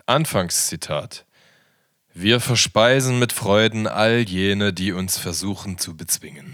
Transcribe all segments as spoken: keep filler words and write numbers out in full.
Anfangszitat. Wir verspeisen mit Freuden all jene, die uns versuchen zu bezwingen.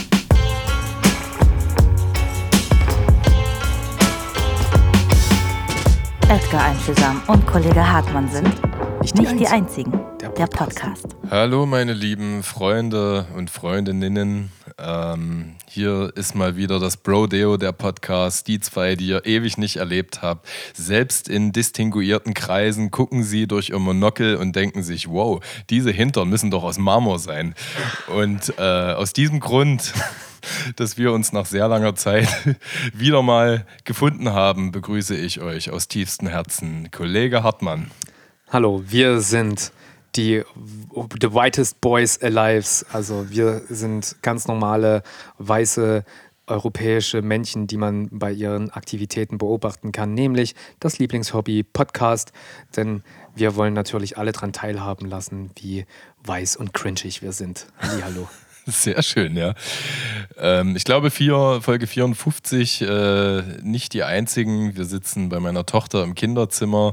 Edgar Einfühlsam und Kollege Hartmann sind Nicht die, nicht die Einzigen. Einzigen. Der Der Podcast. Podcast. Hallo meine lieben Freunde und Freundinnen. Ähm, hier ist mal wieder das Brodeo, der Podcast. Die zwei, die ihr ewig nicht erlebt habt. Selbst in distinguierten Kreisen gucken sie durch ihr Monokel und denken sich, wow, diese Hintern müssen doch aus Marmor sein. Und äh, aus diesem Grund, dass wir uns nach sehr langer Zeit wieder mal gefunden haben, begrüße ich euch aus tiefstem Herzen, Kollege Hartmann. Hallo, wir sind die The Whitest Boys Alive. Also wir sind ganz normale, weiße, europäische Männchen, die man bei ihren Aktivitäten beobachten kann, nämlich das Lieblingshobby Podcast. Denn wir wollen natürlich alle daran teilhaben lassen, wie weiß und cringig wir sind. Hallihallo. Sehr schön, ja. Ähm, ich glaube, vier, Folge vierundfünfzig, äh, nicht die einzigen. Wir sitzen bei meiner Tochter im Kinderzimmer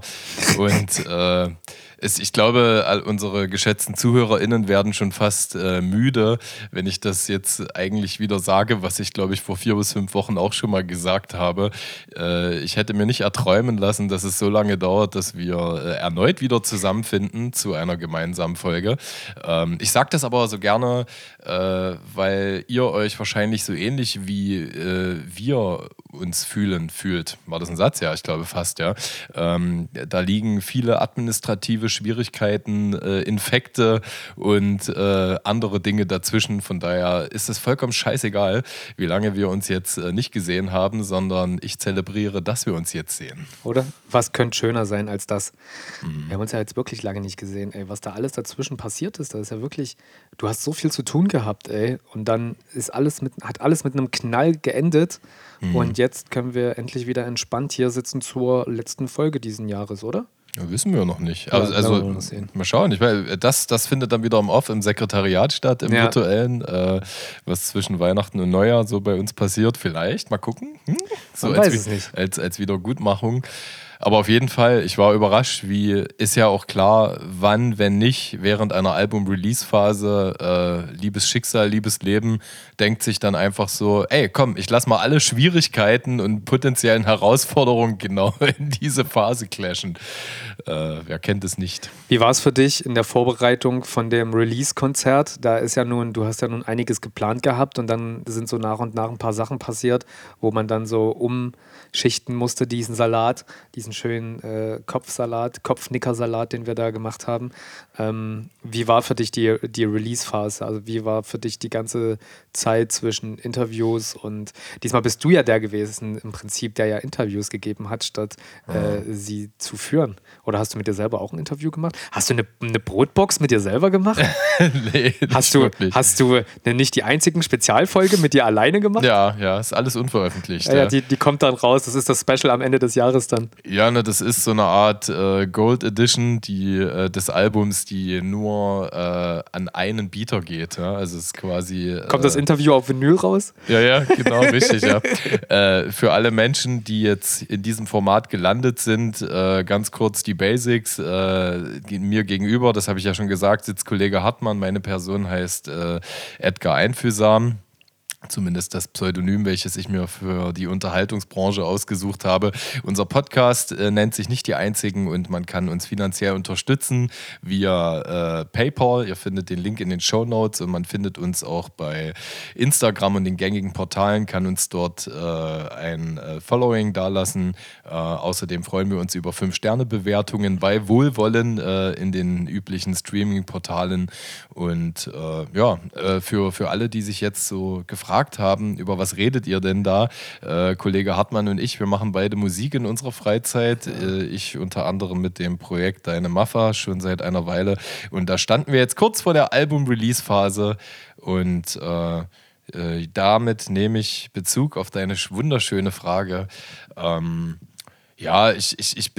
und äh, es, ich glaube, all unsere geschätzten ZuhörerInnen werden schon fast äh, müde, wenn ich das jetzt eigentlich wieder sage, was ich, glaube ich, vor vier bis fünf Wochen auch schon mal gesagt habe. Äh, ich hätte mir nicht erträumen lassen, dass es so lange dauert, dass wir äh, erneut wieder zusammenfinden zu einer gemeinsamen Folge. Ähm, ich sage das aber so gerne, äh, weil ihr euch wahrscheinlich so ähnlich wie äh, wir uns fühlen, fühlt. War das ein Satz? Ja, ich glaube fast, ja. Ähm, da liegen viele administrative Schwierigkeiten, äh, Infekte und äh, andere Dinge dazwischen. Von daher ist es vollkommen scheißegal, wie lange wir uns jetzt äh, nicht gesehen haben, sondern ich zelebriere, dass wir uns jetzt sehen. Oder? Was könnte schöner sein als das? Mhm. Wir haben uns ja jetzt wirklich lange nicht gesehen. Ey, was da alles dazwischen passiert ist, das ist ja wirklich, du hast so viel zu tun gehabt, ey. Und dann ist alles mit, hat alles mit einem Knall geendet. Mhm. Und jetzt können wir endlich wieder entspannt hier sitzen zur letzten Folge diesen Jahres, oder? Ja, wissen wir noch nicht. Ja, also, also wir sehen. Mal schauen. Ich meine, das, das findet dann wieder im Off, im Sekretariat statt, im ja. virtuellen, äh, was zwischen Weihnachten und Neujahr so bei uns passiert. Vielleicht, mal gucken. Hm? So Man als, weiß es nicht. Als, als Wiedergutmachung. Aber auf jeden Fall, ich war überrascht, wie ist ja auch klar, wann, wenn nicht, während einer Album-Release-Phase, äh, liebes Schicksal, liebes Leben, denkt sich dann einfach so, ey, komm, ich lass mal alle Schwierigkeiten und potenziellen Herausforderungen genau in diese Phase clashen. Äh, wer kennt es nicht? Wie war es für dich in der Vorbereitung von dem Release-Konzert? Da ist ja nun, du hast ja nun einiges geplant gehabt und dann sind so nach und nach ein paar Sachen passiert, wo man dann so umschichten musste, diesen Salat, diesen schönen äh, Kopfsalat, Kopfnickersalat, den wir da gemacht haben. Ähm, wie war für dich die, die Release-Phase? Also wie war für dich die ganze Zeit zwischen Interviews und diesmal bist du ja der gewesen, im Prinzip, der ja Interviews gegeben hat, statt äh, sie zu führen. Oder hast du mit dir selber auch ein Interview gemacht? Hast du eine, eine Brotbox mit dir selber gemacht? Nee, nicht hast du, wirklich. Hast du eine nicht die einzigen Spezialfolge mit dir alleine gemacht? Ja, ja, ist alles unveröffentlicht. Ja, ja. ja, die, die kommt dann raus. Das ist das Special am Ende des Jahres dann. Ja, ne, das ist so eine Art äh, Gold Edition die, äh, des Albums, die nur äh, an einen Beater geht. Ja? Also es ist quasi. Äh, Kommt das Interview auf Vinyl raus? Ja, ja, genau, richtig, ja. Äh, für alle Menschen, die jetzt in diesem Format gelandet sind, äh, ganz kurz die Basics. Äh, mir gegenüber, das habe ich ja schon gesagt, sitzt Kollege Hartmann. Meine Person heißt äh, Edgar Einfühlsam. Zumindest das Pseudonym, welches ich mir für die Unterhaltungsbranche ausgesucht habe. Unser Podcast äh, nennt sich Nicht die Einzigen und man kann uns finanziell unterstützen via äh, PayPal. Ihr findet den Link in den Shownotes und man findet uns auch bei Instagram und den gängigen Portalen, kann uns dort äh, ein äh, Following dalassen. Äh, außerdem freuen wir uns über fünf Sterne Bewertungen bei Wohlwollen äh, in den üblichen Streaming-Portalen. Und äh, ja, äh, für, für alle, die sich jetzt so gefragt haben, über was redet ihr denn da? Äh, Kollege Hartmann und ich, wir machen beide Musik in unserer Freizeit. Äh, ich unter anderem mit dem Projekt Deine Maffa schon seit einer Weile. Und da standen wir jetzt kurz vor der Album-Release-Phase und äh, äh, damit nehme ich Bezug auf deine wunderschöne Frage. Ähm, ja, ich, ich, ich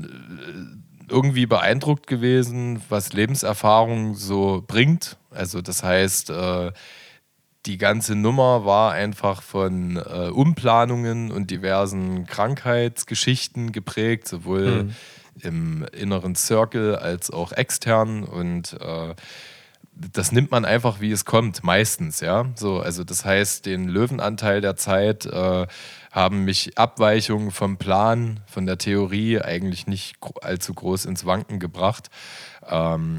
bin irgendwie beeindruckt gewesen, was Lebenserfahrung so bringt. Also das heißt, äh, die ganze Nummer war einfach von äh, Umplanungen und diversen Krankheitsgeschichten geprägt, sowohl mhm. im inneren Circle als auch extern und äh, das nimmt man einfach, wie es kommt, meistens, ja. So, also das heißt, den Löwenanteil der Zeit äh, haben mich Abweichungen vom Plan, von der Theorie eigentlich nicht allzu groß ins Wanken gebracht. Ähm,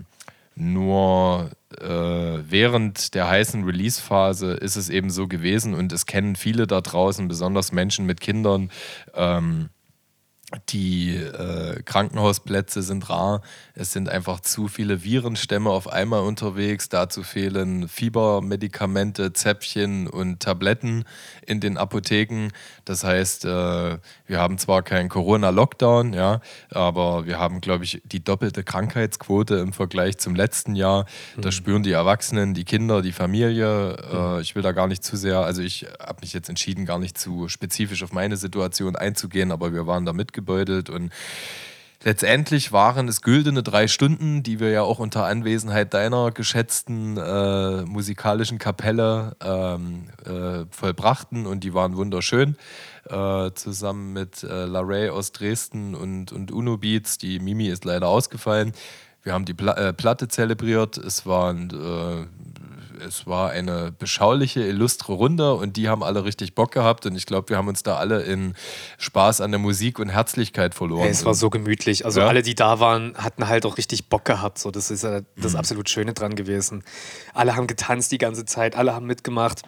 nur äh, während der heißen Release-Phase ist es eben so gewesen und es kennen viele da draußen, besonders Menschen mit Kindern, ähm, die äh, Krankenhausplätze sind rar, es sind einfach zu viele Virenstämme auf einmal unterwegs, dazu fehlen Fiebermedikamente, Zäpfchen und Tabletten in den Apotheken. Das heißt, äh, wir haben zwar keinen Corona-Lockdown, ja, aber wir haben, glaube ich, die doppelte Krankheitsquote im Vergleich zum letzten Jahr. Mhm. Das spüren die Erwachsenen, die Kinder, die Familie. Mhm. Äh, ich will da gar nicht zu sehr, also ich habe mich jetzt entschieden, gar nicht zu spezifisch auf meine Situation einzugehen, aber wir waren da mitgebeutelt und letztendlich waren es güldene drei Stunden, die wir ja auch unter Anwesenheit deiner geschätzten äh, musikalischen Kapelle ähm, äh, vollbrachten und die waren wunderschön. Äh, zusammen mit äh, Larray aus Dresden und, und Uno Beats. Die Mimi ist leider ausgefallen. Wir haben die Pla- äh, Platte zelebriert. Es waren äh, Es war eine beschauliche, illustre Runde und die haben alle richtig Bock gehabt und ich glaube, wir haben uns da alle in Spaß an der Musik und Herzlichkeit verloren. Hey, es war so gemütlich. Also ja? alle, die da waren, hatten halt auch richtig Bock gehabt. So, das ist ja das mhm. absolut Schöne dran gewesen. Alle haben getanzt die ganze Zeit, alle haben mitgemacht.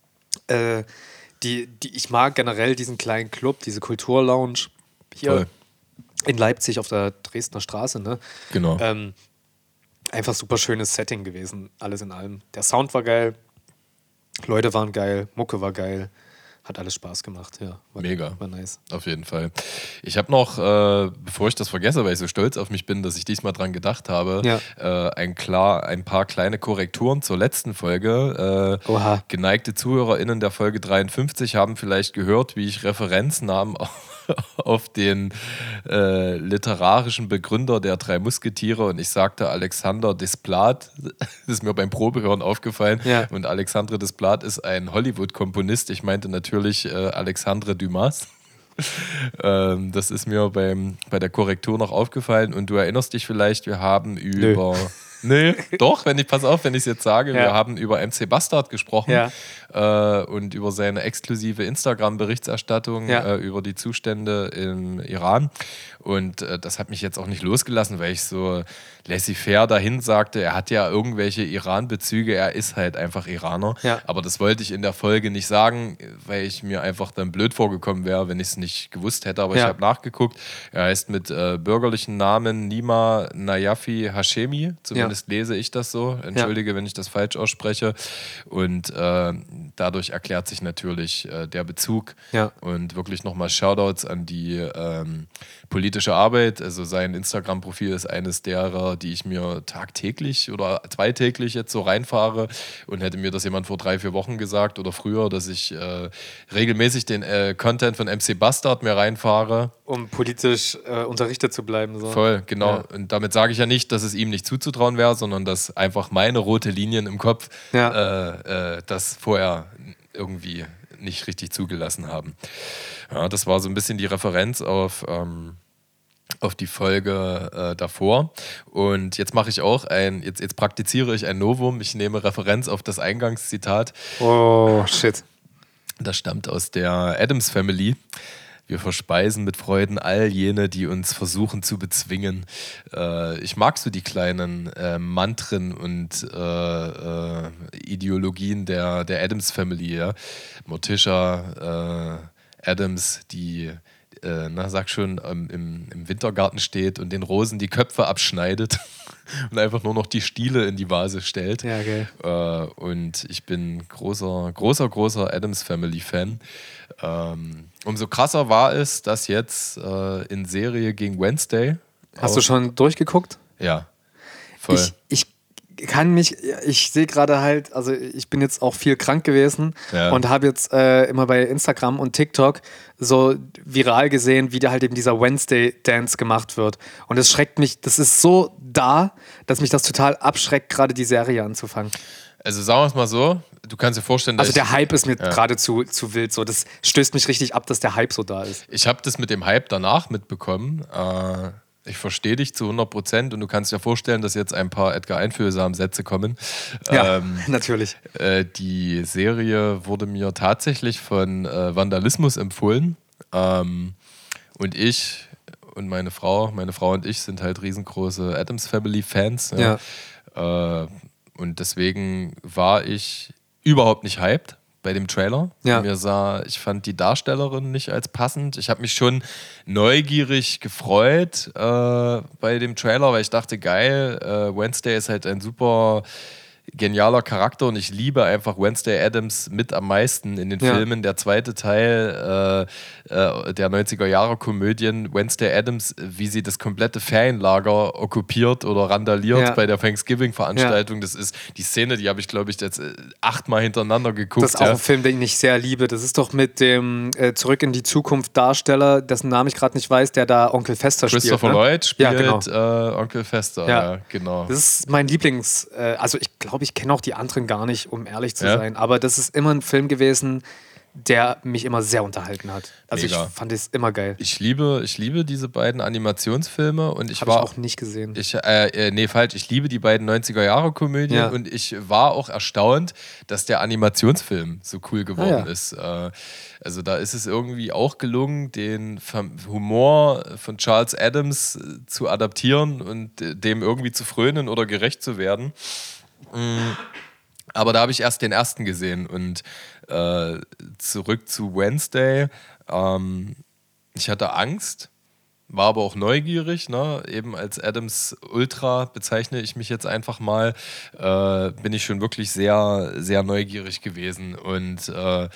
Äh, die, die, ich mag generell diesen kleinen Club, diese Kulturlounge hier Voll. in Leipzig auf der Dresdner Straße. Ne? Genau. Ähm, Einfach super schönes Setting gewesen, alles in allem. Der Sound war geil, Leute waren geil, Mucke war geil, hat alles Spaß gemacht, ja. War, Mega. War nice. Auf jeden Fall. Ich habe noch, äh, bevor ich das vergesse, weil ich so stolz auf mich bin, dass ich diesmal dran gedacht habe, ja. äh, ein, klar, ein paar kleine Korrekturen zur letzten Folge. Äh, Oha. Geneigte ZuhörerInnen der Folge dreiundfünfzig haben vielleicht gehört, wie ich Referenznamen auf den äh, literarischen Begründer der drei Musketiere und ich sagte Alexander Desplat, das ist mir beim Probehören aufgefallen ja. und Alexandre Desplat ist ein Hollywood-Komponist, ich meinte natürlich äh, Alexandre Dumas. ähm, das ist mir beim, bei der Korrektur noch aufgefallen und du erinnerst dich vielleicht, wir haben über... Nö. Nee, doch, wenn ich, pass auf, wenn ich es jetzt sage, ja. wir haben über M C Bastard gesprochen ja. äh, und über seine exklusive Instagram-Berichterstattung ja. äh, über die Zustände im Iran. Und äh, das hat mich jetzt auch nicht losgelassen, weil ich so laissez-faire dahin sagte, er hat ja irgendwelche Iran-Bezüge, er ist halt einfach Iraner. Ja. Aber das wollte ich in der Folge nicht sagen, weil ich mir einfach dann blöd vorgekommen wäre, wenn ich es nicht gewusst hätte. Aber ja. ich habe nachgeguckt, er heißt mit äh, bürgerlichen Namen Nima Najafi Hashemi, zumindest ja. lese ich das so. Entschuldige, ja. wenn ich das falsch ausspreche. Und äh, dadurch erklärt sich natürlich äh, der Bezug. Ja. Und wirklich nochmal Shoutouts an die ähm, politische Arbeit. Also sein Instagram-Profil ist eines derer, die ich mir tagtäglich oder zweitäglich jetzt so reinfahre. Und hätte mir das jemand vor drei, vier Wochen gesagt oder früher, dass ich äh, regelmäßig den äh, Content von M C Bastard mir reinfahre. Um politisch äh, unterrichtet zu bleiben. So. Voll, genau. Ja. Und damit sage ich ja nicht, dass es ihm nicht zuzutrauen wäre, sondern dass einfach meine rote Linien im Kopf ja. äh, äh, das vorher irgendwie nicht richtig zugelassen haben. Ja, das war so ein bisschen die Referenz auf, ähm, auf die Folge äh, davor. Und jetzt mache ich auch ein, jetzt, jetzt praktiziere ich ein Novum. Ich nehme Referenz auf das Eingangszitat. Oh, shit. Das stammt aus der Addams Family. Wir verspeisen mit Freuden all jene, die uns versuchen zu bezwingen. Äh, ich mag so die kleinen äh, Mantren und äh, äh, Ideologien der, der Addams Family. Ja? Morticia äh, Addams, die, äh, na, sag schon, ähm, im, im Wintergarten steht und den Rosen die Köpfe abschneidet und einfach nur noch die Stiele in die Vase stellt. Ja, okay. Äh, und ich bin großer, großer, großer Addams Family Fan. Ähm, umso krasser war es, dass jetzt äh, in Serie gegen Wednesday. Hast du schon durchgeguckt? Ja, voll. Ich, ich kann mich, ich sehe gerade halt, also ich bin jetzt auch viel krank gewesen ja. und habe jetzt äh, immer bei Instagram und TikTok so viral gesehen, wie da halt eben dieser Wednesday-Dance gemacht wird. Und es schreckt mich, das ist so da, dass mich das total abschreckt, gerade die Serie anzufangen. Also sagen wir es mal so, du kannst dir vorstellen, dass Also der Hype ist mir ja. gerade zu, zu wild. So. Das stößt mich richtig ab, dass der Hype so da ist. Ich habe das mit dem Hype danach mitbekommen. Äh, Ich verstehe dich zu hundert Prozent und du kannst dir vorstellen, dass jetzt ein paar Edgar Einfühlsam-Sätze kommen. Ja, ähm, natürlich. Äh, die Serie wurde mir tatsächlich von äh, Vandalismus empfohlen. Ähm, und ich und meine Frau, meine Frau und ich sind halt riesengroße Addams Family-Fans. Ja. Ja. Äh, und deswegen war ich überhaupt nicht hyped bei dem Trailer. Ja. Mir sah, ich fand die Darstellerin nicht als passend. Ich habe mich schon neugierig gefreut äh, bei dem Trailer, weil ich dachte, geil, äh, Wednesday ist halt ein super genialer Charakter und ich liebe einfach Wednesday Addams mit am meisten in den Ja. Filmen. Der zweite Teil äh, äh, der neunziger-Jahre-Komödien, Wednesday Addams, wie sie das komplette Ferienlager okkupiert oder randaliert Ja. bei der Thanksgiving-Veranstaltung. Ja. Das ist die Szene, die habe ich, glaube ich, jetzt achtmal hintereinander geguckt. Das ist auch ja. ein Film, den ich sehr liebe. Das ist doch mit dem äh, Zurück in die Zukunft Darsteller, dessen Namen ich gerade nicht weiß, der da Onkel Fester spielt. Christopher ne? Lloyd spielt ja, genau. äh, Onkel Fester. Ja. ja, genau. Das ist mein Lieblings... Äh, also ich glaube, ich kenne auch die anderen gar nicht, um ehrlich zu ja. sein. Aber das ist immer ein Film gewesen, der mich immer sehr unterhalten hat. Also Mega. Ich fand es immer geil. Ich liebe, ich liebe diese beiden Animationsfilme und ich Hab war ich auch nicht gesehen. Ich, äh, äh, nee, falsch. Ich liebe die beiden neunziger-Jahre-Komödien ja. und ich war auch erstaunt, dass der Animationsfilm so cool geworden ah, ja. ist. Äh, also da ist es irgendwie auch gelungen, den Humor von Charles Addams zu adaptieren und dem irgendwie zu frönen oder gerecht zu werden. Mhm. Aber da habe ich erst den ersten gesehen und äh, zurück zu Wednesday. Ähm, ich hatte Angst, war aber auch neugierig. Ne? Eben als Addams Ultra bezeichne ich mich jetzt einfach mal. Äh, bin ich schon wirklich sehr, sehr neugierig gewesen. Und äh,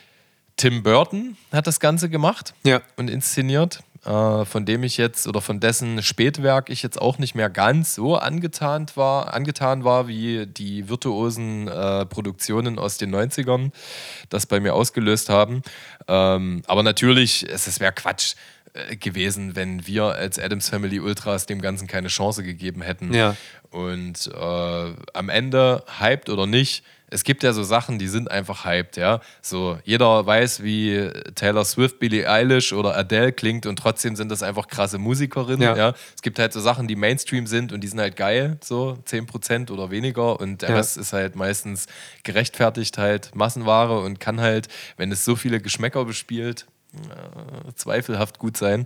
Tim Burton hat das Ganze gemacht ja. und inszeniert. Äh, von dem ich jetzt oder von dessen Spätwerk ich jetzt auch nicht mehr ganz so angetan war, angetan war wie die virtuosen äh, Produktionen aus den neunzigern das bei mir ausgelöst haben. Ähm, aber natürlich, es, es wäre Quatsch äh, gewesen, wenn wir als Addams Family Ultras dem Ganzen keine Chance gegeben hätten. Ja. Und äh, am Ende, hyped oder nicht, es gibt ja so Sachen, die sind einfach hyped, ja. So, jeder weiß, wie Taylor Swift, Billie Eilish oder Adele klingt und trotzdem sind das einfach krasse Musikerinnen, ja. ja. Es gibt halt so Sachen, die Mainstream sind und die sind halt geil, so zehn Prozent oder weniger und der ja. Rest ist halt meistens gerechtfertigt halt Massenware und kann halt, wenn es so viele Geschmäcker bespielt, äh, zweifelhaft gut sein.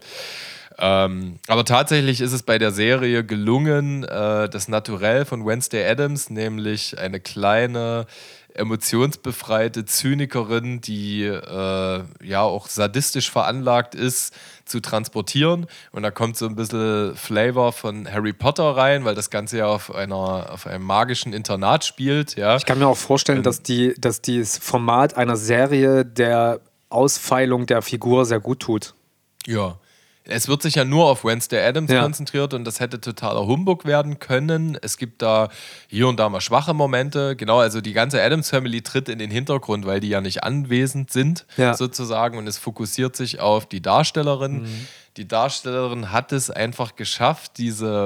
Ähm, aber tatsächlich ist es bei der Serie gelungen, äh, das Naturell von Wednesday Addams, nämlich eine kleine, emotionsbefreite Zynikerin, die äh, ja auch sadistisch veranlagt ist, zu transportieren. Und da kommt so ein bisschen Flavor von Harry Potter rein, weil das Ganze ja auf, einer, auf einem magischen Internat spielt. Ja. Ich kann mir auch vorstellen, ähm, dass, die, dass das Format einer Serie der Ausfeilung der Figur sehr gut tut. Ja. Es wird sich ja nur auf Wednesday Addams ja. konzentriert und das hätte totaler Humbug werden können. Es gibt da hier und da mal schwache Momente. Genau, also die ganze Addams Family tritt in den Hintergrund, weil die ja nicht anwesend sind, ja. sozusagen. Und es fokussiert sich auf die Darstellerin. Mhm. Die Darstellerin hat es einfach geschafft,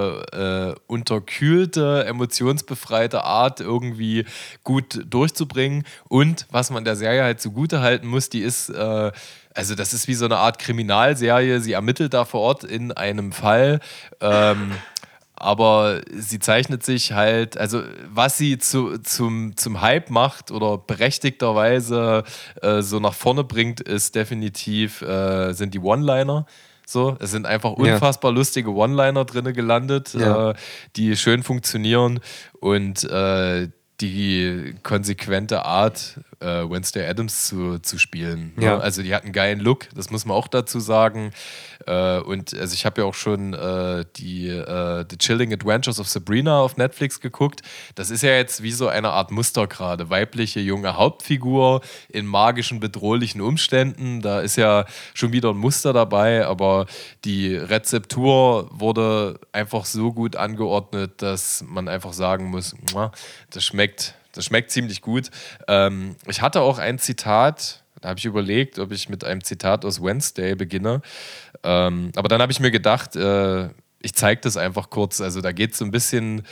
diese äh, unterkühlte, emotionsbefreite Art irgendwie gut durchzubringen. Und was man der Serie halt zugute halten muss, die ist... Äh, Also das ist wie so eine Art Kriminalserie. Sie ermittelt da vor Ort in einem Fall. Ähm, aber sie zeichnet sich halt, also was sie zu, zum, zum Hype macht oder berechtigterweise äh, so nach vorne bringt, ist definitiv, äh, sind die One-Liner. So, es sind einfach unfassbar ja. lustige One-Liner drin gelandet, ja. äh, die schön funktionieren und äh, die konsequente Art, äh, Wednesday Addams zu, zu spielen. Ja. Ne? Also die hat einen geilen Look, das muss man auch dazu sagen. Äh, und also ich habe ja auch schon äh, die äh, The Chilling Adventures of Sabrina auf Netflix geguckt. Das ist ja jetzt wie so eine Art Muster gerade. Weibliche, junge Hauptfigur in magischen, bedrohlichen Umständen. Da ist ja schon wieder ein Muster dabei, aber die Rezeptur wurde einfach so gut angeordnet, dass man einfach sagen muss, das schmeckt Das schmeckt ziemlich gut. Ähm, ich hatte auch ein Zitat, da habe ich überlegt, ob ich mit einem Zitat aus Wednesday beginne. Ähm, aber dann habe ich mir gedacht, äh, ich zeige das einfach kurz. Also da geht es so ein bisschen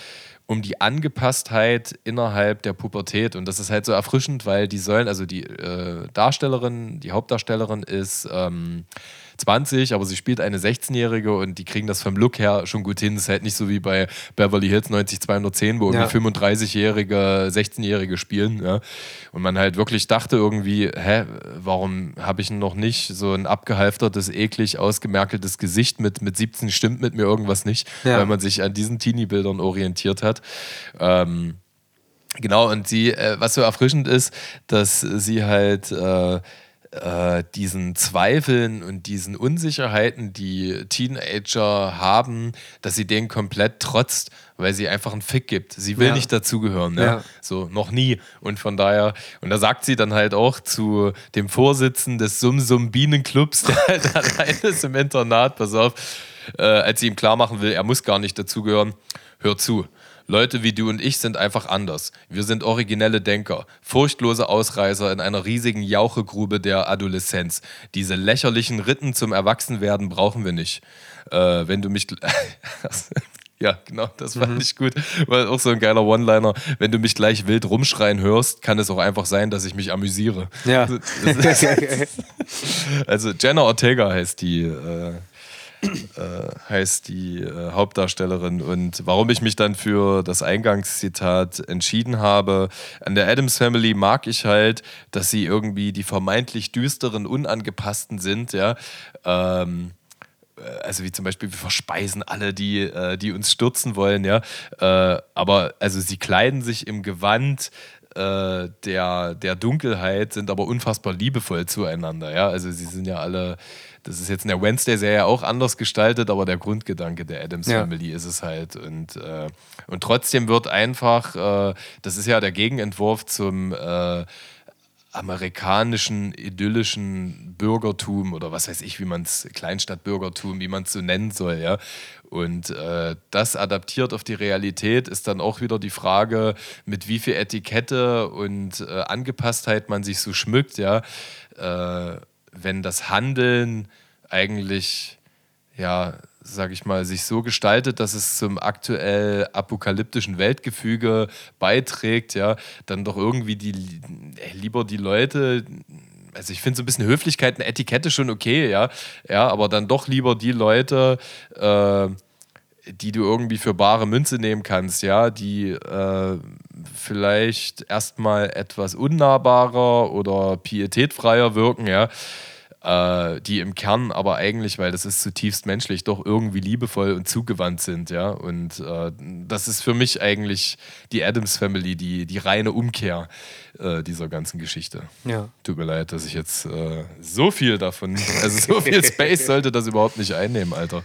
um die Angepasstheit innerhalb der Pubertät. Und das ist halt so erfrischend, weil die sollen, also die äh, Darstellerin, die Hauptdarstellerin ist ähm, zwanzig, aber sie spielt eine sechzehnjährige und die kriegen das vom Look her schon gut hin. Das ist halt nicht so wie bei Beverly Hills neunzig zweihundertzehn, wo irgendwie Ja. fünfunddreißigjährige, sechzehnjährige spielen. Ja. Und man halt wirklich dachte irgendwie, hä, warum habe ich noch nicht so ein abgehalftertes, eklig ausgemerkeltes Gesicht mit, mit siebzehn stimmt mit mir irgendwas nicht, Ja. weil man sich an diesen Teenie-Bildern orientiert hat. Ähm, genau, und sie, äh, was so erfrischend ist, dass sie halt äh, äh, diesen Zweifeln und diesen Unsicherheiten, die Teenager haben, dass sie denen komplett trotzt, weil sie einfach einen Fick gibt. Sie will Ja. nicht dazugehören, ne? Ja. So, noch nie. Und von daher, und da sagt sie dann halt auch zu dem Vorsitzenden des Sum-Sum-Bienenclubs, der halt allein ist im Internat, pass auf, äh, als sie ihm klar machen will, er muss gar nicht dazugehören, hör zu. Leute wie du und ich sind einfach anders. Wir sind originelle Denker, furchtlose Ausreißer in einer riesigen Jauchegrube der Adoleszenz. Diese lächerlichen Ritten zum Erwachsenwerden brauchen wir nicht. Äh, wenn du mich... Ja, genau, das fand Mhm. ich gut. Weil auch so ein geiler One-Liner. Wenn du mich gleich wild rumschreien hörst, kann es auch einfach sein, dass ich mich amüsiere. Ja. Das ist, also Jenna Ortega heißt die, äh, äh, heißt die äh, Hauptdarstellerin. Und warum ich mich dann für das Eingangszitat entschieden habe, an der Addams Family mag ich halt, dass sie irgendwie die vermeintlich düsteren, unangepassten sind, ja. Ähm, also wie zum Beispiel, wir verspeisen alle, die, äh, die uns stürzen wollen, ja. Äh, aber also sie kleiden sich im Gewand äh, der, der Dunkelheit, sind aber unfassbar liebevoll zueinander, ja. Also sie sind ja alle, das ist jetzt in der Wednesday-Serie auch anders gestaltet, aber der Grundgedanke der Addams Ja. Family ist es halt. Und, äh, und trotzdem wird einfach, äh, das ist ja der Gegenentwurf zum äh, amerikanischen, idyllischen Bürgertum oder was weiß ich, wie man es, Kleinstadtbürgertum, wie man es so nennen soll, ja. Und äh, das adaptiert auf die Realität ist dann auch wieder die Frage, mit wie viel Etikette und äh, Angepasstheit man sich so schmückt, ja. Äh, wenn das Handeln eigentlich, ja, sag ich mal, sich so gestaltet, dass es zum aktuell apokalyptischen Weltgefüge beiträgt, ja, dann doch irgendwie die äh, lieber die Leute, also ich finde so ein bisschen Höflichkeit und Etikette schon okay, ja, ja, aber dann doch lieber die Leute, äh, die du irgendwie für bare Münze nehmen kannst, ja, die äh, vielleicht erstmal etwas unnahbarer oder pietätfreier wirken, ja, äh, die im Kern aber eigentlich, weil das ist zutiefst menschlich, doch irgendwie liebevoll und zugewandt sind, ja. Und äh, das ist für mich eigentlich die Addams Family, die, die reine Umkehr äh, dieser ganzen Geschichte. Ja. Tut mir leid, dass ich jetzt äh, so viel davon, also so viel Space sollte das überhaupt nicht einnehmen, Alter.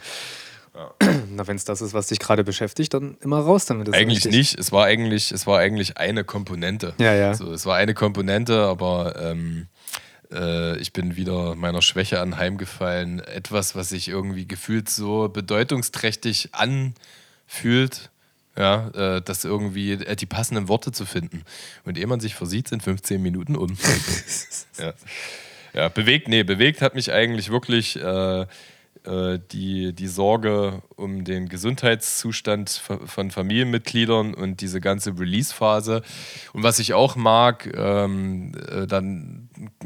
Na, wenn es das ist, was dich gerade beschäftigt, dann immer raus damit. Das ist Eigentlich richtig. nicht. Es war eigentlich, es war eigentlich eine Komponente. Ja, ja. So, es war eine Komponente, aber ähm, äh, ich bin wieder meiner Schwäche anheimgefallen. Etwas, was sich irgendwie gefühlt so bedeutungsträchtig anfühlt, ja, äh, das irgendwie äh, die passenden Worte zu finden. Und ehe man sich versieht, sind fünfzehn Minuten um. ja. ja, bewegt, nee, bewegt hat mich eigentlich wirklich äh, Die, die Sorge um den Gesundheitszustand von Familienmitgliedern und diese ganze Release-Phase. Und was ich auch mag, ähm, äh, dann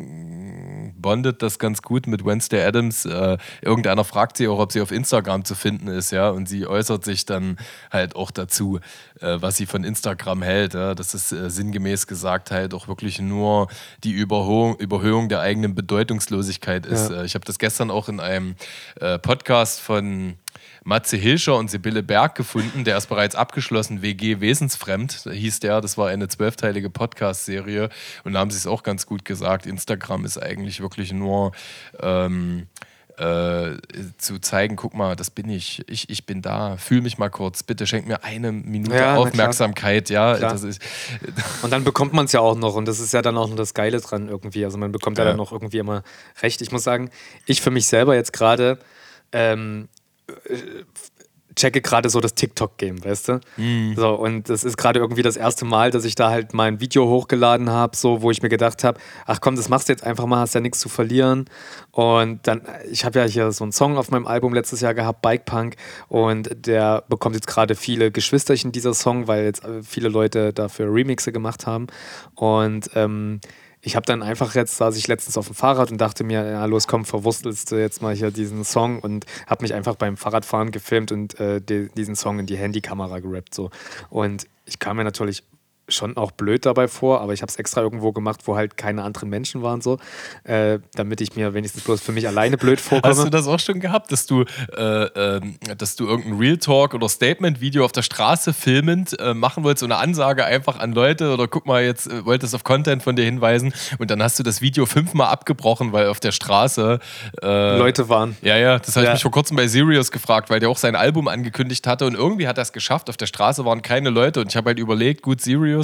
bondet das ganz gut mit Wednesday Addams. Äh, irgendeiner fragt sie auch, ob sie auf Instagram zu finden ist, ja, und sie äußert sich dann halt auch dazu, äh, was sie von Instagram hält. Ja? Das ist äh, sinngemäß gesagt halt auch wirklich nur die Überhöhung, Überhöhung der eigenen Bedeutungslosigkeit ist. Ja. Äh, ich habe das gestern auch in einem äh, Podcast von Matze Hilscher und Sibylle Berg gefunden, der ist bereits abgeschlossen, W G Wesensfremd, hieß der, das war eine zwölfteilige Podcast-Serie und da haben sie es auch ganz gut gesagt, Instagram ist eigentlich wirklich nur ähm, äh, zu zeigen, guck mal, das bin ich, ich, ich bin da, fühl mich mal kurz, bitte schenk mir eine Minute Ja, na Aufmerksamkeit, ja, Klar. das ist... Und dann bekommt man es ja auch noch und das ist ja dann auch noch das Geile dran irgendwie. Also man bekommt ja, Ja. dann noch irgendwie immer recht. Ich muss sagen, ich für mich selber jetzt gerade ähm, checke gerade so das TikTok-Game, weißt du? Mhm. So, und das ist gerade irgendwie das erste Mal, dass ich da halt mal ein Video hochgeladen habe, so, wo ich mir gedacht habe, ach komm, das machst du jetzt einfach mal, hast ja nichts zu verlieren. Und dann, ich habe ja hier so einen Song auf meinem Album letztes Jahr gehabt, Bike Punk, und der bekommt jetzt gerade viele Geschwisterchen, dieser Song, weil jetzt viele Leute dafür Remixe gemacht haben. Und ähm, ich habe dann einfach jetzt, saß ich letztens auf dem Fahrrad und dachte mir, ja los komm, verwurstelst du jetzt mal hier diesen Song, und habe mich einfach beim Fahrradfahren gefilmt und äh, die, diesen Song in die Handykamera gerappt. So. Und ich kam mir natürlich schon auch blöd dabei vor, aber ich habe es extra irgendwo gemacht, wo halt keine anderen Menschen waren, so, äh, damit ich mir wenigstens bloß für mich alleine blöd vorkomme. Hast du das auch schon gehabt, dass du, äh, äh, dass du irgendein Real Talk oder Statement-Video auf der Straße filmend äh, machen wolltest, so eine Ansage einfach an Leute oder guck mal, jetzt äh, wolltest auf Content von dir hinweisen und dann hast du das Video fünfmal abgebrochen, weil auf der Straße äh, Leute waren. Ja, ja, das habe Ja. ich mich vor kurzem bei Sirius gefragt, weil der auch sein Album angekündigt hatte und irgendwie hat er es geschafft. Auf der Straße waren keine Leute und ich habe halt überlegt, gut, Sirius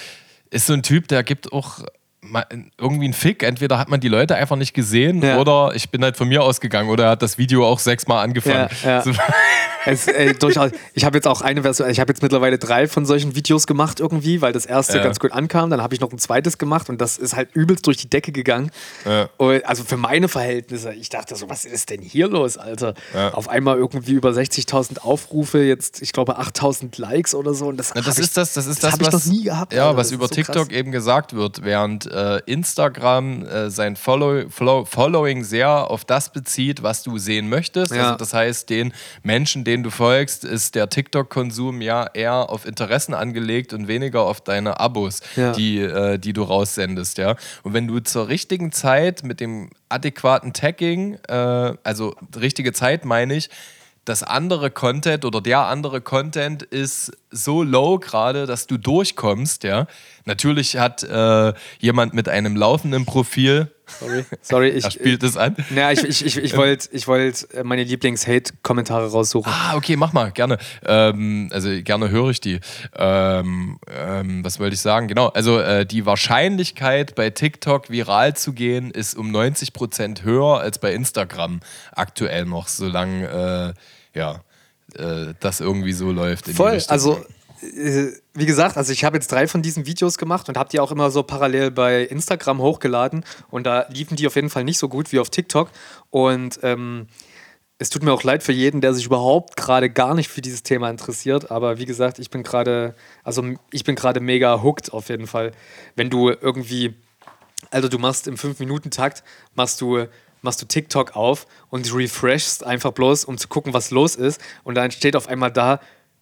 ist so ein Typ, der gibt auch mal irgendwie einen Fick. Entweder hat man die Leute einfach nicht gesehen Ja. oder ich bin halt von mir ausgegangen oder er hat das Video auch sechsmal angefangen. Ja, ja. So. Es, äh, durchaus. Ich habe jetzt auch eine Version, ich habe jetzt mittlerweile drei von solchen Videos gemacht irgendwie, weil das erste Ja. ganz gut ankam, dann habe ich noch ein zweites gemacht und das ist halt übelst durch die Decke gegangen. Ja. Und also für meine Verhältnisse, ich dachte so, was ist denn hier los, Alter? Ja. Auf einmal irgendwie über sechzigtausend Aufrufe, jetzt ich glaube achttausend Likes oder so. Und das Na, das hab ist ich, das, das ist das das, hab ich was, noch nie gehabt. ja, Alter. was Das über ist so TikTok krass. eben gesagt wird, während äh, Instagram äh, sein Follow, Follow, Following sehr auf das bezieht, was du sehen möchtest. Ja. Also das heißt, den Menschen, denen du folgst, ist der TikTok-Konsum ja eher auf Interessen angelegt und weniger auf deine Abos, Ja. die, äh, die du raussendest. Ja? Und wenn du zur richtigen Zeit mit dem adäquaten Tagging, äh, also richtige Zeit meine ich, das andere Content oder der andere Content ist so low gerade, dass du durchkommst, ja. Natürlich hat äh, jemand mit einem laufenden Profil, Sorry, sorry, ich, er spielt es an. na, ich, ich, ich, ich wollte ich wollt meine Lieblings-Hate-Kommentare raussuchen. Ah, okay, mach mal, gerne. Ähm, also gerne höre ich die. Ähm, ähm, was wollte ich sagen? Genau, also äh, die Wahrscheinlichkeit bei TikTok viral zu gehen ist um neunzig Prozent höher als bei Instagram aktuell noch, solange äh, ja, äh, das irgendwie so läuft. In die Voll, Richtung. also äh, wie gesagt, also ich habe jetzt drei von diesen Videos gemacht und habe die auch immer so parallel bei Instagram hochgeladen und da liefen die auf jeden Fall nicht so gut wie auf TikTok und ähm, es tut mir auch leid für jeden, der sich überhaupt gerade gar nicht für dieses Thema interessiert, aber wie gesagt, ich bin gerade, also ich bin gerade mega hooked auf jeden Fall, wenn du irgendwie, also du machst im fünf Minuten Takt, machst du machst du TikTok auf und refreshst einfach bloß, um zu gucken, was los ist und dann steht auf einmal da,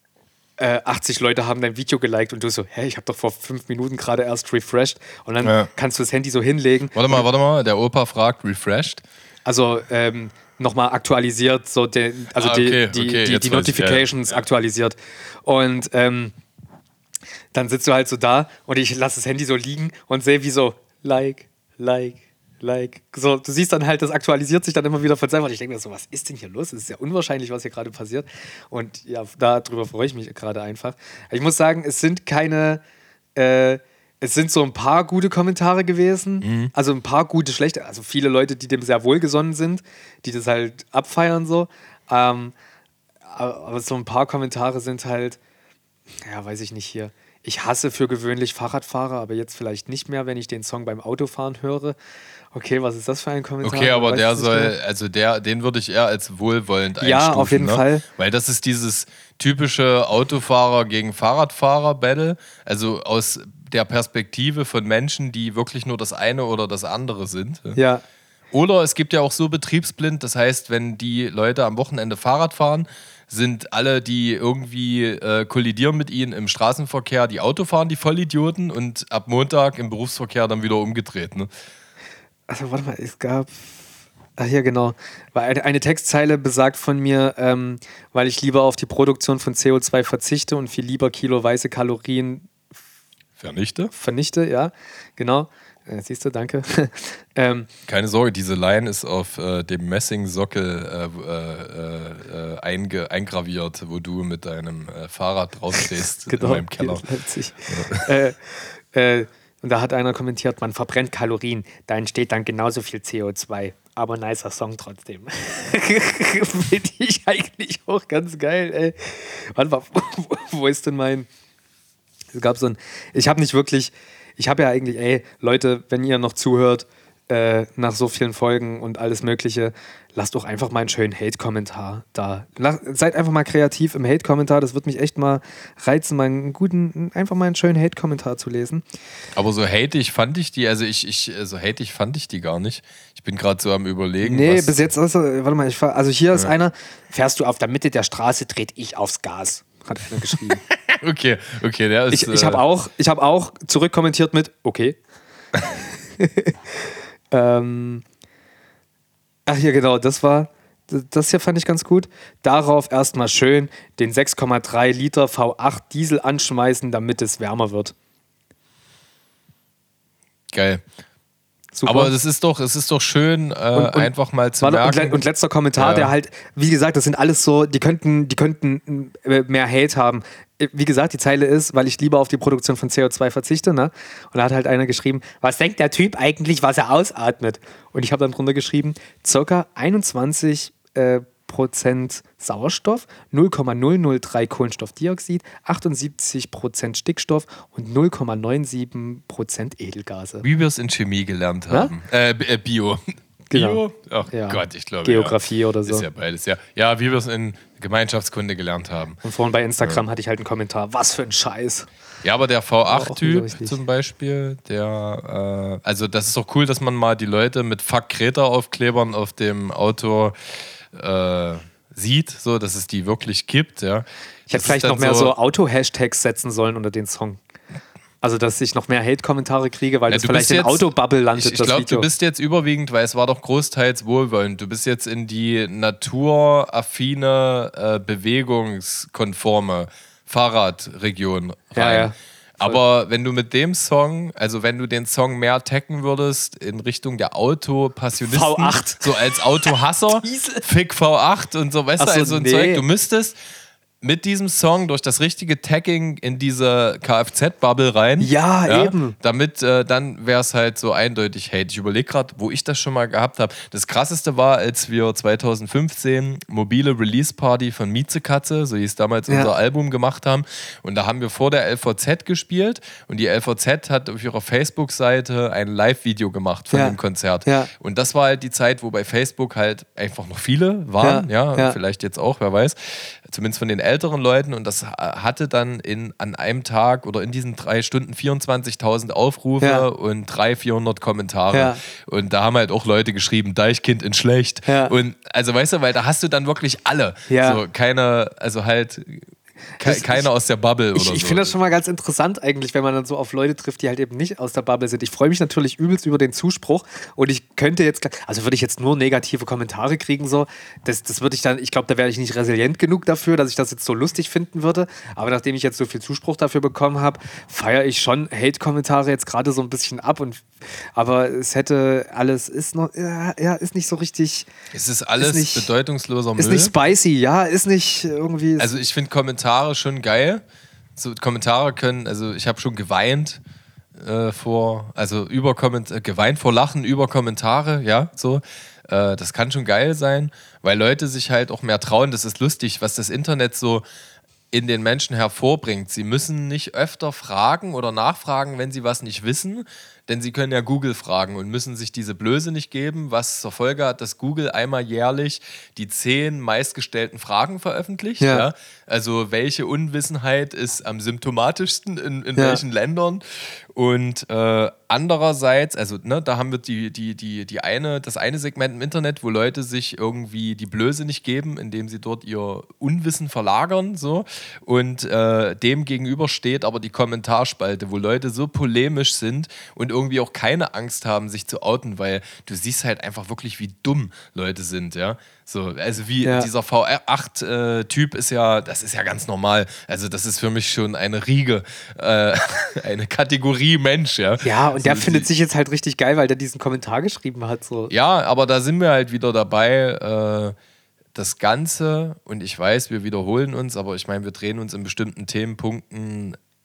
Äh, achtzig Leute haben dein Video geliked und du so, hä, ich habe doch vor fünf Minuten gerade erst refreshed und dann Ja. kannst du das Handy so hinlegen. Warte mal, warte mal, der Opa fragt, refreshed. Also ähm, nochmal aktualisiert, so den, also Ah, okay, die, die, okay, die, jetzt die weiß ich, Notifications ja, ja. aktualisiert. Und ähm, dann sitzt du halt so da und ich lasse das Handy so liegen und sehe wie so, like, like, like. So, du siehst dann halt, das aktualisiert sich dann immer wieder von selber. Und ich denke mir so, was ist denn hier los? Es ist ja unwahrscheinlich, was hier gerade passiert. Und ja, darüber freue ich mich gerade einfach. Ich muss sagen, es sind keine, äh, es sind so ein paar gute Kommentare gewesen. Mhm. Also ein paar gute, schlechte. Also viele Leute, die dem sehr wohlgesonnen sind, die das halt abfeiern so. Ähm, aber, aber so ein paar Kommentare sind halt, ja, weiß ich nicht hier. Ich hasse für gewöhnlich Fahrradfahrer, aber jetzt vielleicht nicht mehr, wenn ich den Song beim Autofahren höre. Okay, was ist das für ein Kommentar? Okay, aber Weiß der ich nicht mehr. soll, also der, den würde ich eher als wohlwollend einstufen. Ja, auf jeden ne? Fall. Weil das ist dieses typische Autofahrer gegen Fahrradfahrer-Battle. Also aus der Perspektive von Menschen, die wirklich nur das eine oder das andere sind. Ja, Oder es gibt ja auch so betriebsblind, das heißt, wenn die Leute am Wochenende Fahrrad fahren, sind alle, die irgendwie äh, kollidieren mit ihnen im Straßenverkehr, die Auto fahren, die Vollidioten und ab Montag im Berufsverkehr dann wieder umgedreht. Ne? also warte mal, es gab. Ach ja, genau. Weil eine, eine Textzeile besagt von mir, ähm, weil ich lieber auf die Produktion von C O zwei verzichte und viel lieber Kilo weiße Kalorien Vernichte? vernichte, ja, genau. Äh, siehst du, danke. ähm, Keine Sorge, diese Line ist auf äh, dem Messingsockel äh, äh, äh, einge eingraviert, wo du mit deinem äh, Fahrrad draufstehst genau, in meinem Keller. hier in Leipzig. äh, äh, und da hat einer kommentiert, man verbrennt Kalorien, da entsteht dann genauso viel C O zwei. aber nicer Song trotzdem. Finde ich eigentlich auch ganz geil, ey. Warte mal, wo, wo ist denn mein... Es gab so ein... Ich habe nicht wirklich... Ich habe ja eigentlich, ey, Leute, wenn ihr noch zuhört, äh, nach so vielen Folgen und alles Mögliche, lasst doch einfach mal einen schönen Hate-Kommentar da. Lass, seid einfach mal kreativ im Hate-Kommentar. Das wird mich echt mal reizen, mal einen guten, einfach mal einen schönen Hate-Kommentar zu lesen. Aber so hateig fand ich die, also ich, ich so hateig fand ich die gar nicht. Ich bin gerade so am Überlegen. Nee, was bis jetzt, also, warte mal, ich fahr, also hier ist ja. einer, fährst du auf der Mitte der Straße, dreht ich aufs Gas. Hat einer geschrieben. okay, okay, der ist... Ich, ich habe auch, ich hab auch zurückkommentiert mit, okay. ähm, ach ja, genau, das war, das hier fand ich ganz gut. Darauf erstmal schön den sechs Komma drei Liter V acht Diesel anschmeißen, damit es wärmer wird. Geil. Super. Aber das ist doch, es ist doch schön, äh, und, und, einfach mal zu warte, merken. Und, und letzter Kommentar, ja. der halt, wie gesagt, das sind alles so, die könnten, die könnten mehr Hate haben. Wie gesagt, die Zeile ist, weil ich lieber auf die Produktion von C O zwei verzichte, ne? Und da hat halt einer geschrieben, was denkt der Typ eigentlich, was er ausatmet? Und ich habe dann drunter geschrieben, ca. einundzwanzig äh, Prozent Sauerstoff, null Komma null null drei Kohlenstoffdioxid, achtundsiebzig Prozent Stickstoff und null Komma neunundsiebzig Prozent Edelgase. Wie wir es in Chemie gelernt haben. Äh, äh, Bio. Genau. Bio? Ach ja. Gott, ich glaube. Geografie ja. oder so. Ist ja beides, ja. Ja, wie wir es in Gemeinschaftskunde gelernt haben. Und vorhin bei Instagram ja. hatte ich halt einen Kommentar. Was für ein Scheiß. Ja, aber der V acht-Typ zum Beispiel, der, äh, also das ist doch cool, dass man mal die Leute mit Fuck Greta-Aufklebern auf dem Auto äh, sieht, so, dass es die wirklich gibt, ja. Ich hätte vielleicht noch mehr so, so Auto-Hashtags setzen sollen unter den Song. Also, dass ich noch mehr Hate-Kommentare kriege, weil ja, das vielleicht in Autobubble landet. Ich, ich glaube, du bist jetzt überwiegend, weil es war doch großteils wohlwollend, du bist jetzt in die naturaffine, äh, bewegungskonforme Fahrradregion rein. Ja, ja. Aber wenn du mit dem Song, also wenn du den Song mehr taggen würdest in Richtung der Autopassionisten, V acht. so als Autohasser, Fick V acht und so, weißt du, so, also ein nee. Zeug, du müsstest mit diesem Song durch das richtige Tagging in diese Kfz-Bubble rein. Ja, ja eben. Damit, äh, dann wäre es halt so eindeutig Hate. Ich überlege gerade, wo ich das schon mal gehabt habe. Das Krasseste war, als wir zwanzig fünfzehn mobile Release-Party von Miezekatze, so hieß damals ja. unser Album, gemacht haben. Und da haben wir vor der L V Z gespielt und die L V Z hat auf ihrer Facebook-Seite ein Live-Video gemacht von ja. dem Konzert. Ja. Und das war halt die Zeit, wo bei Facebook halt einfach noch viele waren. Ja, ja, ja. vielleicht jetzt auch, wer weiß. Zumindest von den älteren Leuten, und das hatte dann in, an einem Tag oder in diesen drei Stunden vierundzwanzigtausend Aufrufe ja. und dreihundert, vierhundert Kommentare. Ja. Und da haben halt auch Leute geschrieben, Deichkind in schlecht. Ja. Und also weißt du, weil da hast du dann wirklich alle. Ja. So keine, also halt ke das, keiner aus der Bubble ich, oder ich so. Ich finde das schon mal ganz interessant eigentlich, wenn man dann so auf Leute trifft, die halt eben nicht aus der Bubble sind. Ich freue mich natürlich übelst über den Zuspruch und ich könnte jetzt, also würde ich jetzt nur negative Kommentare kriegen, so, das, das würde ich dann, ich glaube, da wäre ich nicht resilient genug dafür, dass ich das jetzt so lustig finden würde, aber nachdem ich jetzt so viel Zuspruch dafür bekommen habe, feiere ich schon Hate-Kommentare jetzt gerade so ein bisschen ab, und aber es hätte alles, ist noch, ja, ja ist nicht so richtig. Es ist alles ist nicht, bedeutungsloser Müll. Ist nicht spicy, ja, ist nicht irgendwie. Also ich finde Kommentare schon geil. So, Kommentare können, also ich habe schon geweint äh, vor, also über Komment geweint vor Lachen über Kommentare, ja, so. Äh, das kann schon geil sein, weil Leute sich halt auch mehr trauen. Das ist lustig, was das Internet so in den Menschen hervorbringt. Sie müssen nicht öfter fragen oder nachfragen, wenn sie was nicht wissen, denn sie können ja Google fragen und müssen sich diese Blöße nicht geben, was zur Folge hat, dass Google einmal jährlich die zehn meistgestellten Fragen veröffentlicht. Ja. Ja? Also welche Unwissenheit ist am symptomatischsten in, in ja. welchen Ländern? Und äh, andererseits, also ne, da haben wir die, die, die, die eine, das eine Segment im Internet, wo Leute sich irgendwie die Blöße nicht geben, indem sie dort ihr Unwissen verlagern. So. Und äh, dem gegenüber steht aber die Kommentarspalte, wo Leute so polemisch sind und irgendwie auch keine Angst haben, sich zu outen, weil du siehst halt einfach wirklich, wie dumm Leute sind, ja. So, also wie ja. dieser V acht-Typ äh, ist ja, das ist ja ganz normal. Also das ist für mich schon eine Riege, äh, eine Kategorie Mensch, ja. Ja, und so, der findet die, sich jetzt halt richtig geil, weil der diesen Kommentar geschrieben hat. So. Ja, aber da sind wir halt wieder dabei, äh, das Ganze, und ich weiß, wir wiederholen uns, aber ich meine, wir drehen uns in bestimmten Themenpunkten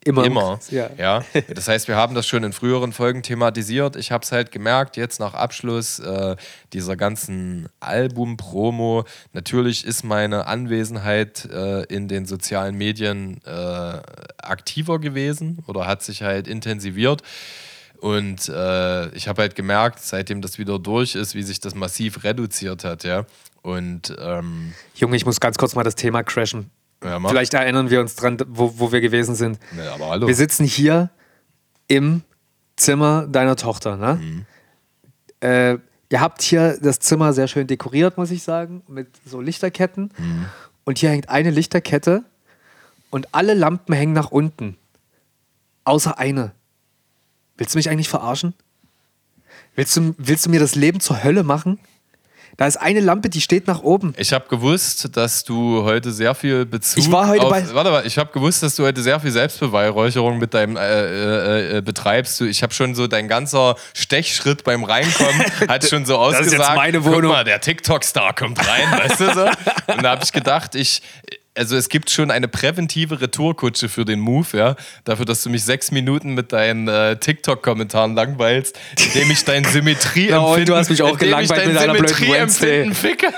Immer. Immer. Ja. Ja. Das heißt, wir haben das schon in früheren Folgen thematisiert. Ich habe es halt gemerkt, jetzt nach Abschluss äh, dieser ganzen Album-Promo. Natürlich ist meine Anwesenheit äh, in den sozialen Medien äh, aktiver gewesen oder hat sich halt intensiviert. Und äh, ich habe halt gemerkt, seitdem das wieder durch ist, wie sich das massiv reduziert hat. Ja. Und ähm, Junge, ich muss ganz kurz mal das Thema crashen. Ja, mach. Vielleicht erinnern wir uns dran, wo, wo wir gewesen sind. Nee, aber hallo. Wir sitzen hier im Zimmer deiner Tochter. Ne? Mhm. Äh, ihr habt hier das Zimmer sehr schön dekoriert, muss ich sagen, mit so Lichterketten. Mhm. Und hier hängt eine Lichterkette und alle Lampen hängen nach unten. Außer eine. Willst du mich eigentlich verarschen? Willst du, willst du mir das Leben zur Hölle machen? Da ist eine Lampe, die steht nach oben. Ich habe gewusst, dass du heute sehr viel Bezug Ich war heute auf, bei- Warte mal, ich habe gewusst, dass du heute sehr viel Selbstbeweihräucherung mit deinem äh, äh, äh, betreibst. Du, ich habe schon so dein ganzer Stechschritt beim Reinkommen hat schon so ausgesagt. ist jetzt meine Guck Wohnung. mal, der TikTok-Star kommt rein, weißt du so? Und da habe ich gedacht, ich also es gibt schon eine präventive Retourkutsche für den Move, ja, dafür, dass du mich sechs Minuten mit deinen äh, TikTok-Kommentaren langweilst, indem ich dein Symmetrie Ja, und empfinden, du hast mich auch indem ich gelangweilt dein mit deiner blöden Symmetrieempfinden ficke.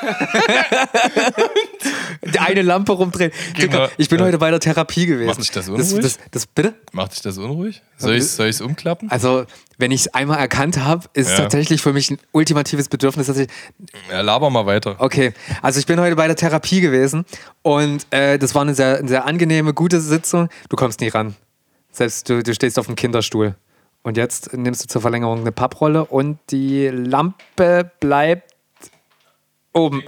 Die eine Lampe rumdrehen. Genau. Ich bin heute bei der Therapie gewesen. Macht dich das das, unruhig? das, das Bitte? Macht dich das unruhig? Soll ich es soll ich's umklappen? Also, wenn ich es einmal erkannt habe, ist es Ja. tatsächlich für mich ein ultimatives Bedürfnis, dass ich. Ja, laber mal weiter. Okay, also ich bin heute bei der Therapie gewesen und äh, das war eine sehr, eine sehr angenehme, gute Sitzung. Du kommst nie ran. Selbst du, du stehst auf dem Kinderstuhl. Und jetzt nimmst du zur Verlängerung eine Papprolle und die Lampe bleibt oben.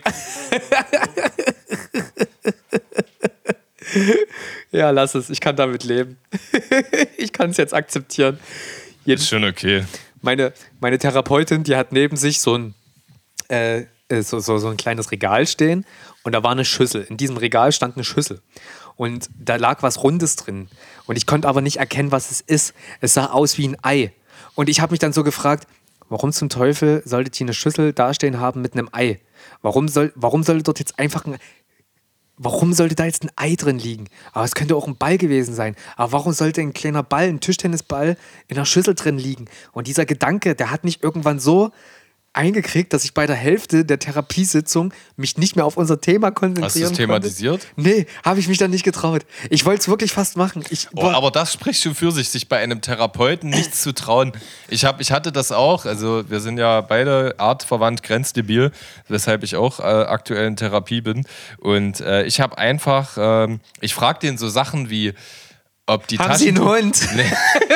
Ja, lass es. Ich kann damit leben. Ich kann es jetzt akzeptieren. Jetzt Ist schon okay. meine, meine Therapeutin, die hat neben sich so ein, äh, äh, so, so, so ein kleines Regal stehen und da war eine Schüssel. In diesem Regal stand eine Schüssel und da lag was Rundes drin und ich konnte aber nicht erkennen, was es ist. Es sah aus wie ein Ei und ich habe mich dann so gefragt, warum zum Teufel sollte die eine Schüssel dastehen haben mit einem Ei? Warum, soll, warum sollte dort jetzt einfach ein Warum sollte da jetzt ein Ei drin liegen? Aber es könnte auch ein Ball gewesen sein. Aber warum sollte ein kleiner Ball, ein Tischtennisball in einer Schüssel drin liegen? Und dieser Gedanke, der hat mich irgendwann so eingekriegt, dass ich bei der Hälfte der Therapiesitzung mich nicht mehr auf unser Thema konzentrieren Hast du es konnte. thematisiert? Nee, habe ich mich dann nicht getraut. Ich wollte es wirklich fast machen. Ich, Oh, aber das spricht schon für sich, sich bei einem Therapeuten nichts zu trauen. Ich, hab, ich hatte das auch, also wir sind ja beide artverwandt grenzdebil, weshalb ich auch äh, aktuell in Therapie bin. Und äh, ich habe einfach, ähm, ich frage den so Sachen wie, ob die haben Sie einen Taschentuch- Hund? Nee.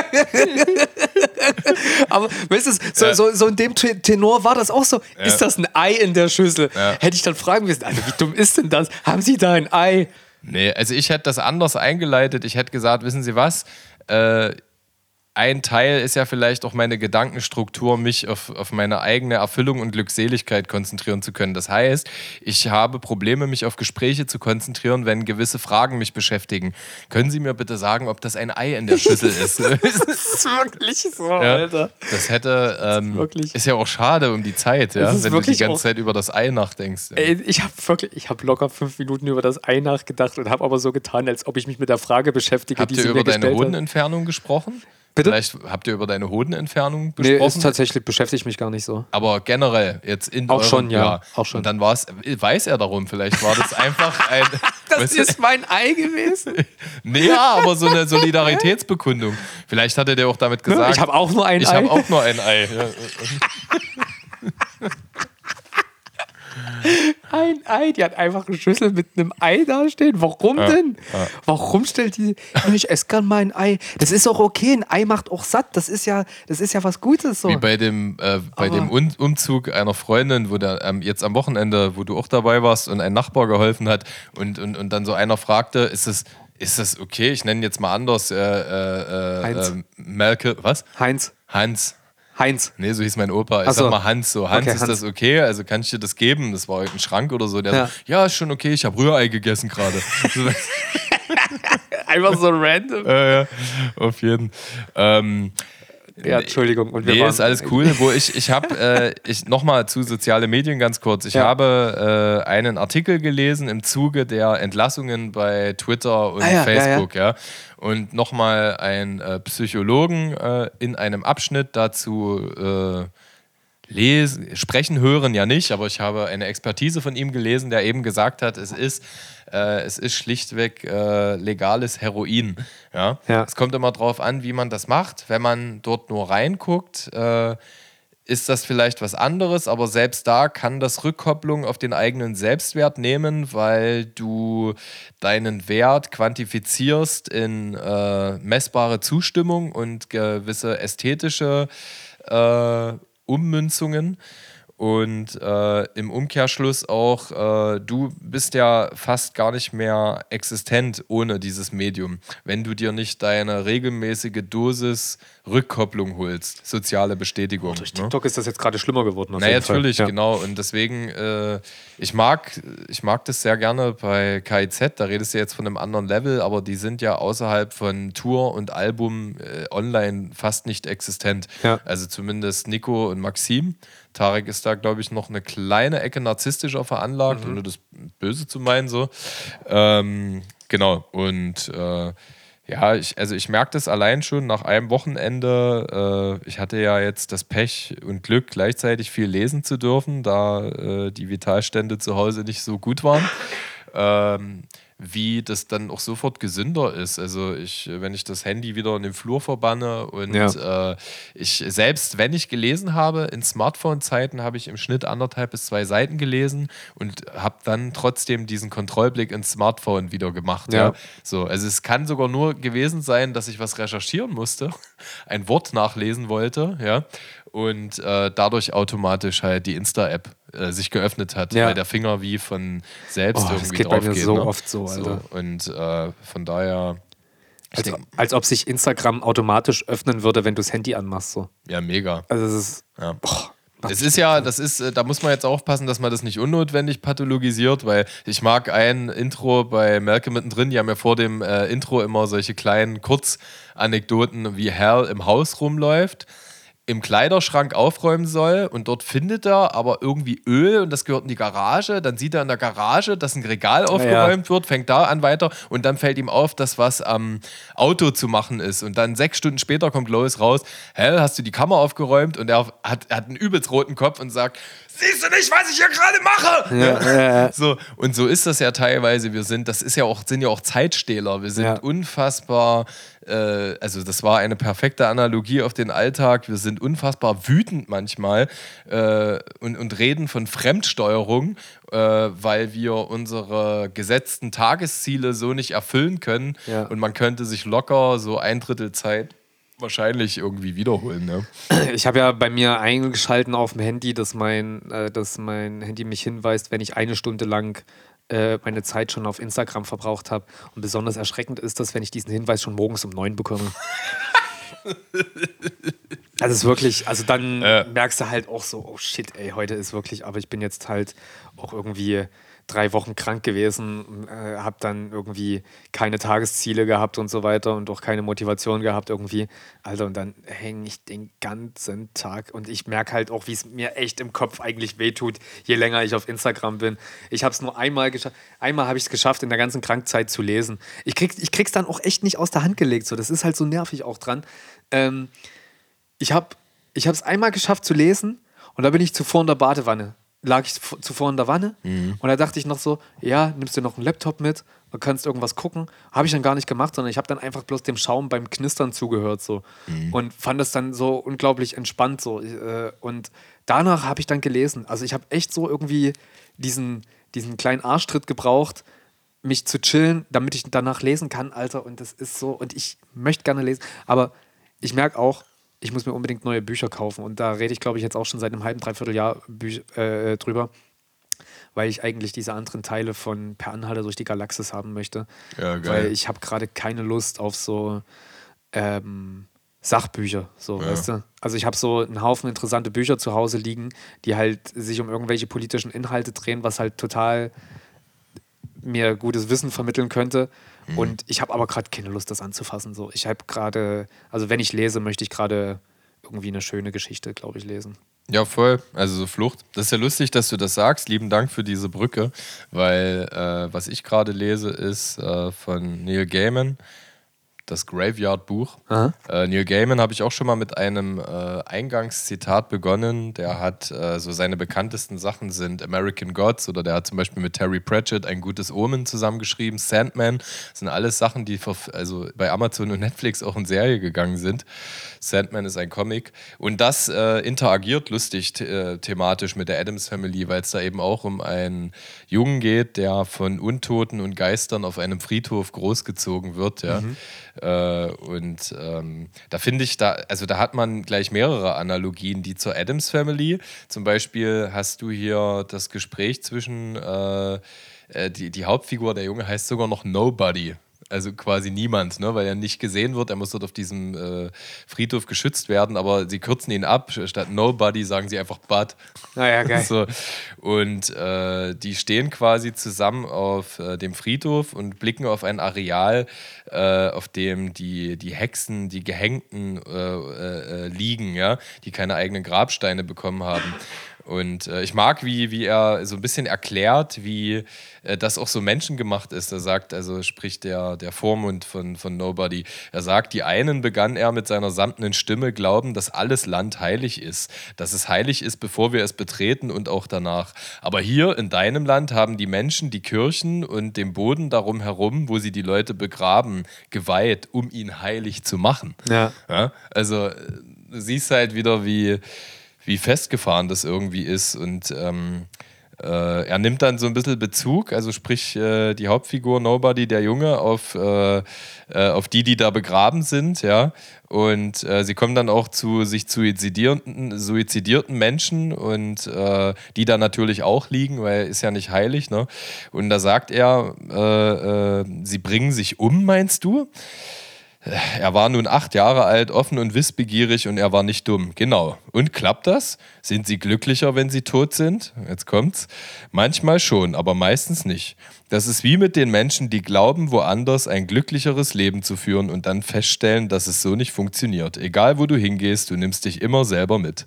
Aber weißt du, so, Ja. so, so in dem Te- Tenor war das auch so. Ja. Ist das ein Ei in der Schüssel? Ja. Hätte ich dann fragen müssen, Alter, wie dumm ist denn das? Haben Sie da ein Ei? Nee, also ich hätte das anders eingeleitet. Ich hätte gesagt, wissen Sie was? Äh, ein Teil ist ja vielleicht auch meine Gedankenstruktur, mich auf, auf meine eigene Erfüllung und Glückseligkeit konzentrieren zu können. Das heißt, ich habe Probleme, mich auf Gespräche zu konzentrieren, wenn gewisse Fragen mich beschäftigen. Können Sie mir bitte sagen, ob das ein Ei in der Schüssel ist? Das ist wirklich so, Ja, Alter. das hätte, ähm, wirklich- ist ja auch schade um die Zeit, ja, Das ist wenn du die wirklich ganze auch- Zeit über das Ei nachdenkst. Ja. Ey, ich habe wirklich, ich habe locker fünf Minuten über das Ei nachgedacht und habe aber so getan, als ob ich mich mit der Frage beschäftige, Habt die ihr sie über mir deine gestellt hat. Hodenentfernung gesprochen? Bitte? Vielleicht habt ihr über deine Hodenentfernung Nee, gesprochen? ist tatsächlich, beschäftigt mich gar nicht so. Aber generell, jetzt in Auch eurem, schon, ja, auch schon. Und dann war es, weiß er darum, vielleicht war das einfach ein. Das weißt du, ist mein Ei gewesen. nee, ja, aber so eine Solidaritätsbekundung. Vielleicht hat er dir auch damit gesagt. Ich habe auch nur ein ich Ei. habe auch nur ein Ei. Ja. Ein Ei, die hat einfach eine Schüssel mit einem Ei dastehen. Warum denn? ja. Warum stellt die. Ja, ich esse gern mal ein Ei. Das ist auch okay. Ein Ei macht auch satt. Das ist ja, das ist ja was Gutes. So. Wie bei dem, äh, bei Aber- dem Un Umzug einer Freundin, wo der ähm, jetzt am Wochenende, wo du auch dabei warst und ein Nachbar geholfen hat und, und, und dann so einer fragte, ist das, ist das okay? Ich nenne jetzt mal anders. Äh, äh, äh, Heinz. äh, Melke, was? Heinz. Hans. Heinz. Nee, so hieß mein Opa. Ich Ach so. sag mal Hans so. Hans, Okay, ist Hans. das okay? Also kann ich dir das geben? Das war ein Schrank oder so. Der Ja. so, ja, ist schon okay, ich habe Rührei gegessen gerade. So, Einfach so random. ja, ja, auf jeden. Ähm, Ja, Entschuldigung. Und wir nee, waren, ist alles cool. Wo ich, ich habe, äh, ich nochmal zu soziale Medien ganz kurz. Ich ja. habe äh, einen Artikel gelesen im Zuge der Entlassungen bei Twitter und ah, ja, Facebook, ja. ja. Und nochmal einen äh, Psychologen äh, in einem Abschnitt dazu äh, lesen, sprechen, hören ja nicht, aber ich habe eine Expertise von ihm gelesen, der eben gesagt hat, es ist, äh, es ist schlichtweg äh, legales Heroin. Ja? Ja. Es kommt immer drauf an, wie man das macht. Wenn man dort nur reinguckt, äh, ist das vielleicht was anderes, aber selbst da kann das Rückkopplung auf den eigenen Selbstwert nehmen, weil du deinen Wert quantifizierst in äh, messbare Zustimmung und gewisse ästhetische äh, Ummünzungen und äh, im Umkehrschluss auch, äh, du bist ja fast gar nicht mehr existent ohne dieses Medium, wenn du dir nicht deine regelmäßige Dosis Rückkopplung holst, soziale Bestätigung. Oh, durch TikTok ne? ist das jetzt gerade schlimmer geworden. Na natürlich, ja. genau. Und deswegen, äh, ich mag, ich mag das sehr gerne bei K I Z, da redest du jetzt von einem anderen Level, aber die sind ja außerhalb von Tour und Album äh, online fast nicht existent. Ja. Also zumindest Nico und Maxim. Tarek ist da, glaube ich, noch eine kleine Ecke narzisstischer veranlagt, mhm. ohne das Böse zu meinen. So. Ähm, genau. Und äh, ja, ich, also ich merke das allein schon nach einem Wochenende. Äh, ich hatte ja jetzt das Pech und Glück, gleichzeitig viel lesen zu dürfen, da äh, die Vitalstände zu Hause nicht so gut waren. Ähm, wie das dann auch sofort gesünder ist. Also ich, wenn ich das Handy wieder in den Flur verbanne und ja. äh, ich selbst, wenn ich gelesen habe, in Smartphone-Zeiten habe ich im Schnitt anderthalb bis zwei Seiten gelesen und habe dann trotzdem diesen Kontrollblick ins Smartphone wieder gemacht. Ja. Ja. So, also es kann sogar nur gewesen sein, dass ich was recherchieren musste, ein Wort nachlesen wollte, ja, und äh, dadurch automatisch halt die Insta-App äh, sich geöffnet hat, ja. weil der Finger wie von selbst oh, irgendwie drauf geht. Das geht bei mir so ne? oft so, Alter. So, und äh, von daher... Als, denk, als ob sich Instagram automatisch öffnen würde, wenn du das Handy anmachst. So. Ja, mega. Also es ist... Ja. Boah. Es ist ja, das ist, da muss man jetzt aufpassen, dass man das nicht unnotwendig pathologisiert, weil ich mag ein Intro bei Malcolm mittendrin, die haben ja vor dem äh, Intro immer solche kleinen Kurzanekdoten, wie Hal im Haus rumläuft, im Kleiderschrank aufräumen soll und dort findet er aber irgendwie Öl und das gehört in die Garage. Dann sieht er in der Garage, dass ein Regal aufgeräumt ja. wird, fängt da an weiter und dann fällt ihm auf, dass was am Auto zu machen ist. Und dann sechs Stunden später kommt Lois raus, hä, hast du die Kammer aufgeräumt? Und er hat, hat einen übelst roten Kopf und sagt, siehst du nicht, was ich hier gerade mache? Ja, ja, ja. So, und so ist das ja teilweise. Wir sind, das ist ja auch, sind ja auch Zeitstehler. Wir sind ja. unfassbar, äh, also das war eine perfekte Analogie auf den Alltag. Wir sind unfassbar wütend manchmal äh, und, und reden von Fremdsteuerung, äh, weil wir unsere gesetzten Tagesziele so nicht erfüllen können. Ja. Und man könnte sich locker so ein Drittel Zeit wahrscheinlich irgendwie wiederholen. Ne? Ich habe ja bei mir eingeschalten auf dem Handy, dass mein, äh, dass mein Handy mich hinweist, wenn ich eine Stunde lang äh, meine Zeit schon auf Instagram verbraucht habe. Und besonders erschreckend ist das, wenn ich diesen Hinweis schon morgens um neun bekomme. Also es ist wirklich, also dann äh. merkst du halt auch so, oh shit, ey, heute ist wirklich, aber ich bin jetzt halt auch irgendwie drei Wochen krank gewesen, äh, habe dann irgendwie keine Tagesziele gehabt und so weiter und auch keine Motivation gehabt irgendwie. Alter, und dann hänge ich den ganzen Tag und ich merke halt auch, wie es mir echt im Kopf eigentlich wehtut, je länger ich auf Instagram bin. Ich habe es nur einmal geschafft, einmal habe ich es geschafft, in der ganzen Krankzeit zu lesen. Ich, krieg, ich krieg's dann auch echt nicht aus der Hand gelegt, so. Das ist halt so nervig auch dran. Ähm, ich habe ich es einmal geschafft zu lesen und da bin ich zuvor in der Badewanne. lag ich zuvor in der Wanne mhm. und da dachte ich noch so, ja, nimmst du noch einen Laptop mit und kannst irgendwas gucken. Habe ich dann gar nicht gemacht, sondern ich habe dann einfach bloß dem Schaum beim Knistern zugehört so mhm. und fand es dann so unglaublich entspannt so. Und danach habe ich dann gelesen. Also ich habe echt so irgendwie diesen, diesen kleinen Arschtritt gebraucht, mich zu chillen, damit ich danach lesen kann, Alter. Und das ist so, und ich möchte gerne lesen, aber ich merke auch, ich muss mir unbedingt neue Bücher kaufen. Und da rede ich, glaube ich, jetzt auch schon seit einem halben, dreiviertel Jahr Bü- äh, drüber, weil ich eigentlich diese anderen Teile von Per Anhalter durch die Galaxis haben möchte. Ja, geil. Weil ich habe gerade keine Lust auf so ähm, Sachbücher, so, ja. weißt du? Also ich habe so einen Haufen interessante Bücher zu Hause liegen, die halt sich um irgendwelche politischen Inhalte drehen, was halt total mir gutes Wissen vermitteln könnte. Mhm. Und ich habe aber gerade keine Lust, das anzufassen. So. Ich habe gerade, also wenn ich lese, möchte ich gerade irgendwie eine schöne Geschichte, glaube ich, lesen. Ja, voll. Also so Flucht. Das ist ja lustig, dass du das sagst. Lieben Dank für diese Brücke, weil äh, was ich gerade lese, ist äh, von Neil Gaiman, das Graveyard-Buch. Äh, Neil Gaiman habe ich auch schon mal mit einem äh, Eingangszitat begonnen. Der hat äh, so seine bekanntesten Sachen sind American Gods oder der hat zum Beispiel mit Terry Pratchett Ein gutes Omen zusammengeschrieben. Sandman, das sind alles Sachen, die also bei Amazon und Netflix auch in Serie gegangen sind. Sandman ist ein Comic und das äh, interagiert lustig th- äh, thematisch mit der Addams Family, weil es da eben auch um einen Jungen geht, der von Untoten und Geistern auf einem Friedhof großgezogen wird, ja. Mhm. Äh, und ähm, da finde ich, da, also da hat man gleich mehrere Analogien, die zur Addams Family. Zum Beispiel hast du hier das Gespräch zwischen äh, die, die Hauptfigur, der Junge heißt sogar noch Nobody. Also quasi niemand, ne? Weil er nicht gesehen wird. Er muss dort auf diesem äh, Friedhof geschützt werden, aber sie kürzen ihn ab. Statt Nobody sagen sie einfach Bud. Naja, geil. So. Und äh, die stehen quasi zusammen auf äh, dem Friedhof und blicken auf ein Areal, äh, auf dem die, die Hexen, die Gehängten äh, äh, liegen, ja? Die keine eigenen Grabsteine bekommen haben. Und äh, ich mag, wie, wie er so ein bisschen erklärt, wie äh, das auch so menschengemacht ist. Er sagt, also spricht der, der Vormund von, von Nobody, er sagt, die einen begann er mit seiner samtenen Stimme glauben, dass alles Land heilig ist, dass es heilig ist, bevor wir es betreten und auch danach. Aber hier in deinem Land haben die Menschen die Kirchen und den Boden darum herum, wo sie die Leute begraben, geweiht, um ihn heilig zu machen. Ja. Ja? Also du siehst halt wieder, wie wie festgefahren das irgendwie ist und ähm, äh, er nimmt dann so ein bisschen Bezug, also sprich äh, die Hauptfigur Nobody, der Junge, auf, äh, äh, auf die, die da begraben sind, ja, und äh, sie kommen dann auch zu sich suizidierenden, suizidierten Menschen und äh, die da natürlich auch liegen, weil er ist ja nicht heilig, ne, und da sagt er, äh, äh, sie bringen sich um, meinst du? Er war nun acht Jahre alt, offen und wissbegierig und er war nicht dumm. Genau. Und klappt das? Sind sie glücklicher, wenn sie tot sind? Jetzt kommt's. Manchmal schon, aber meistens nicht. Das ist wie mit den Menschen, die glauben, woanders ein glücklicheres Leben zu führen und dann feststellen, dass es so nicht funktioniert. Egal, wo du hingehst, du nimmst dich immer selber mit.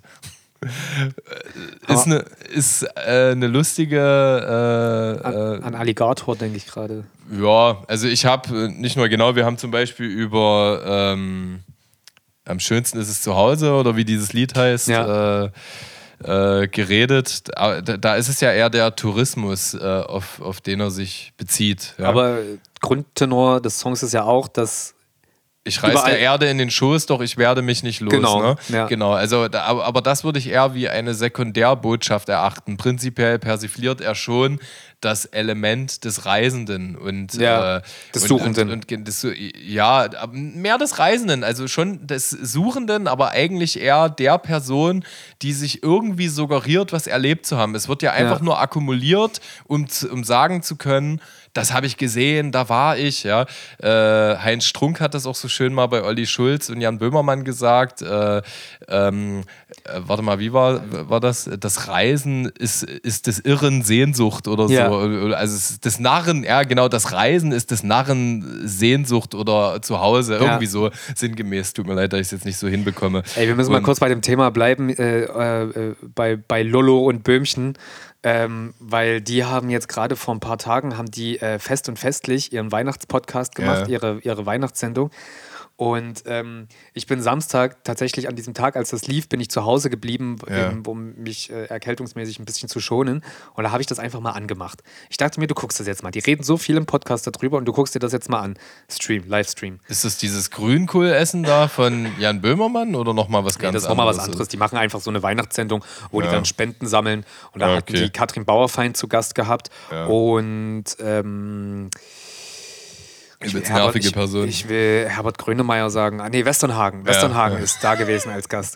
Ist eine ist, äh, eine lustige äh, an, an Alligator denke ich gerade. Ja, also ich habe nicht nur genau, wir haben zum Beispiel über ähm, Am schönsten ist es zu Hause oder wie dieses Lied heißt, ja. äh, äh, geredet. Da, da ist es ja eher der Tourismus, äh, auf, auf den er sich bezieht. Ja. Aber Grundtenor des Songs ist ja auch, dass ich reiß der Erde in den Schoß, doch ich werde mich nicht los. Genau, ne? ja. genau. Also, da, aber, aber das würde ich eher wie eine Sekundärbotschaft erachten. Prinzipiell persifliert er schon das Element des Reisenden und ja, äh, des und, Suchenden. Und, und, das, ja, mehr des Reisenden, also schon des Suchenden, aber eigentlich eher der Person, die sich irgendwie suggeriert, was erlebt zu haben. Es wird ja einfach ja. nur akkumuliert, um, um sagen zu können, das habe ich gesehen, da war ich. Ja. Äh, Heinz Strunk hat das auch so schön mal bei Olli Schulz und Jan Böhmermann gesagt. Äh, ähm, äh, warte mal, wie war, war das? Das Reisen ist, ist des Irren Sehnsucht oder so. Ja. Also des Narren, ja genau, das Reisen ist des Narren Sehnsucht oder zu Hause. Irgendwie ja. so sinngemäß. Tut mir leid, dass ich es jetzt nicht so hinbekomme. Ey, wir müssen und, mal kurz bei dem Thema bleiben, äh, äh, bei, bei Lollo und Böhmchen. Ähm, weil die haben jetzt gerade vor ein paar Tagen haben die äh, fest und festlich ihren Weihnachtspodcast gemacht, ja. ihre, ihre Weihnachtssendung. Und ähm, ich bin Samstag tatsächlich an diesem Tag, als das lief, bin ich zu Hause geblieben, ja. eben, um mich äh, erkältungsmäßig ein bisschen zu schonen. Und da habe ich das einfach mal angemacht. Ich dachte mir, du guckst das jetzt mal. Die reden so viel im Podcast darüber und du guckst dir das jetzt mal an. Stream, Livestream. Ist das dieses Grünkohlessen da von Jan Böhmermann oder nochmal was ganz anderes? Nee, das ist nochmal was anderes. Die machen einfach so eine Weihnachtssendung, wo ja. die dann Spenden sammeln. Und da okay. hatten die Katrin Bauerfeind zu Gast gehabt. Ja. Und ähm, Ich will, Herbert, ich, Person. ich will Herbert Grönemeyer sagen. Ah, nee, Westernhagen. Westernhagen ja, ja. ist da gewesen als Gast.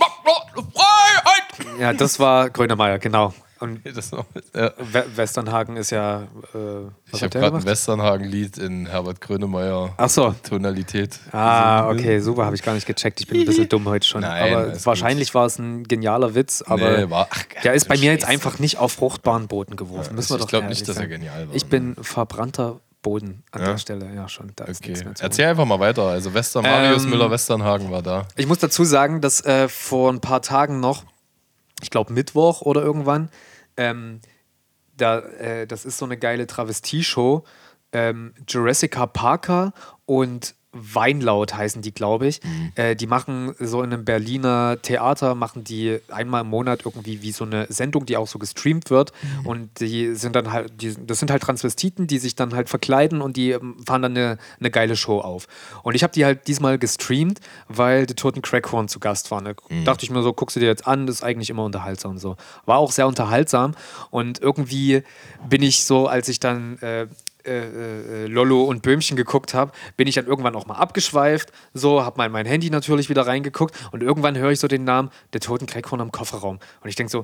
Ja, das war Grönemeyer, genau. Und das noch, ja. Westernhagen ist ja. Äh, ich habe gerade ein Westernhagen-Lied in Herbert Grönemeyer Ach so. Tonalität. Ah, okay, super, habe ich gar nicht gecheckt. Ich bin ein bisschen dumm heute schon. Nein, aber wahrscheinlich gut. war es ein genialer Witz, aber nee, war, ach, der ist bei mir jetzt einfach nicht auf fruchtbaren Boden geworfen. Ja, Müssen wir doch ich glaube nicht, dass er genial war. Ich bin verbrannter Boden an Ja? der Stelle. Ja, schon. Da ist Okay. nichts mehr zu Erzähl einfach mal weiter. Also Western, Marius Ähm, Müller-Westernhagen war da. Ich muss dazu sagen, dass äh, vor ein paar Tagen noch, ich glaube Mittwoch oder irgendwann, ähm, da, äh, das ist so eine geile Travestie-Show, ähm, Jurassica Parker und Weinlaut heißen die, glaube ich. Mhm. Äh, die machen so in einem Berliner Theater, machen die einmal im Monat irgendwie wie so eine Sendung, die auch so gestreamt wird. Mhm. Und die sind dann halt, die, das sind halt Transvestiten, die sich dann halt verkleiden und die ähm, fahren dann eine, eine geile Show auf. Und ich habe die halt diesmal gestreamt, weil die Toten Crackhorn zu Gast waren. Da Mhm. dachte ich mir so, guckst du dir jetzt an, das ist eigentlich immer unterhaltsam. So. War auch sehr unterhaltsam. Und irgendwie bin ich so, als ich dann äh, Äh, äh, Lollo und Böhmchen geguckt habe, bin ich dann irgendwann auch mal abgeschweift, so, habe mal in mein Handy natürlich wieder reingeguckt und irgendwann höre ich so den Namen der Toten Crackhorn am Kofferraum und ich denke so,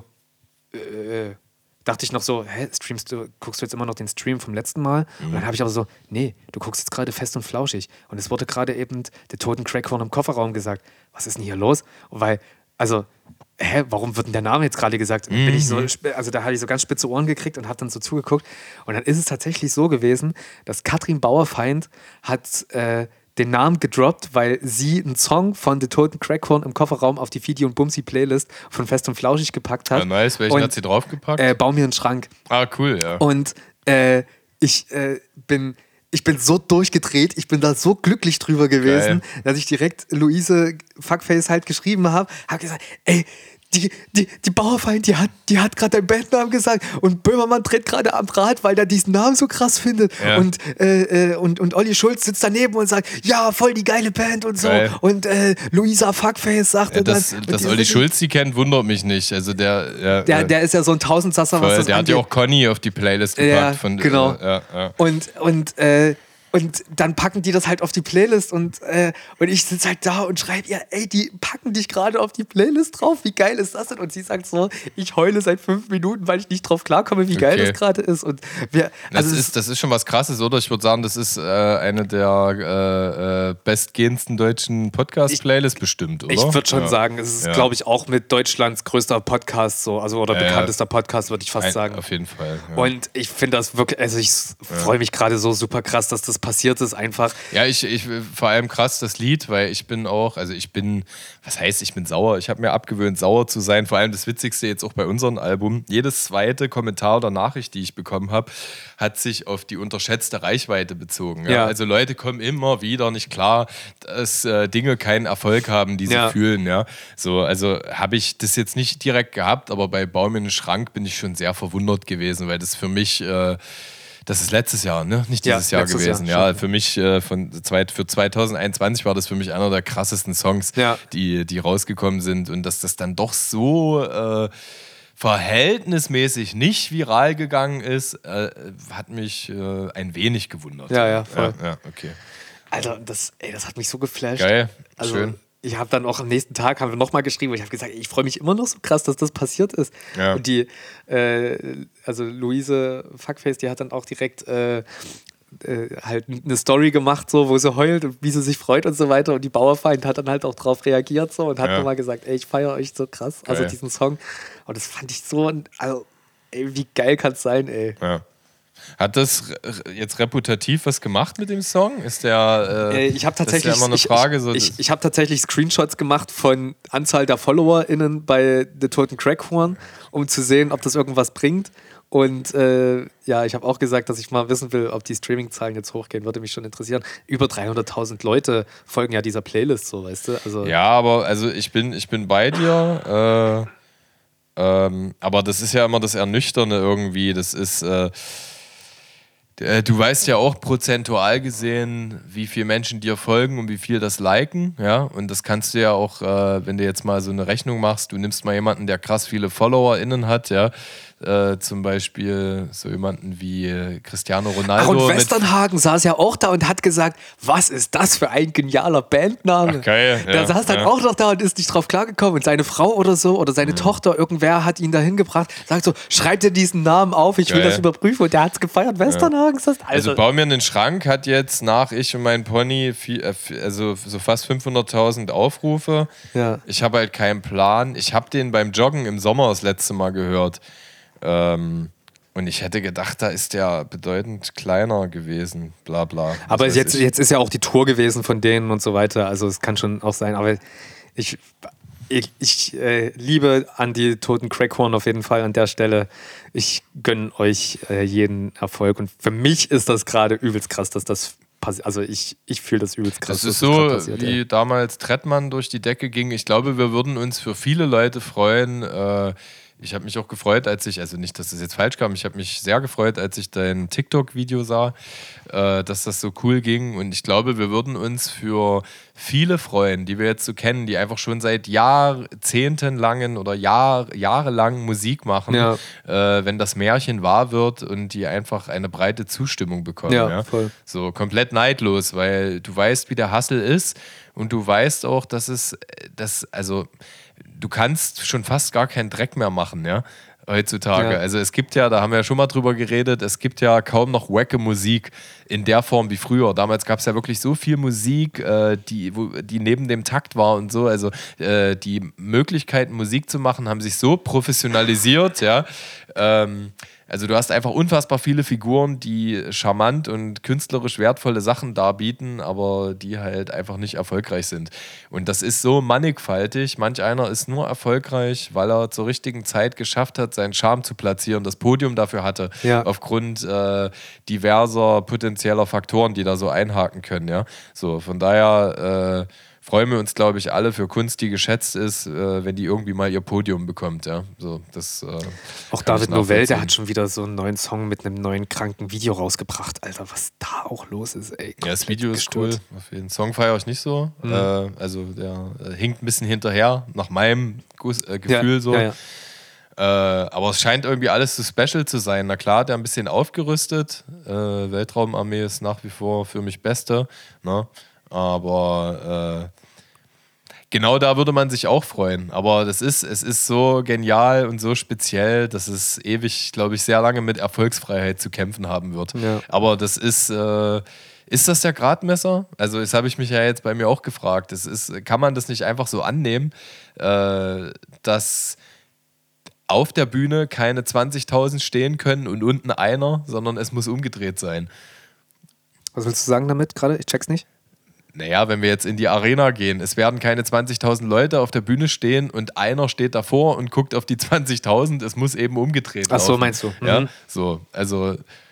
äh, dachte ich noch so, hä, streamst du, guckst du jetzt immer noch den Stream vom letzten Mal? Mhm. Und dann habe ich aber so, nee, du guckst jetzt gerade Fest und Flauschig und es wurde gerade eben der Toten Crackhorn am Kofferraum gesagt. Was ist denn hier los? Weil, also hä, warum wird denn der Name jetzt gerade gesagt? Mhm. Bin ich so, also da hatte ich so ganz spitze Ohren gekriegt und habe dann so zugeguckt. Und dann ist es tatsächlich so gewesen, dass Katrin Bauerfeind hat äh, den Namen gedroppt, weil sie einen Song von The Toten Crackhorn im Kofferraum auf die Fidi und Bumsi Playlist von Fest und Flauschig gepackt hat. Ja, nice. Welchen und, hat sie draufgepackt? Äh, Bau mir einen Schrank. Ah, cool, ja. Und äh, ich äh, bin... Ich bin so durchgedreht, ich bin da so glücklich drüber gewesen, Geil. dass ich direkt Luise Fuckface halt geschrieben habe, habe gesagt, ey, die, die, die Bauerfeind, die hat, die hat gerade deinen Bandnamen gesagt und Böhmermann dreht gerade am Rad, weil er diesen Namen so krass findet. Ja. Und, äh, und, und Olli Schulz sitzt daneben und sagt, ja, voll die geile Band und so. Geil. Und äh, Luisa Fuckface sagte Ja, das, dann... dass und Olli die- Schulz die kennt, wundert mich nicht. Also der, ja, Der, ja, der ist ja so ein Tausendsasser, was voll, das der hat ja angeht. auch Conny auf die Playlist gepackt. Ja, von, genau. Äh, ja, ja. Und, und, äh, und dann packen die das halt auf die Playlist und, äh, und ich sitze halt da und schreibe ihr, ey, die packen dich gerade auf die Playlist drauf, wie geil ist das denn? Und sie sagt so, ich heule seit fünf Minuten, weil ich nicht drauf klarkomme, wie geil Okay. das gerade ist. Und wir, Das, also ist, das ist schon was Krasses, oder? Ich würde sagen, das ist äh, eine der äh, äh, bestgehendsten deutschen Podcast-Playlists bestimmt, oder? ich würde schon ja. sagen, es ist, Ja. glaube ich, auch mit Deutschlands größter Podcast so, also oder Ja, ja. bekanntester Podcast, würde ich fast Ein, sagen. Auf jeden Fall. Ja. Und ich finde das wirklich, also ich freue mich gerade so super krass, dass das passiert ist, einfach. Ja, ich, ich vor allem krass das Lied, weil ich bin auch, also ich bin, was heißt, ich bin sauer. Ich habe mir abgewöhnt, sauer zu sein. Vor allem das Witzigste jetzt auch bei unserem Album. Jedes zweite Kommentar oder Nachricht, die ich bekommen habe, hat sich auf die unterschätzte Reichweite bezogen. Ja? Ja. Also Leute kommen immer wieder nicht klar, dass äh, Dinge keinen Erfolg haben, die sie Ja. fühlen. Ja? So, also habe ich das jetzt nicht direkt gehabt, aber bei Baum in den Schrank bin ich schon sehr verwundert gewesen, weil das für mich... Äh, Das ist letztes Jahr, ne? Nicht Ja, dieses Jahr letztes gewesen. Jahr, ja, schon. für mich, äh, von zwei, für zwanzig einundzwanzig war das für mich einer der krassesten Songs, Ja. die, die rausgekommen sind. Und dass das dann doch so äh, verhältnismäßig nicht viral gegangen ist, äh, hat mich äh, ein wenig gewundert. Ja, ja, voll. Ja, ja, okay. Alter, das, ey, das hat mich so geflasht. Geil, Also, schön. ich habe dann auch am nächsten Tag haben wir nochmal geschrieben, und ich habe gesagt, ich freue mich immer noch so krass, dass das passiert ist. Ja. Und die, äh, also Luise Fuckface, die hat dann auch direkt äh, äh, halt eine Story gemacht, so, wo sie heult und wie sie sich freut und so weiter. Und die Bauerfeind hat dann halt auch drauf reagiert so und hat Ja. nochmal gesagt, ey, ich feiere euch so krass, also Geil. diesen Song. Und das fand ich so, also, ey, wie geil kann es sein, ey. Ja. Hat das re- jetzt reputativ was gemacht mit dem Song? Ist der. Äh, Äh, ich habe tatsächlich, Das ist ja immer eine Frage. ich, so, ich, ich habe tatsächlich Screenshots gemacht von Anzahl der FollowerInnen bei The Toten Crackhorn, um zu sehen, ob das irgendwas bringt. Und äh, ja, ich habe auch gesagt, dass ich mal wissen will, ob die Streaming-Zahlen jetzt hochgehen. Würde mich schon interessieren. Über dreihunderttausend Leute folgen ja dieser Playlist, so, weißt du? Also, Ja, aber also ich bin, ich bin bei dir. Äh, ähm, aber das ist ja immer das Ernüchternde irgendwie. Das ist. Äh, d- du weißt ja auch prozentual gesehen, wie viele Menschen dir folgen und wie viel das liken. Ja? Und das kannst du ja auch, äh, wenn du jetzt mal so eine Rechnung machst, du nimmst mal jemanden, der krass viele FollowerInnen hat, ja. Äh, zum Beispiel so jemanden wie äh, Cristiano Ach, Ronaldo. und mit- Westernhagen saß ja auch da und hat gesagt, was ist das für ein genialer Bandname? Ach, geil, Der ja, saß dann ja. auch noch da und ist nicht drauf klargekommen. Und seine Frau oder so oder seine Tochter, irgendwer hat ihn da hingebracht, sagt so, schreib dir diesen Namen auf, ich will Geil. das überprüfen. Und der hat's gefeiert, Westernhagen. Das heißt, Also also, Bau mir einen Schrank hat jetzt nach Ich und mein Pony viel, äh, viel- also so fast fünfhunderttausend Aufrufe. Ja. Ich habe halt keinen Plan. Ich habe den beim Joggen im Sommer das letzte Mal gehört. Ähm, Und ich hätte gedacht, da ist der bedeutend kleiner gewesen, bla bla. Aber Was weiß jetzt, ich. jetzt ist ja auch die Tour gewesen von denen und so weiter. Also es kann schon auch sein. Aber ich, ich, ich äh, liebe an die Toten Crackhorn auf jeden Fall an der Stelle. Ich gönne euch äh, jeden Erfolg. Und für mich ist das gerade übelst krass, dass das passiert. Also ich, ich fühle das übelst krass. Das ist dass so, das passiert, wie ja. damals Trettmann durch die Decke ging. Ich glaube, wir würden uns für viele Leute freuen. Äh, ich habe mich auch gefreut, als ich, also nicht, dass das jetzt falsch kam, ich habe mich sehr gefreut, als ich dein TikTok-Video sah, äh, dass das so cool ging. Und ich glaube, wir würden uns für viele freuen, die wir jetzt so kennen, die einfach schon seit jahrzehntelangen oder Jahr, jahrelang Musik machen, Ja. äh, wenn das Märchen wahr wird und die einfach eine breite Zustimmung bekommen. Ja, Ja, voll. So komplett neidlos, weil du weißt, wie der Hustle ist und du weißt auch, dass es, das, also du kannst schon fast gar keinen Dreck mehr machen, ja, heutzutage. Ja. Also es gibt ja, da haben wir ja schon mal drüber geredet, es gibt ja kaum noch wacke Musik in der Form wie früher. Damals gab es ja wirklich so viel Musik, äh, die, wo, die neben dem Takt war und so. Also äh, die Möglichkeiten, Musik zu machen, haben sich so professionalisiert, ja. Ähm, Also du hast einfach unfassbar viele Figuren, die charmant und künstlerisch wertvolle Sachen darbieten, aber die halt einfach nicht erfolgreich sind. Und das ist so mannigfaltig. Manch einer ist nur erfolgreich, weil er zur richtigen Zeit geschafft hat, seinen Charme zu platzieren, das Podium dafür hatte, Ja. aufgrund äh, diverser potenzieller Faktoren, die da so einhaken können. Ja? So, von daher äh, freuen wir uns, glaube ich, alle für Kunst, die geschätzt ist, äh, wenn die irgendwie mal ihr Podium bekommt. Ja? So, das, äh, Auch kann David ich Novell, der nachvollziehen. hat schon wieder so einen neuen Song mit einem neuen kranken Video rausgebracht. Alter, was da auch los ist, ey. Ja, das Komplett Video ist cool. gestört. Auf jeden Song feiere ich nicht so. Mhm. Äh, also der äh, hinkt ein bisschen hinterher, nach meinem Gus äh, Ja, Gefühl so. ja, ja. Äh, aber es scheint irgendwie alles zu special zu sein. Na klar, der ein bisschen aufgerüstet. Äh, Weltraumarmee ist nach wie vor für mich Beste. Ne? Aber äh, genau da würde man sich auch freuen. Aber das ist, es ist so genial und so speziell, dass es ewig, glaube ich, sehr lange mit Erfolgsfreiheit zu kämpfen haben wird. Ja. Aber das ist, äh, ist das der Gradmesser? Also das habe ich mich ja jetzt bei mir auch gefragt. Das ist, kann man das nicht einfach so annehmen, äh, dass auf der Bühne keine zwanzigtausend stehen können und unten einer, sondern es muss umgedreht sein. Was willst du sagen damit gerade? Ich check's nicht. Naja, wenn wir jetzt in die Arena gehen, es werden keine zwanzigtausend Leute auf der Bühne stehen und einer steht davor und guckt auf die zwanzigtausend, es muss eben umgedreht Ach so, laufen. meinst du? Ja, Mhm. so, also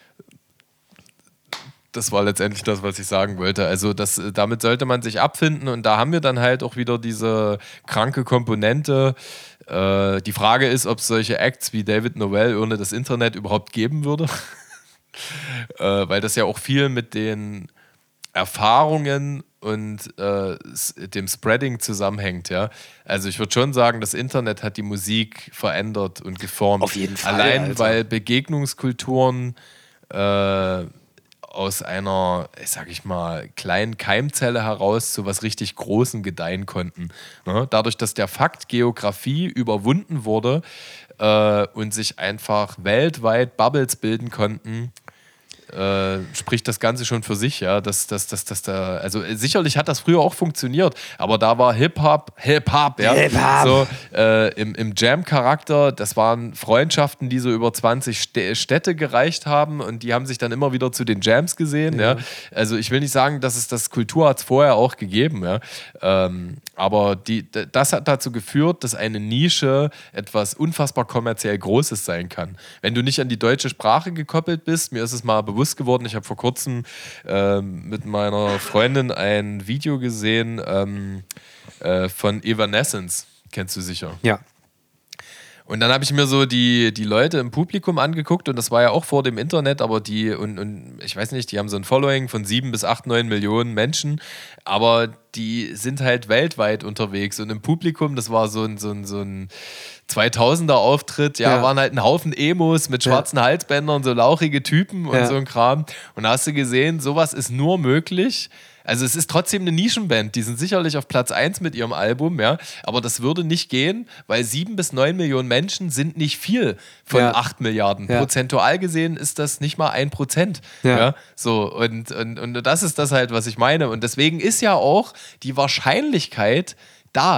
das war letztendlich das, was ich sagen wollte. Also das, damit sollte man sich abfinden und da haben wir dann halt auch wieder diese kranke Komponente. Äh, die Frage ist, ob es solche Acts wie David Novell ohne das Internet überhaupt geben würde. äh, weil das ja auch viel mit den Erfahrungen und äh, s- dem Spreading zusammenhängt, ja. Also ich würde schon sagen, das Internet hat die Musik verändert und geformt. Auf jeden Fall, Allein, Alter. weil Begegnungskulturen äh, aus einer, ich sag ich mal, kleinen Keimzelle heraus zu was richtig Großem gedeihen konnten. Ne? Dadurch, dass der Fakt Geografie überwunden wurde äh, und sich einfach weltweit Bubbles bilden konnten, äh, spricht das Ganze schon für sich, ja. Das, das, das, das, da, also äh, sicherlich hat das früher auch funktioniert, aber da war Hip-Hop, Hip-Hop, ja. Hip-Hop. So, äh, im, im Jam-Charakter, das waren Freundschaften, die so über zwanzig Stä- Städte gereicht haben und die haben sich dann immer wieder zu den Jams gesehen, ja. Also ich will nicht sagen, dass es das Kultur hat es vorher auch gegeben, ja. Ähm, aber die, d- das hat dazu geführt, dass eine Nische etwas unfassbar kommerziell Großes sein kann. Wenn du nicht an die deutsche Sprache gekoppelt bist, mir ist es mal bewusst geworden, ich habe vor kurzem ähm, mit meiner Freundin ein Video gesehen ähm, äh, von Evanescence, kennst du sicher. Ja. Und dann habe ich mir so die, die Leute im Publikum angeguckt und das war ja auch vor dem Internet, aber die, und, und ich weiß nicht, die haben so ein Following von sieben bis acht, neun Millionen Menschen, aber die sind halt weltweit unterwegs und im Publikum, das war so ein, so ein, so ein zweitausender-Auftritt, ja, Ja. waren halt ein Haufen Emos mit schwarzen Halsbändern, so lauchige Typen und Ja. so ein Kram. Und da hast du gesehen, sowas ist nur möglich. Also es ist trotzdem eine Nischenband, die sind sicherlich auf Platz eins mit ihrem Album, ja, aber das würde nicht gehen, weil sieben bis neun Millionen Menschen sind nicht viel von Ja. acht Milliarden. Ja. Prozentual gesehen ist das nicht mal ein Prozent. Ja. Ja. So, und, und, und das ist das halt, was ich meine. Und deswegen ist ja auch die Wahrscheinlichkeit da,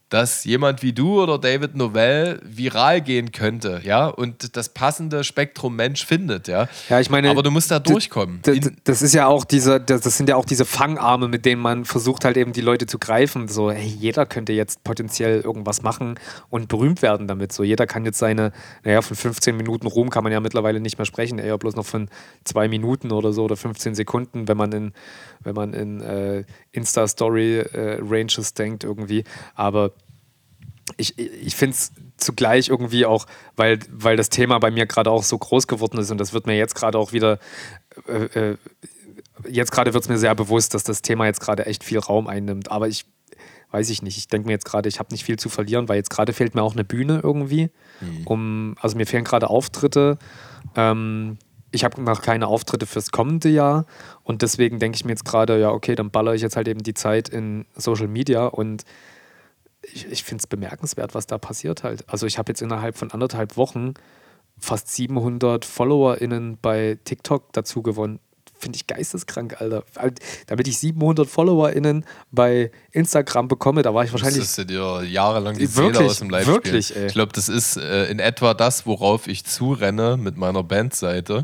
dass jemand wie du oder David Novell viral gehen könnte, ja, und das passende Spektrum Mensch findet, ja. Ja, ich meine, aber du musst da durchkommen. D- d- das ist ja auch diese, das, das sind ja auch diese Fangarme, mit denen man versucht halt eben die Leute zu greifen. So, hey, jeder könnte jetzt potenziell irgendwas machen und berühmt werden damit. So, jeder kann jetzt seine, naja, von fünfzehn Minuten Ruhm kann man ja mittlerweile nicht mehr sprechen, eher bloß noch von zwei Minuten oder so oder fünfzehn Sekunden, wenn man in, wenn man in äh, Insta-Story-Ranges äh, denkt irgendwie. Aber ich, ich finde es zugleich irgendwie auch, weil, weil das Thema bei mir gerade auch so groß geworden ist und das wird mir jetzt gerade auch wieder, äh, äh, jetzt gerade wird es mir sehr bewusst, dass das Thema jetzt gerade echt viel Raum einnimmt. Aber ich weiß ich nicht, ich denke mir jetzt gerade, ich habe nicht viel zu verlieren, weil jetzt gerade fehlt mir auch eine Bühne irgendwie. Mhm. Um, also mir fehlen gerade Auftritte. Ähm, ich habe noch keine Auftritte fürs kommende Jahr und deswegen denke ich mir jetzt gerade, ja okay, dann baller ich jetzt halt eben die Zeit in Social Media und ich, ich finde es bemerkenswert, was da passiert halt. Also ich habe jetzt innerhalb von anderthalb Wochen fast siebenhundert FollowerInnen bei TikTok dazu gewonnen. Finde ich geisteskrank, Alter. Damit ich siebenhundert FollowerInnen bei Instagram bekomme, da war ich wahrscheinlich... Das ist dir jahrelang die wirklich, Seele aus dem Live-Spiel. Wirklich, ey. Ich glaube, das ist äh, in etwa das, worauf ich zurenne mit meiner Bandseite.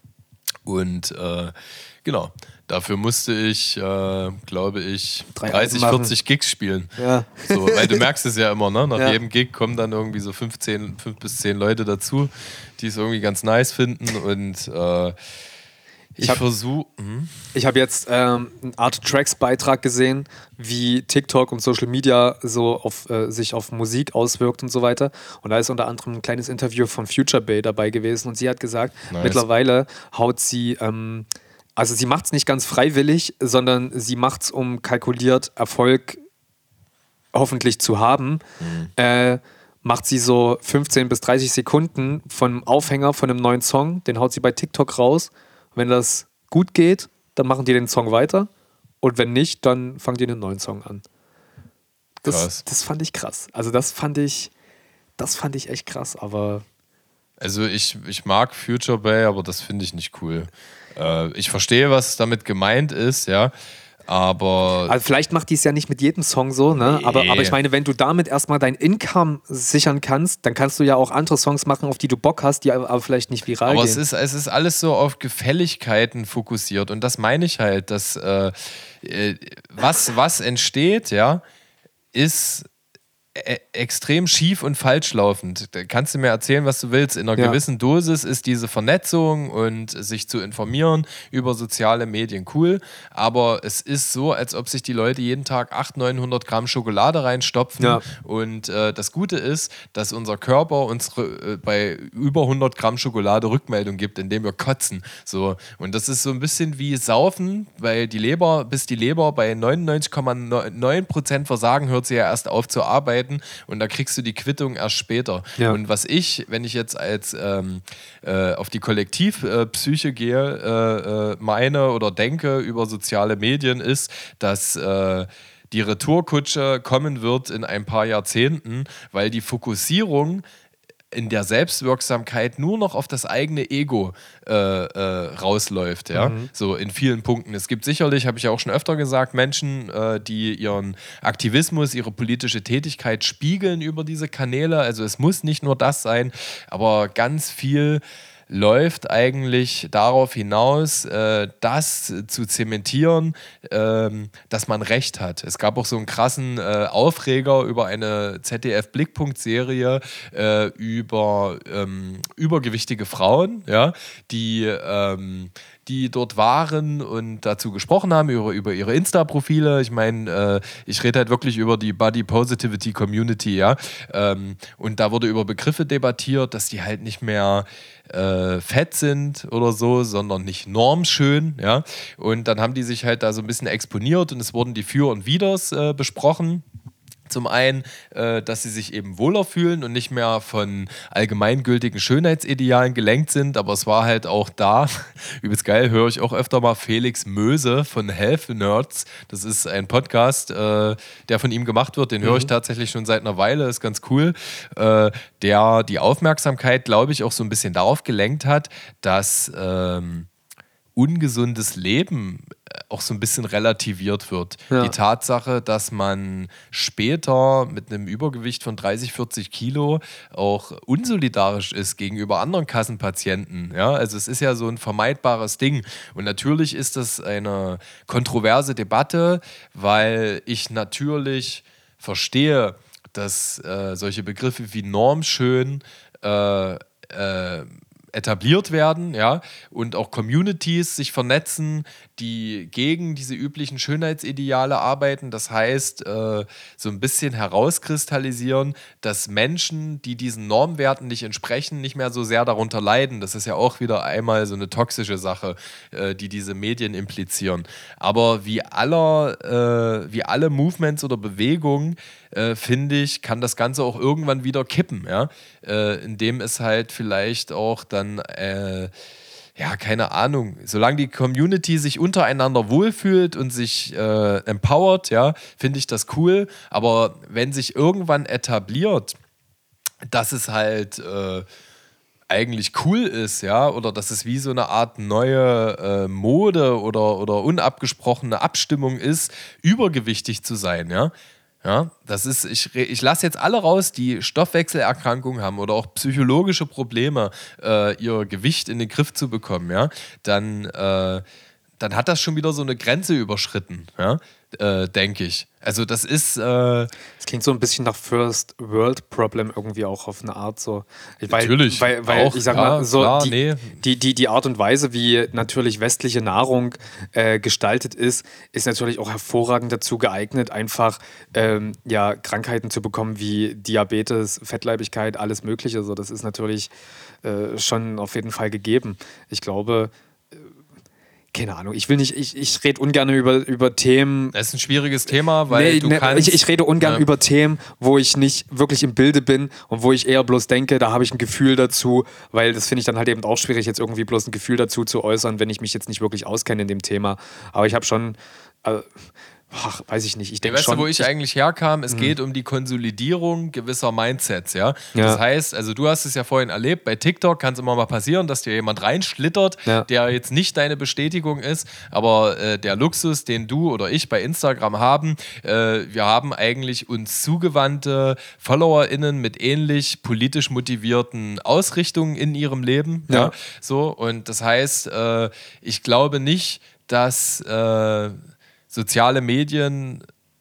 Und äh, genau, dafür musste ich, äh, glaube ich, dreißig, vierzig Gigs spielen. Ja. So, weil du merkst es ja immer, ne? Nach ja. jedem Gig kommen dann irgendwie so fünfzehn, fünf bis zehn Leute dazu, die es irgendwie ganz nice finden und äh, ich, ich versuche. Hm? Ich habe jetzt ähm, einen Art Tracks Beitrag gesehen, wie TikTok und Social Media so auf, äh, sich auf Musik auswirkt und so weiter. Und da ist unter anderem ein kleines Interview von Future Bay dabei gewesen und sie hat gesagt, nice. Mittlerweile haut sie, ähm, also sie macht es nicht ganz freiwillig, sondern sie macht es, um kalkuliert Erfolg hoffentlich zu haben. Mhm. Äh, macht sie so fünfzehn bis dreißig Sekunden vom Aufhänger von einem neuen Song, den haut sie bei TikTok raus. Wenn das gut geht, dann machen die den Song weiter. Und wenn nicht, dann fangen die einen neuen Song an. Das, das fand ich krass. Also das fand ich, das fand ich echt krass, aber... Also ich, ich mag Future Bay, aber das finde ich nicht cool. Äh, ich verstehe, was damit gemeint ist, ja. Aber also vielleicht macht die es ja nicht mit jedem Song so, ne? Nee. Aber, aber ich meine, wenn du damit erstmal dein Income sichern kannst, dann kannst du ja auch andere Songs machen, auf die du Bock hast, die aber vielleicht nicht viral aber gehen. Aber es ist, es ist alles so auf Gefälligkeiten fokussiert und das meine ich halt, dass äh, was, was entsteht, ja, ist e- extrem schief und falsch laufend. Da kannst du mir erzählen, was du willst. In einer ja. gewissen Dosis ist diese Vernetzung und sich zu informieren über soziale Medien cool, aber es ist so, als ob sich die Leute jeden Tag achthundert, neunhundert Gramm Schokolade reinstopfen ja. und äh, das Gute ist, dass unser Körper uns äh, bei über hundert Gramm Schokolade Rückmeldung gibt, indem wir kotzen. So. Und das ist so ein bisschen wie Saufen, weil die Leber, bis die Leber bei neunundneunzig Komma neun Prozent Versagen hört sie ja erst auf zu arbeiten. Und da kriegst du die Quittung erst später. Ja. Und was ich, wenn ich jetzt als ähm, äh, auf die Kollektivpsyche äh, gehe, äh, äh, meine oder denke über soziale Medien, ist, dass äh, die Retourkutsche kommen wird in ein paar Jahrzehnten, weil die Fokussierung in der Selbstwirksamkeit nur noch auf das eigene Ego äh, äh, rausläuft, ja, mhm. so in vielen Punkten. Es gibt sicherlich, habe ich ja auch schon öfter gesagt, Menschen, äh, die ihren Aktivismus, ihre politische Tätigkeit spiegeln über diese Kanäle, also es muss nicht nur das sein, aber ganz viel läuft eigentlich darauf hinaus, äh, das zu zementieren, äh, dass man Recht hat. Es gab auch so einen krassen äh, Aufreger über eine Z D F-Blickpunkt-Serie äh, über ähm, übergewichtige Frauen, ja, die ähm, die dort waren und dazu gesprochen haben, über, über ihre Insta-Profile. Ich meine, äh, ich rede halt wirklich über die Body Positivity Community, ja. Ähm, und da wurde über Begriffe debattiert, dass die halt nicht mehr äh, fett sind oder so, sondern nicht normschön, ja. Und dann haben die sich halt da so ein bisschen exponiert und es wurden die Für und Widers äh, besprochen. Zum einen, äh, dass sie sich eben wohler fühlen und nicht mehr von allgemeingültigen Schönheitsidealen gelenkt sind, aber es war halt auch da, übelst geil, höre ich auch öfter mal Felix Möse von Health Nerds. Das ist ein Podcast, äh, der von ihm gemacht wird, den mhm. höre ich tatsächlich schon seit einer Weile, ist ganz cool, äh, der die Aufmerksamkeit, glaube ich, auch so ein bisschen darauf gelenkt hat, dass ähm, ungesundes Leben auch so ein bisschen relativiert wird. Ja. Die Tatsache, dass man später mit einem Übergewicht von dreißig, vierzig Kilo auch unsolidarisch ist gegenüber anderen Kassenpatienten. Ja? Also es ist ja so ein vermeidbares Ding. Und natürlich ist das eine kontroverse Debatte, weil ich natürlich verstehe, dass äh, solche Begriffe wie normschön äh, äh, etabliert werden, ja, und auch Communities sich vernetzen, die gegen diese üblichen Schönheitsideale arbeiten. Das heißt, äh, so ein bisschen herauskristallisieren, dass Menschen, die diesen Normwerten nicht entsprechen, nicht mehr so sehr darunter leiden. Das ist ja auch wieder einmal so eine toxische Sache, äh, die diese Medien implizieren. Aber wie aller, äh, wie alle Movements oder Bewegungen, äh, finde ich, kann das Ganze auch irgendwann wieder kippen, ja, äh, indem es halt vielleicht auch dann äh, ja, keine Ahnung, solange die Community sich untereinander wohlfühlt und sich äh, empowert, ja, finde ich das cool. Aber wenn sich irgendwann etabliert, dass es halt äh, eigentlich cool ist, ja, oder dass es wie so eine Art neue äh, Mode oder, oder unabgesprochene Abstimmung ist, übergewichtig zu sein, ja, ja, das ist, ich, ich lasse jetzt alle raus, die Stoffwechselerkrankungen haben oder auch psychologische Probleme, äh, ihr Gewicht in den Griff zu bekommen, ja, dann, äh, dann hat das schon wieder so eine Grenze überschritten, ja, äh, denke ich. Also das ist... Äh, das klingt so ein bisschen nach First World Problem irgendwie auch auf eine Art so. Weil, natürlich. Weil, weil auch, ich sag ja, mal, so klar, die, nee. die, die, die Art und Weise, wie natürlich westliche Nahrung äh, gestaltet ist, ist natürlich auch hervorragend dazu geeignet, einfach ähm, ja, Krankheiten zu bekommen wie Diabetes, Fettleibigkeit, alles Mögliche. So, das ist natürlich äh, schon auf jeden Fall gegeben. Ich glaube... Keine Ahnung, ich will nicht, ich, ich rede ungern über, über Themen. Das ist ein schwieriges Thema, weil nee, du nee, kannst... Ich, ich rede ungern ja. über Themen, wo ich nicht wirklich im Bilde bin und wo ich eher bloß denke, da habe ich ein Gefühl dazu, weil das finde ich dann halt eben auch schwierig, jetzt irgendwie bloß ein Gefühl dazu zu äußern, wenn ich mich jetzt nicht wirklich auskenne in dem Thema. Aber ich habe schon... Äh, Ach, weiß ich nicht. Ich denke weißt schon. du, wo ich, ich eigentlich herkam? Es mh. geht um die Konsolidierung gewisser Mindsets, ja? ja. Das heißt, also du hast es ja vorhin erlebt, bei TikTok kann es immer mal passieren, dass dir jemand reinschlittert, ja. der jetzt nicht deine Bestätigung ist, aber äh, der Luxus, den du oder ich bei Instagram haben, äh, wir haben eigentlich uns zugewandte FollowerInnen mit ähnlich politisch motivierten Ausrichtungen in ihrem Leben, ja? Ja? So, und das heißt, äh, ich glaube nicht, dass äh, soziale Medien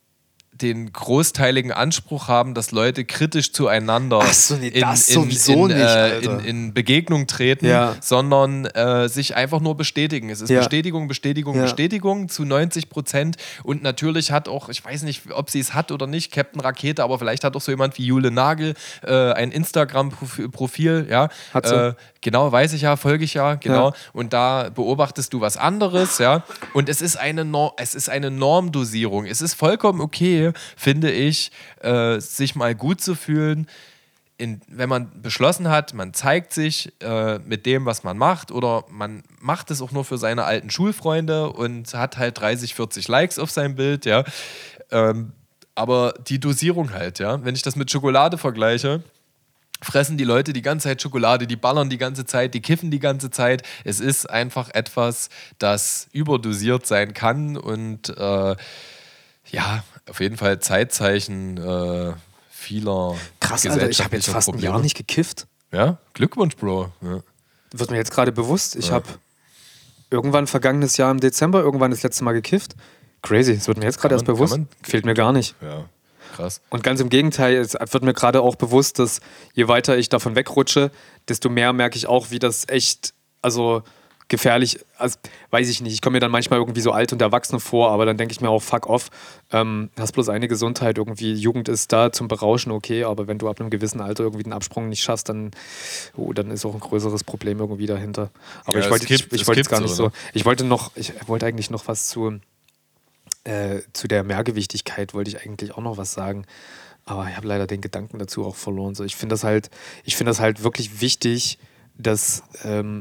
den großteiligen Anspruch haben, dass Leute kritisch zueinander Ach so, nee, in, das in, sowieso in, nicht, äh, in, in Begegnung treten, ja. sondern äh, sich einfach nur bestätigen. Es ist ja. Bestätigung, Bestätigung, ja. Bestätigung zu neunzig Prozent. Und natürlich hat auch, ich weiß nicht, ob sie es hat oder nicht, Captain Rakete, aber vielleicht hat auch so jemand wie Jule Nagel äh, ein Instagram-Profil, ja. Hat sie? Äh, genau, weiß ich ja, folge ich ja, genau. Ja. Und da beobachtest du was anderes, ja. Und es ist eine, Norm, es ist eine Normdosierung. Es ist vollkommen okay, finde ich, äh, sich mal gut zu fühlen, in, wenn man beschlossen hat, man zeigt sich äh, mit dem, was man macht, oder man macht es auch nur für seine alten Schulfreunde und hat halt dreißig, vierzig Likes auf sein Bild, ja. Ähm, aber die Dosierung halt, ja. Wenn ich das mit Schokolade vergleiche, fressen die Leute die ganze Zeit Schokolade, die ballern die ganze Zeit, die kiffen die ganze Zeit. Es ist einfach etwas, das überdosiert sein kann und äh, ja, auf jeden Fall Zeitzeichen äh, vieler Krass, Alter, ich habe jetzt fast Probleme. ein Jahr nicht gekifft. Ja, Glückwunsch, Bro. Ja. Wird mir jetzt gerade bewusst. Ich ja. habe irgendwann vergangenes Jahr im Dezember irgendwann das letzte Mal gekifft. Crazy, das wird mir jetzt gerade erst bewusst. Man, Fehlt mir gar nicht. Ja, krass. Und ganz im Gegenteil, es wird mir gerade auch bewusst, dass je weiter ich davon wegrutsche, desto mehr merke ich auch, wie das echt, also gefährlich, also weiß ich nicht, ich komme mir dann manchmal irgendwie so alt und erwachsen vor, aber dann denke ich mir auch, fuck off, ähm, hast bloß eine Gesundheit, irgendwie Jugend ist da zum Berauschen, okay, aber wenn du ab einem gewissen Alter irgendwie den Absprung nicht schaffst, dann, oh, dann ist auch ein größeres Problem irgendwie dahinter. Aber ja, ich wollte kippt, ich, ich wollte es gar nicht so, so, ich wollte noch, ich wollte eigentlich noch was zu, äh, zu der Mehrgewichtigkeit, wollte ich eigentlich auch noch was sagen, aber ich habe leider den Gedanken dazu auch verloren. So, ich finde das halt, ich finde das halt wirklich wichtig, dass ähm,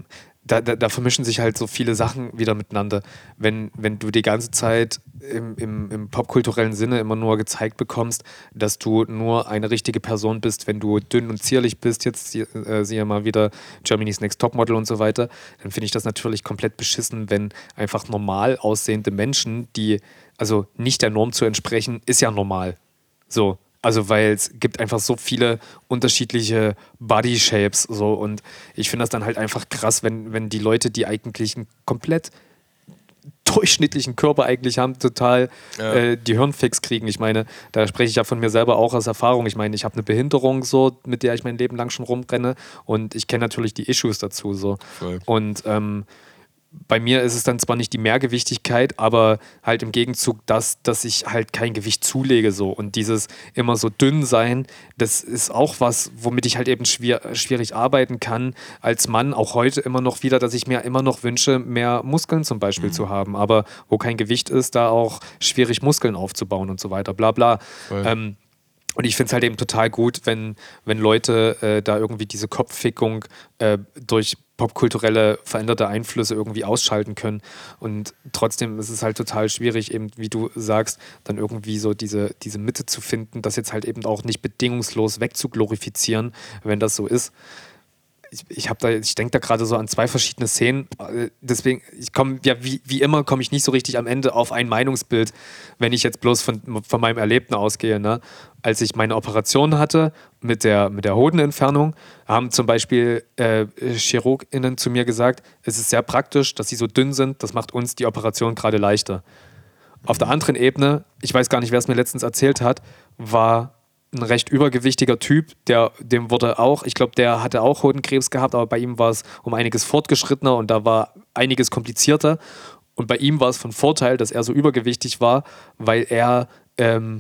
da, da, da vermischen sich halt so viele Sachen wieder miteinander. Wenn, wenn du die ganze Zeit im, im, im popkulturellen Sinne immer nur gezeigt bekommst, dass du nur eine richtige Person bist, wenn du dünn und zierlich bist, jetzt äh, siehe mal wieder Germany's Next Topmodel und so weiter, dann finde ich das natürlich komplett beschissen, wenn einfach normal aussehende Menschen, die also nicht der Norm zu entsprechen, ist ja normal. So. Also, weil es gibt einfach so viele unterschiedliche Body-Shapes so und ich finde das dann halt einfach krass, wenn, wenn die Leute, die eigentlich einen komplett durchschnittlichen Körper eigentlich haben, total ja. äh, die Hirnfix kriegen. Ich meine, da spreche ich ja von mir selber auch aus Erfahrung. Ich meine, ich habe eine Behinderung so, mit der ich mein Leben lang schon rumrenne und ich kenne natürlich die Issues dazu so. Voll. Und ähm, bei mir ist es dann zwar nicht die Mehrgewichtigkeit, aber halt im Gegenzug das, dass ich halt kein Gewicht zulege so. Und dieses immer so dünn sein, das ist auch was, womit ich halt eben schwier- schwierig arbeiten kann als Mann, auch heute immer noch wieder, dass ich mir immer noch wünsche, mehr Muskeln zum Beispiel mhm. zu haben. Aber wo kein Gewicht ist, da auch schwierig Muskeln aufzubauen und so weiter, bla bla. Ähm, und ich finde es halt eben total gut, wenn, wenn Leute äh, da irgendwie diese Kopffickung äh, durch popkulturelle veränderte Einflüsse irgendwie ausschalten können. Und trotzdem ist es halt total schwierig, eben, wie du sagst, dann irgendwie so diese, diese Mitte zu finden, das jetzt halt eben auch nicht bedingungslos wegzuglorifizieren, wenn das so ist. Ich, ich, hab da, ich denke da gerade so an zwei verschiedene Szenen. Deswegen, ich komme, ja, wie, wie immer, komme ich nicht so richtig am Ende auf ein Meinungsbild, wenn ich jetzt bloß von, von meinem Erlebten ausgehe. Ne? Als ich meine Operation hatte mit der, mit der Hodenentfernung, haben zum Beispiel äh, ChirurgInnen zu mir gesagt, es ist sehr praktisch, dass sie so dünn sind, das macht uns die Operation gerade leichter. Auf der anderen Ebene, ich weiß gar nicht, wer es mir letztens erzählt hat, war ein recht übergewichtiger Typ, der, dem wurde auch, ich glaube, der hatte auch Hodenkrebs gehabt, aber bei ihm war es um einiges fortgeschrittener und da war einiges komplizierter. Und bei ihm war es von Vorteil, dass er so übergewichtig war, weil er ähm,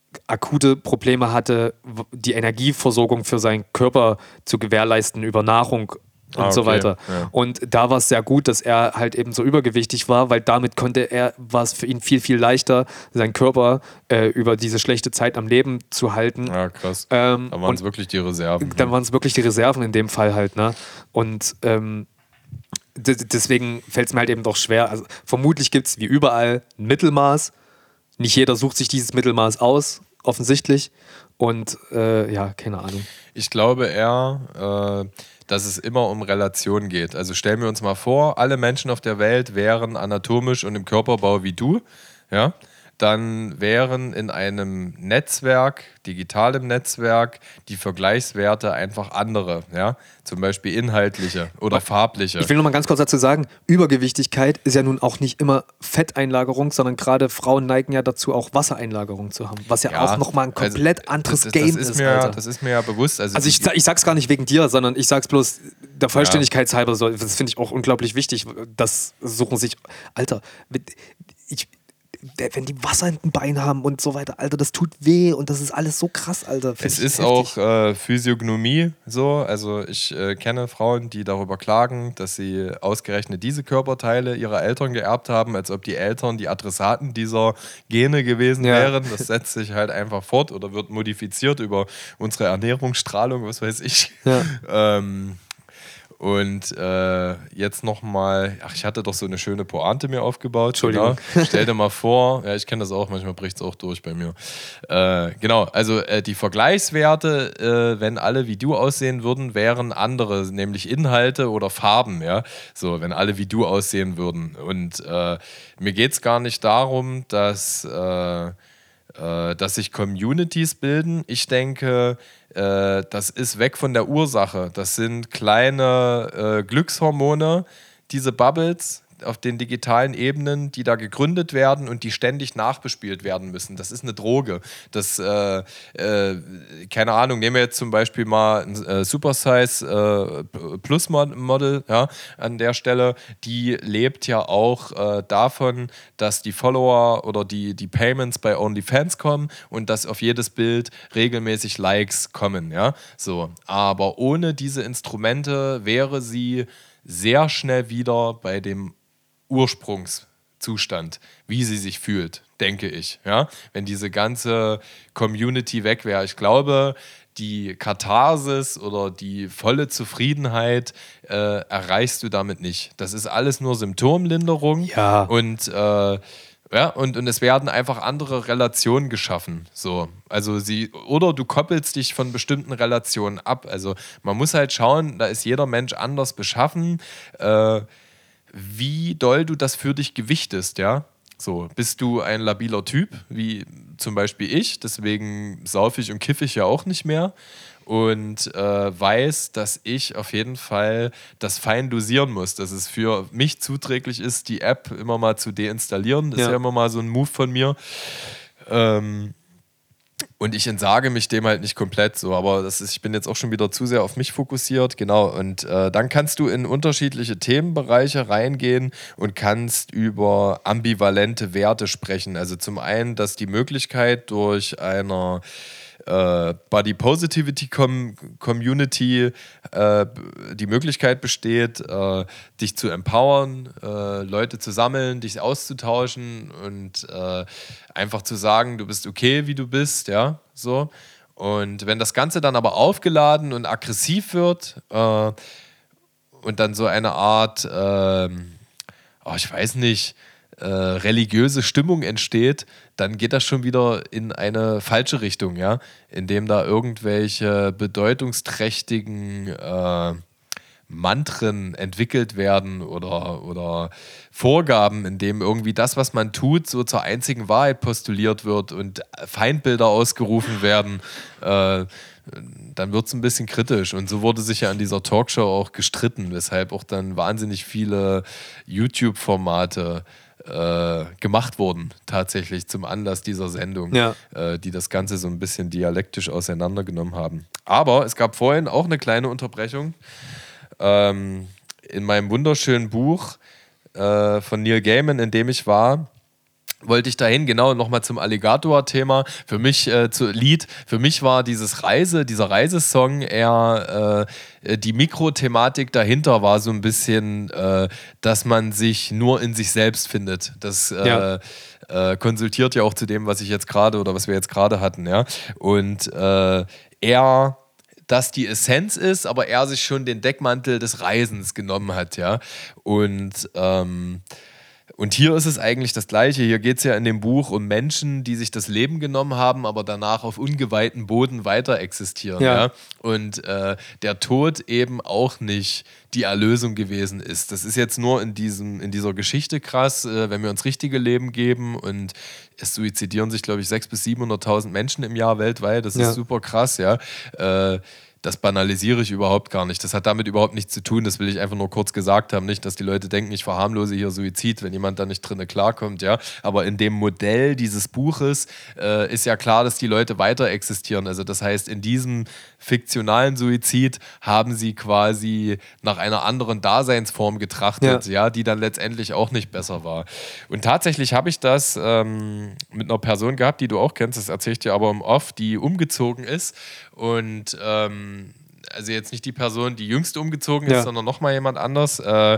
akute Probleme hatte, die Energieversorgung für seinen Körper zu gewährleisten über Nahrung und ah, okay. so weiter. Ja. Und da war es sehr gut, dass er halt eben so übergewichtig war, weil damit konnte er, war es für ihn viel, viel leichter, seinen Körper äh, über diese schlechte Zeit am Leben zu halten. Ja, krass. Ähm, dann waren es wirklich die Reserven. Dann waren es wirklich die Reserven in dem Fall halt, ne? Und ähm, d- deswegen fällt es mir halt eben doch schwer. Also, vermutlich gibt es wie überall ein Mittelmaß. Nicht jeder sucht sich dieses Mittelmaß aus, offensichtlich. Und äh, ja, keine Ahnung. Ich glaube eher, äh, dass es immer um Relationen geht. Also stellen wir uns mal vor, alle Menschen auf der Welt wären anatomisch und im Körperbau wie du, ja, dann wären in einem Netzwerk, digitalem Netzwerk, die Vergleichswerte einfach andere, ja, zum Beispiel inhaltliche oder farbliche. Ich will noch mal ganz kurz dazu sagen, Übergewichtigkeit ist ja nun auch nicht immer Fetteinlagerung, sondern gerade Frauen neigen ja dazu, auch Wassereinlagerung zu haben, was ja, ja auch noch mal ein komplett also, anderes das, das, Game das ist. ist mir, Alter. Das ist mir ja bewusst. Also, also ich, ich sag's gar nicht wegen dir, sondern ich sag's bloß der Vollständigkeit halber, ja. Das finde ich auch unglaublich wichtig, das suchen sich, Alter, ich wenn die Wasser in den Beinen haben und so weiter, Alter, das tut weh und das ist alles so krass, Alter. Es ist heftig. Auch äh, Physiognomie so, also ich äh, kenne Frauen, die darüber klagen, dass sie ausgerechnet diese Körperteile ihrer Eltern geerbt haben, als ob die Eltern die Adressaten dieser Gene gewesen ja. wären. Das setzt sich halt einfach fort oder wird modifiziert über unsere Ernährungsstrahlung, was weiß ich. Ja. ähm, Und äh, jetzt nochmal, ach, ich hatte doch so eine schöne Pointe mir aufgebaut. Entschuldigung. Genau. Stell dir mal vor, ja, ich kenne das auch, manchmal bricht es auch durch bei mir. Äh, genau, also äh, die Vergleichswerte, äh, wenn alle wie du aussehen würden, wären andere, nämlich Inhalte oder Farben, ja. So, wenn alle wie du aussehen würden. Und äh, mir geht es gar nicht darum, dass, äh, äh, dass sich Communities bilden. Ich denke, das ist weg von der Ursache. Das sind kleine äh, Glückshormone, diese Bubbles auf den digitalen Ebenen, die da gegründet werden und die ständig nachbespielt werden müssen. Das ist eine Droge. Das, äh, äh, keine Ahnung, nehmen wir jetzt zum Beispiel mal ein äh, Supersize äh, Plus Model, ja, an der Stelle, die lebt ja auch äh, davon, dass die Follower oder die, die Payments bei OnlyFans kommen und dass auf jedes Bild regelmäßig Likes kommen, ja, so. Aber ohne diese Instrumente wäre sie sehr schnell wieder bei dem Ursprungszustand, wie sie sich fühlt. denke ich, ja, wenn diese ganze Community weg wäre. Ich glaube, die Katharsis oder die volle Zufriedenheit äh, erreichst du damit nicht. Das ist alles nur Symptomlinderung Ja. und äh, ja, und, und es werden einfach andere Relationen geschaffen. So. Also sie, oder du koppelst dich von bestimmten Relationen ab. Also man muss halt schauen, da ist jeder Mensch anders beschaffen, äh, wie doll du das für dich gewichtest, ja. So, bist du ein labiler Typ, wie zum Beispiel ich, deswegen saufe ich und kiffe ich ja auch nicht mehr und äh, weiß, dass ich auf jeden Fall das fein dosieren muss, dass es für mich zuträglich ist, die App immer mal zu deinstallieren. Das Ja. ist ja immer mal so ein Move von mir. Ähm, Und ich entsage mich dem halt nicht komplett so, aber das ist, ich bin jetzt auch schon wieder zu sehr auf mich fokussiert, genau. Und äh, dann kannst du in unterschiedliche Themenbereiche reingehen und kannst über ambivalente Werte sprechen. Also zum einen, dass die Möglichkeit durch einer äh, Body Positivity Com- Community äh, die Möglichkeit besteht, äh, dich zu empowern, äh, Leute zu sammeln, dich auszutauschen und äh, einfach zu sagen, du bist okay, wie du bist, ja, so. Und wenn das Ganze dann aber aufgeladen und aggressiv wird äh, und dann so eine Art, äh, oh, ich weiß nicht, äh, religiöse Stimmung entsteht, dann geht das schon wieder in eine falsche Richtung, ja, indem da irgendwelche bedeutungsträchtigen äh, Mantren entwickelt werden oder, oder Vorgaben, in dem irgendwie das, was man tut, so zur einzigen Wahrheit postuliert wird und Feindbilder ausgerufen werden, äh, dann wird es ein bisschen kritisch. Und so wurde sich ja an dieser Talkshow auch gestritten, weshalb auch dann wahnsinnig viele YouTube-Formate äh, gemacht wurden, tatsächlich zum Anlass dieser Sendung, Ja. äh, die das Ganze so ein bisschen dialektisch auseinandergenommen haben. Aber es gab vorhin auch eine kleine Unterbrechung. Ähm, in meinem wunderschönen Buch äh, von Neil Gaiman, in dem ich war, wollte ich dahin, genau, nochmal zum Alligator-Thema. Für mich, äh, zu Lied, für mich war dieses Reise, dieser Reisesong eher äh, die Mikrothematik dahinter war so ein bisschen, äh, dass man sich nur in sich selbst findet. Das äh, Ja. äh, konsultiert ja auch zu dem, was ich jetzt gerade oder was wir jetzt gerade hatten, ja. Und äh, er dass die Essenz ist, aber er sich schon den Deckmantel des Reisens genommen hat, ja. Und, ähm, und hier ist es eigentlich das Gleiche. Hier geht es ja in dem Buch um Menschen, die sich das Leben genommen haben, aber danach auf ungeweihtem Boden weiter existieren, ja. Ja. Und äh, der Tod eben auch nicht die Erlösung gewesen ist. Das ist jetzt nur in, diesem, in dieser Geschichte krass, äh, wenn wir uns richtige Leben geben und es suizidieren sich, glaube ich, sechshunderttausend bis siebenhunderttausend Menschen im Jahr weltweit. Das Ja. ist super krass, ja. Äh, das banalisiere ich überhaupt gar nicht. Das hat damit überhaupt nichts zu tun. Das will ich einfach nur kurz gesagt haben. Nicht, dass die Leute denken, ich verharmlose hier Suizid, wenn jemand da nicht drin klarkommt, ja. Aber in dem Modell dieses Buches äh, ist ja klar, dass die Leute weiter existieren. Also das heißt, in diesem fiktionalen Suizid haben sie quasi nach einer anderen Daseinsform getrachtet, ja, Ja. die dann letztendlich auch nicht besser war. Und tatsächlich habe ich das ähm, mit einer Person gehabt, die du auch kennst, das erzähle ich dir aber im Off, die umgezogen ist und ähm, also jetzt nicht die Person, die jüngst umgezogen ist, Ja. sondern nochmal jemand anders. Äh, äh,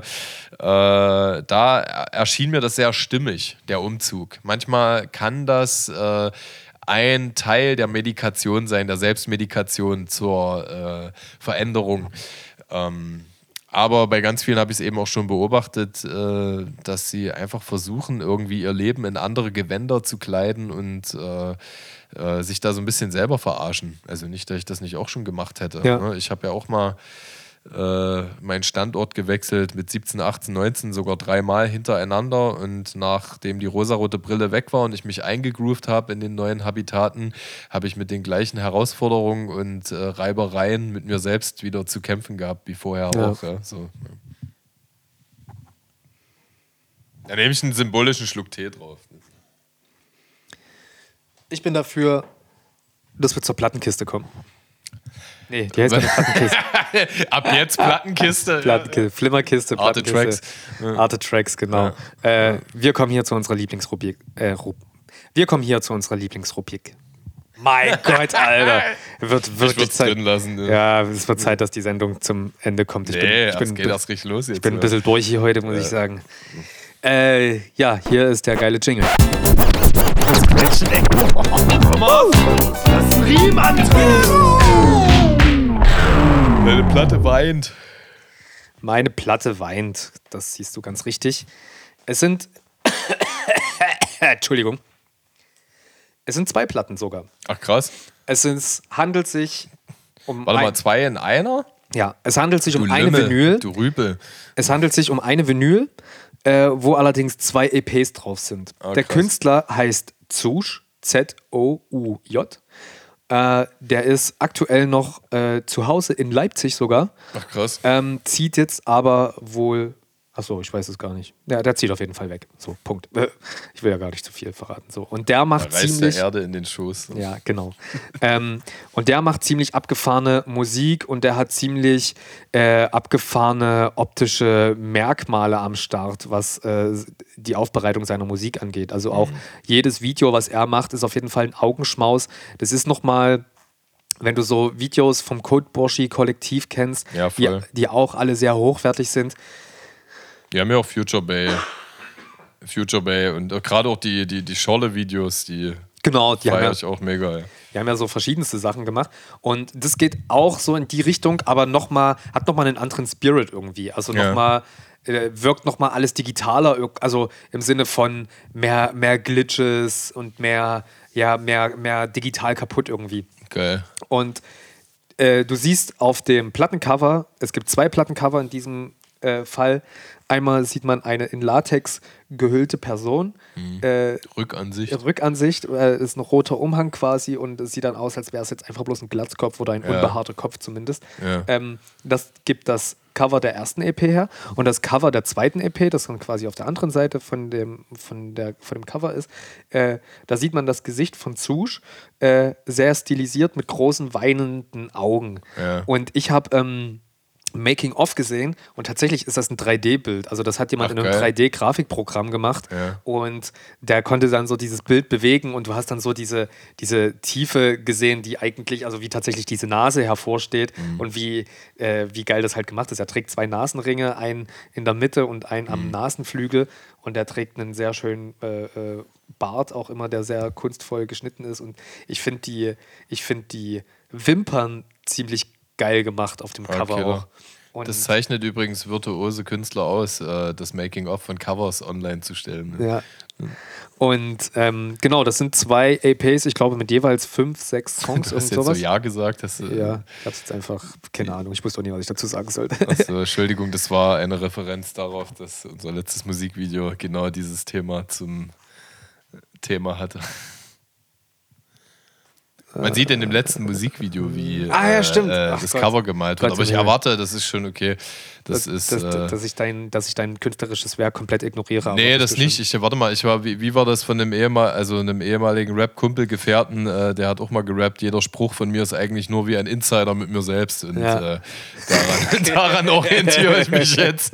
da erschien mir das sehr stimmig, der Umzug. Manchmal kann das äh, ein Teil der Medikation sein, der Selbstmedikation zur äh, Veränderung. Ähm, aber bei ganz vielen habe ich es eben auch schon beobachtet, äh, dass sie einfach versuchen, irgendwie ihr Leben in andere Gewänder zu kleiden und äh, äh, sich da so ein bisschen selber verarschen. Also nicht, dass ich das nicht auch schon gemacht hätte. Ja. Ne? Ich habe ja auch mal äh, meinen Standort gewechselt mit siebzehn, achtzehn, neunzehn, sogar dreimal hintereinander. Und nachdem die rosarote Brille weg war und ich mich eingegroovt habe in den neuen Habitaten, habe ich mit den gleichen Herausforderungen und äh, Reibereien mit mir selbst wieder zu kämpfen gehabt, wie vorher Ja. auch. Ja, so, ja. Da nehme ich einen symbolischen Schluck Tee drauf. Ich bin dafür, dass wir zur Plattenkiste kommen. Nee, die heißt keine Plattenkiste. Ab jetzt Plattenkiste. Plattenkiste, Flimmerkiste, Arte Plattenkiste. Tracks. Arte Tracks, genau. Äh, wir kommen hier zu unserer Lieblingsrubrik. Äh, Ru- wir kommen hier zu unserer Lieblingsrubrik. Mein Gott, Alter. Wird Ich wirklich würde es Zeit. drin lassen. Ja. Ja, es wird Zeit, dass die Sendung zum Ende kommt. Ich Nee, bin, ich das bin, geht erst richtig los jetzt. ich bin ein ja. bisschen durch hier heute, muss ich sagen. Äh, ja, hier ist der geile Jingle. Das Quetschen, ey. Komm auf! Das ist ein Riemenantrieb! Deine Platte weint. Meine Platte weint. Das siehst du ganz richtig. Es sind... Entschuldigung. Es sind zwei Platten sogar. Ach krass. Es ist, handelt sich um... Warte ein, mal, zwei in einer? Ja, es handelt sich Du um eine Lümmel, Vinyl. Du Rüpel. Es handelt sich um eine Vinyl, äh, wo allerdings zwei E Ps drauf sind. Oh, der krass. Künstler heißt Zouj, Z O U J. Äh, der ist aktuell noch äh, zu Hause in Leipzig sogar. Ach krass. Ähm, zieht jetzt aber wohl... Achso, ich weiß es gar nicht. Ja, der zieht auf jeden Fall weg. So, Punkt. Ich will ja gar nicht zu viel verraten. So. Und der macht Da reißt ziemlich... der Erde in den Schoß. Ja, genau. ähm, und der macht ziemlich abgefahrene Musik und der hat ziemlich äh, abgefahrene optische Merkmale am Start, was äh, die Aufbereitung seiner Musik angeht. Also auch mhm. jedes Video, was er macht, ist auf jeden Fall ein Augenschmaus. Das ist nochmal... Wenn du so Videos vom Code Borschi Kollektiv kennst, ja, die, die auch alle sehr hochwertig sind. Die haben ja auch Future Bay. Future Bay und gerade auch die, die, die Scholle-Videos, die genau, die feiere haben ja, ich auch mega. Ja. Die haben ja so verschiedenste Sachen gemacht. Und das geht auch so in die Richtung, aber noch mal, hat nochmal einen anderen Spirit irgendwie. Also nochmal, ja. äh, wirkt nochmal alles digitaler, also im Sinne von mehr, mehr Glitches und mehr, ja, mehr, mehr digital kaputt irgendwie. Geil. Und äh, du siehst auf dem Plattencover, es gibt zwei Plattencover in diesem äh, Fall. Einmal sieht man eine in Latex gehüllte Person. Mhm. Äh, Rückansicht. Rückansicht, äh, ist ein roter Umhang quasi und es sieht dann aus, als wäre es jetzt einfach bloß ein Glatzkopf oder ein ja. unbehaarter Kopf zumindest. Ja. Ähm, das gibt das Cover der ersten E P her und das Cover der zweiten E P, das dann quasi auf der anderen Seite von dem, von der, von dem Cover ist, äh, da sieht man das Gesicht von Zouj, äh, sehr stilisiert mit großen weinenden Augen. Ja. Und ich habe ähm, Making-of gesehen und tatsächlich ist das ein drei D-Bild. Also das hat jemand Ach, in einem geil. drei D-Grafikprogramm gemacht Ja. und der konnte dann so dieses Bild bewegen und du hast dann so diese, diese Tiefe gesehen, die eigentlich, also wie tatsächlich diese Nase hervorsteht mhm. und wie, äh, wie geil das halt gemacht ist. Er trägt zwei Nasenringe, einen in der Mitte und einen mhm. am Nasenflügel und er trägt einen sehr schönen äh, äh, Bart auch immer, der sehr kunstvoll geschnitten ist und ich finde die, ich find die Wimpern ziemlich geil gemacht auf dem Cover okay, auch. Und das zeichnet übrigens virtuose Künstler aus, äh, das Making-of von Covers online zu stellen. Ne? Ja. Und ähm, genau, das sind zwei E Ps, ich glaube mit jeweils fünf, sechs Songs Du hast und jetzt sowas. so Ja gesagt. Dass, äh, Ja, ich hab's jetzt einfach, keine Ahnung, ich wusste auch nicht, was ich dazu sagen sollte. Achso, Entschuldigung, das war eine Referenz darauf, dass unser letztes Musikvideo genau dieses Thema zum Thema hatte. Man sieht in dem letzten Musikvideo, wie ah, ja, stimmt. äh, Ach das Gott. Cover gemalt wird. Gott, Aber ich ja. erwarte, das ist schon okay. Das, Das, ist. das, Äh, dass, ich dein, dass ich dein künstlerisches Werk komplett ignoriere. nee, aber das ist nicht. Ich, warte mal, ich war, wie, wie war das von einem, ehemal, also einem ehemaligen Rap-Kumpel-Gefährten? Äh, der hat auch mal gerappt. Jeder Spruch von mir ist eigentlich nur wie ein Insider mit mir selbst. Und Ja. äh, daran, daran orientiere ich mich jetzt.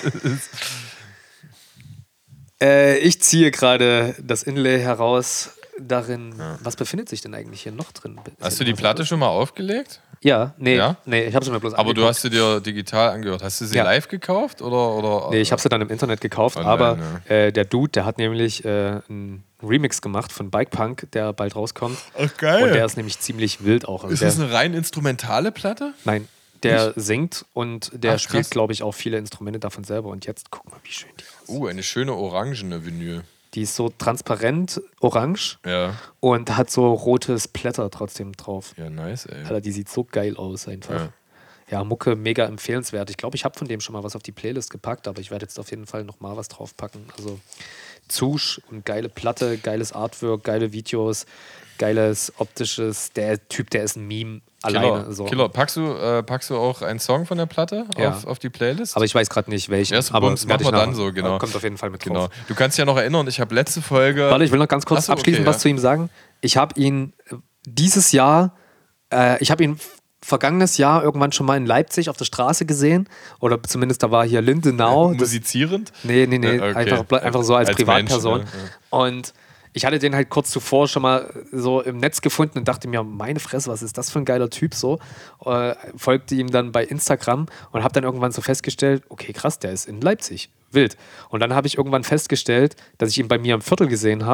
äh, ich ziehe gerade das Inlay heraus. Darin, ja. Was befindet sich denn eigentlich hier noch drin? Hast du die Platte schon mal aufgelegt? Ja, nee, Ja? nee ich habe sie mir bloß Aber angeguckt. du hast sie dir digital angehört. Hast du sie Ja. live gekauft? Oder, oder, Nee, ich habe sie dann im Internet gekauft, Online, aber ja. äh, der Dude, der hat nämlich äh, einen Remix gemacht von Bike Punk, der bald rauskommt. Ach, geil. Und der ist nämlich ziemlich wild auch. Also Ist der, das eine rein instrumentale Platte? nein, der singt und der Ach, spielt, krass. glaube ich, auch viele Instrumente davon selber. Und jetzt, guck mal, wie schön die ist. Uh, eine schöne orangene Vinyl. Die ist so transparent orange Ja. und hat so rotes Blätter trotzdem drauf. Ja, nice, ey. Alter, die sieht so geil aus einfach. Ja. Ja, Mucke, mega empfehlenswert. Ich glaube, ich habe von dem schon mal was auf die Playlist gepackt, aber ich werde jetzt auf jeden Fall noch mal was draufpacken. Also Zouj und geile Platte, geiles Artwork, geile Videos, geiles optisches. Der Typ, der ist ein Meme alleine. Killer, So. Killer. Packst, du, äh, packst du auch einen Song von der Platte Ja. auf, auf die Playlist? Aber ich weiß gerade nicht, welchen. Ja, so aber Bums, werd machen ich wir dann nach- so, genau. Kommt auf jeden Fall mit drauf. Genau. Du kannst dich ja noch erinnern, ich habe letzte Folge... Warte, ich will noch ganz kurz Ach so, abschließend okay, was ja. zu ihm sagen. Ich habe ihn äh, dieses Jahr, äh, ich habe ihn f- vergangenes Jahr irgendwann schon mal in Leipzig auf der Straße gesehen. Oder zumindest da war hier Lindenau. Das, Musizierend? nee, nee, nee, Ja, okay. einfach, ble- einfach so als, Als Privatperson. Mensch, ne? Ja. Und ich hatte den halt kurz zuvor schon mal so im Netz gefunden und dachte mir, meine Fresse, was ist das für ein geiler Typ so. Äh, folgte ihm dann bei Instagram und habe dann irgendwann so festgestellt, okay, krass, der ist in Leipzig. Wild. Und dann habe ich irgendwann festgestellt, dass ich ihn bei mir im Viertel gesehen habe.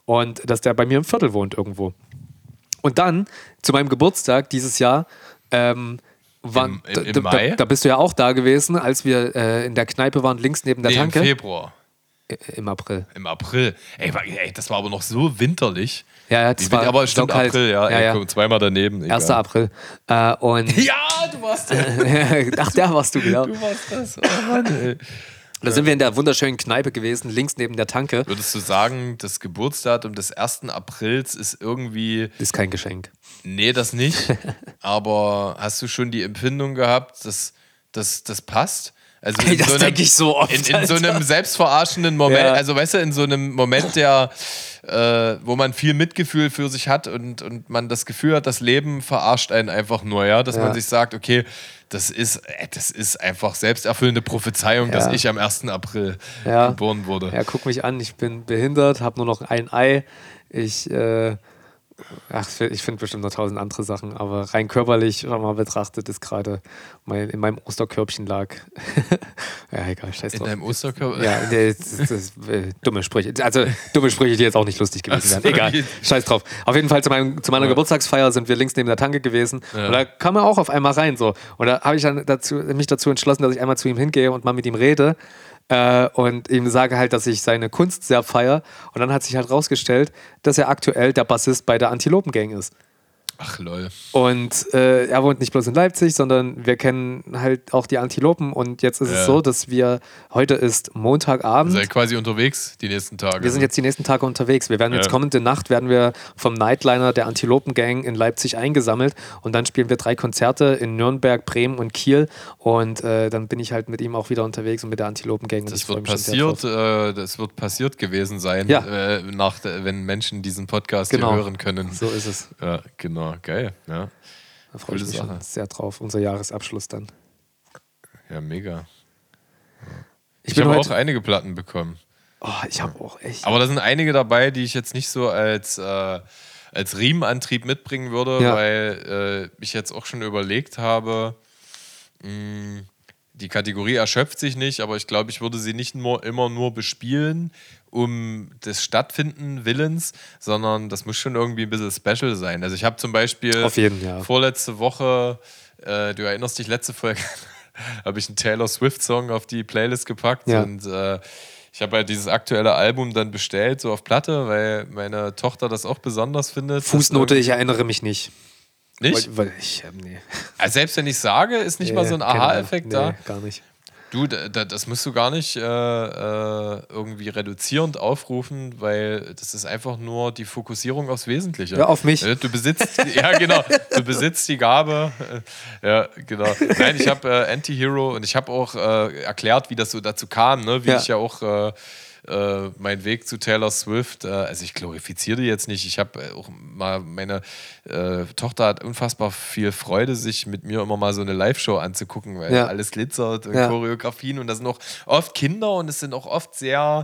und dass der bei mir im Viertel wohnt irgendwo. Und dann, zu meinem Geburtstag dieses Jahr, ähm, waren, Im, im, im da, Mai? Da, da bist du ja auch da gewesen, als wir äh, in der Kneipe waren, links neben der Nee, Tanke. im Februar. I- Im April. Im April. Ey, war- ey, das war aber noch so winterlich. Ja, ja, das Wie war win- aber stimmt, saukalt. April, ja. ja, ey, ja. Komm, zweimal daneben. egal. erster April. Äh, und Ja, du warst der. Ach, der warst du, genau. Du warst das. Oh Mann, ey. Da sind wir in der wunderschönen Kneipe gewesen, links neben der Tanke. Würdest du sagen, das Geburtsdatum des ersten Aprils ist irgendwie. Ist kein Geschenk. Nee, das nicht. Aber hast du schon die Empfindung gehabt, dass dass das passt? Also Ey, in das so einem- denke ich so oft, In, in so Alter. einem selbstverarschenden Moment, Ja. also weißt du, in so einem Moment, der, äh, wo man viel Mitgefühl für sich hat und, und man das Gefühl hat, das Leben verarscht einen einfach nur, ja, dass Ja. man sich sagt, okay, das ist, äh, das ist einfach selbsterfüllende Prophezeiung, Ja. dass ich am ersten April Ja. geboren wurde. Ja, guck mich an, ich bin behindert, habe nur noch ein Ei. Ich, äh, ach, ich finde bestimmt noch tausend andere Sachen, aber rein körperlich mal betrachtet ist gerade mein, in meinem Osterkörbchen lag. Ja, egal, scheiß In drauf. deinem Osterkörper? Ja, das, das, das, äh, dumme Sprüche. Also dumme Sprüche, die jetzt auch nicht lustig gewesen Ach so, wären. Egal, okay. scheiß drauf. Auf jeden Fall zu, meinem, zu meiner Ja. Geburtstagsfeier sind wir links neben der Tanke gewesen. Ja. Und da kam er auch auf einmal rein. So. Und da habe ich dann dazu, mich dazu entschlossen, dass ich einmal zu ihm hingehe und mal mit ihm rede. Äh, und ihm sage halt, dass ich seine Kunst sehr feiere. Und dann hat sich halt rausgestellt, dass er aktuell der Bassist bei der Antilopen-Gang ist. Ach lol. Und äh, er wohnt nicht bloß in Leipzig, sondern wir kennen halt auch die Antilopen. Und jetzt ist Ja. es so, dass wir, heute ist Montagabend. Seid quasi unterwegs die nächsten Tage. Wir sind jetzt die nächsten Tage unterwegs. Wir werden jetzt Ja. kommende Nacht werden wir vom Nightliner der Antilopen-Gang in Leipzig eingesammelt und dann spielen wir drei Konzerte in Nürnberg, Bremen und Kiel und äh, dann bin ich halt mit ihm auch wieder unterwegs und mit der Antilopen-Gang. und ich Das freu wird mich schon sehr passiert, drauf. äh, das wird passiert gewesen sein, Ja. äh, nach der, wenn Menschen diesen Podcast Genau. hier hören können. So ist es. Ja, genau, geil. Ja, Da freue ich Coole mich Sache. schon sehr drauf. Unser Jahresabschluss dann. ja mega. Ich, Ich, bin habe heute. auch einige Platten bekommen. Oh, ich habe auch echt. Aber da sind einige dabei, die ich jetzt nicht so als, äh, als Riemenantrieb mitbringen würde, Ja. weil äh, ich jetzt auch schon überlegt habe, mh, die Kategorie erschöpft sich nicht, aber ich glaube, ich würde sie nicht nur, immer nur bespielen, um des Stattfinden Willens, sondern das muss schon irgendwie ein bisschen special sein. Also ich habe zum Beispiel Auf jeden, ja. vorletzte Woche, äh, du erinnerst dich, letzte Folge, habe ich einen Taylor Swift-Song auf die Playlist gepackt Ja. und äh, ich habe halt dieses aktuelle Album dann bestellt, so auf Platte, weil meine Tochter das auch besonders findet. Fußnote, ich erinnere mich nicht. Nicht? Weil, weil ich, ähm, nee. Also selbst wenn ich sage, ist nicht mal so ein Nee, keine Aha-Effekt Ahnung. da. Nee, gar nicht. Du, da, da, das musst du gar nicht äh, äh, irgendwie reduzierend aufrufen, weil das ist einfach nur die Fokussierung aufs Wesentliche. Ja, auf mich. Äh, Du besitzt, ja genau, du besitzt die Gabe. äh, Ja, genau. Nein, ich habe äh, Anti-Hero und ich habe auch äh, erklärt, wie das so dazu kam, ne? wie Ja. ich ja auch äh, äh, meinen Weg zu Taylor Swift, äh, also ich glorifiziere die jetzt nicht, ich habe auch mal, meine äh, Tochter hat unfassbar viel Freude, sich mit mir immer mal so eine Live-Show anzugucken, weil Ja. alles glitzert und Ja. Choreografien und das sind auch oft Kinder und es sind auch oft sehr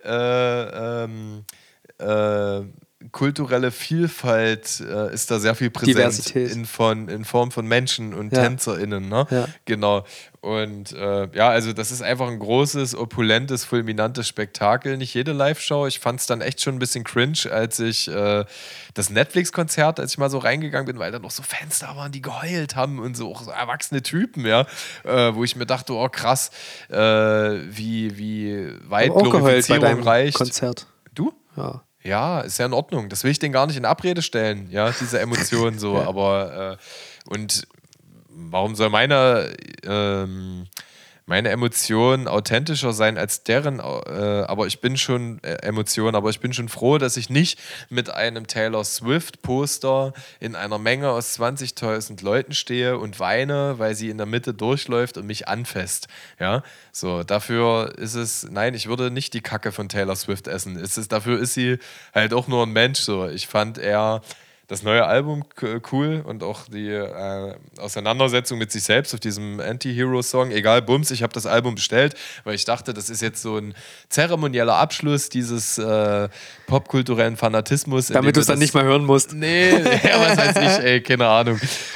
äh, ähm, äh, kulturelle Vielfalt äh, ist da sehr viel präsent Diversität. in, von, in Form von Menschen und Ja. TänzerInnen, ne? Ja. Genau. Und äh, ja, also das ist einfach ein großes, opulentes, fulminantes Spektakel. Nicht jede Live-Show. Ich fand es dann echt schon ein bisschen cringe, als ich äh, das Netflix-Konzert, als ich mal so reingegangen bin, weil da noch so Fans da waren, die geheult haben und so auch so erwachsene Typen, ja, äh, wo ich mir dachte, oh krass, äh, wie, wie weit Ich hab auch geheult bei Glorifizierung deinem reicht. Konzert. Du? Ja. Ja, ist ja in Ordnung. Das will ich denen gar nicht in Abrede stellen, ja, diese Emotionen so. Ja. Aber äh, und warum soll meine, ähm, meine Emotion authentischer sein als deren? Äh, aber ich bin schon äh, Emotion, aber ich bin schon froh, dass ich nicht mit einem Taylor Swift Poster in einer Menge aus zwanzigtausend Leuten stehe und weine, weil sie in der Mitte durchläuft und mich anfasst. Ja, so dafür ist es. Nein, ich würde nicht die Kacke von Taylor Swift essen. Es ist, dafür ist sie halt auch nur ein Mensch. So, ich fand eher das neue Album k- cool und auch die äh, Auseinandersetzung mit sich selbst auf diesem Anti-Hero-Song. Egal, Bums, ich habe das Album bestellt, weil ich dachte, das ist jetzt so ein zeremonieller Abschluss dieses äh, popkulturellen Fanatismus. in dem Damit du es wir dann das- nicht mehr hören musst. Nee, ja, was weiß ich, ey, keine Ahnung.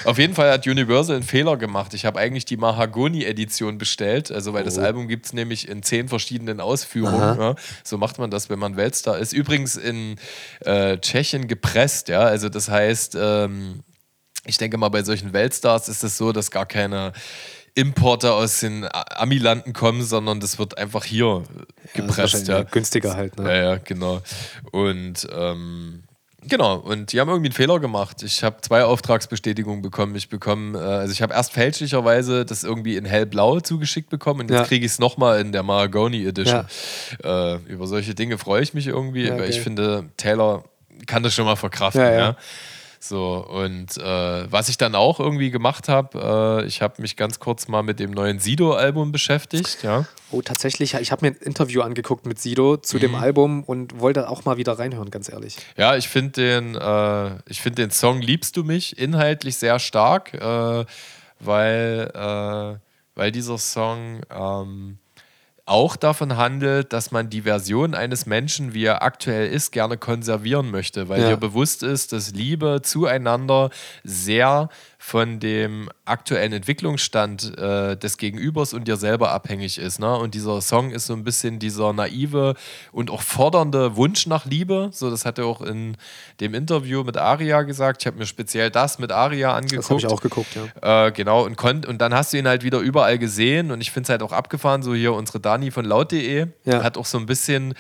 Auf jeden Fall hat Universal einen Fehler gemacht. Ich habe eigentlich die Mahagoni-Edition bestellt, also weil oh. das Album gibt es nämlich in zehn verschiedenen Ausführungen. Ja. So macht man das, wenn man Weltstar ist. Übrigens in äh, Tschechien gepresst, ja. Also das heißt, ähm, ich denke mal, bei solchen Weltstars ist es so, dass gar keine Importer aus den Amilanden kommen, sondern das wird einfach hier gepresst. Ja, ja. Günstiger halt. Ne? Ja, ja, genau. Und ähm, genau, und die haben irgendwie einen Fehler gemacht. Ich habe zwei Auftragsbestätigungen bekommen. Ich bekomme, äh, also ich habe erst fälschlicherweise das irgendwie in hellblau zugeschickt bekommen und jetzt ja. kriege ich es nochmal in der Mahagoni Edition. Ja. Äh, über solche Dinge freue ich mich irgendwie, ja, weil okay. ich finde, Taylor kann das schon mal verkraften. Ja, ja. ja. So, und äh, was ich dann auch irgendwie gemacht habe, äh, ich habe mich ganz kurz mal mit dem neuen Sido-Album beschäftigt. Ja. Oh, tatsächlich, ich habe mir ein Interview angeguckt mit Sido zu mhm. dem Album und wollte auch mal wieder reinhören, ganz ehrlich. Ja, ich finde den, äh, ich find den Song Liebst du mich inhaltlich sehr stark, äh, weil, äh, weil dieser Song ähm, auch davon handelt, dass man die Version eines Menschen, wie er aktuell ist, gerne konservieren möchte, weil ja. dir bewusst ist, dass Liebe zueinander sehr von dem aktuellen Entwicklungsstand äh, des Gegenübers und dir selber abhängig ist. Ne? Und dieser Song ist so ein bisschen dieser naive und auch fordernde Wunsch nach Liebe. So, das hat er auch in dem Interview mit Aria gesagt. Ich habe mir speziell das mit Aria angeguckt. Das habe ich auch geguckt, ja. Äh, genau, und, konnt, und dann hast du ihn halt wieder überall gesehen und ich finde es halt auch abgefahren, so hier unsere Dani von laut punkt de ja. hat auch so ein bisschen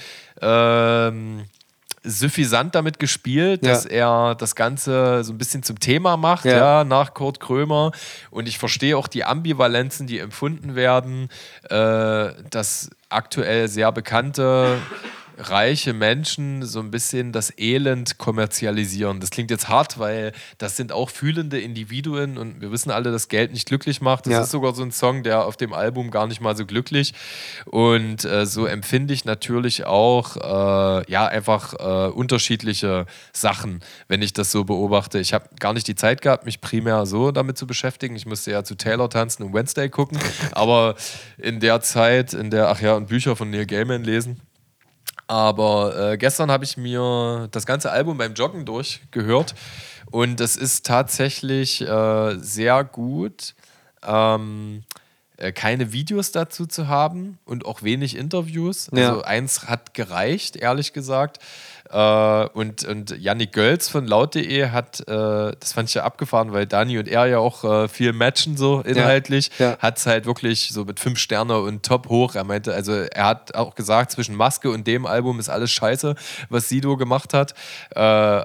ähm, suffisant damit gespielt, ja. dass er das Ganze so ein bisschen zum Thema macht, ja, ja nach Kurt Krömer. Und ich verstehe auch die Ambivalenzen, die empfunden werden, äh, dass aktuell sehr bekannte reiche Menschen so ein bisschen das Elend kommerzialisieren. Das klingt jetzt hart, weil das sind auch fühlende Individuen und wir wissen alle, dass Geld nicht glücklich macht. Das ja. ist sogar so ein Song, der auf dem Album gar nicht mal so glücklich. Und äh, so empfinde ich natürlich auch äh, ja einfach äh, unterschiedliche Sachen, wenn ich das so beobachte. Ich habe gar nicht die Zeit gehabt, mich primär so damit zu beschäftigen. Ich musste ja zu Taylor tanzen und Wednesday gucken, aber in der Zeit, in der, ach ja, und Bücher von Neil Gaiman lesen. Aber äh, gestern habe ich mir das ganze Album beim Joggen durchgehört und es ist tatsächlich äh, sehr gut, ähm, äh, keine Videos dazu zu haben und auch wenig Interviews. Ja. Also eins hat gereicht, ehrlich gesagt. Äh, und, und Yannick Gölz von laut punkt de hat, äh, das fand ich ja abgefahren, weil Dani und er ja auch äh, viel matchen so inhaltlich, ja, ja. hat es halt wirklich so mit fünf Sterne und top hoch. Er meinte, also er hat auch gesagt, zwischen Maske und dem Album ist alles scheiße, was Sido gemacht hat. Äh,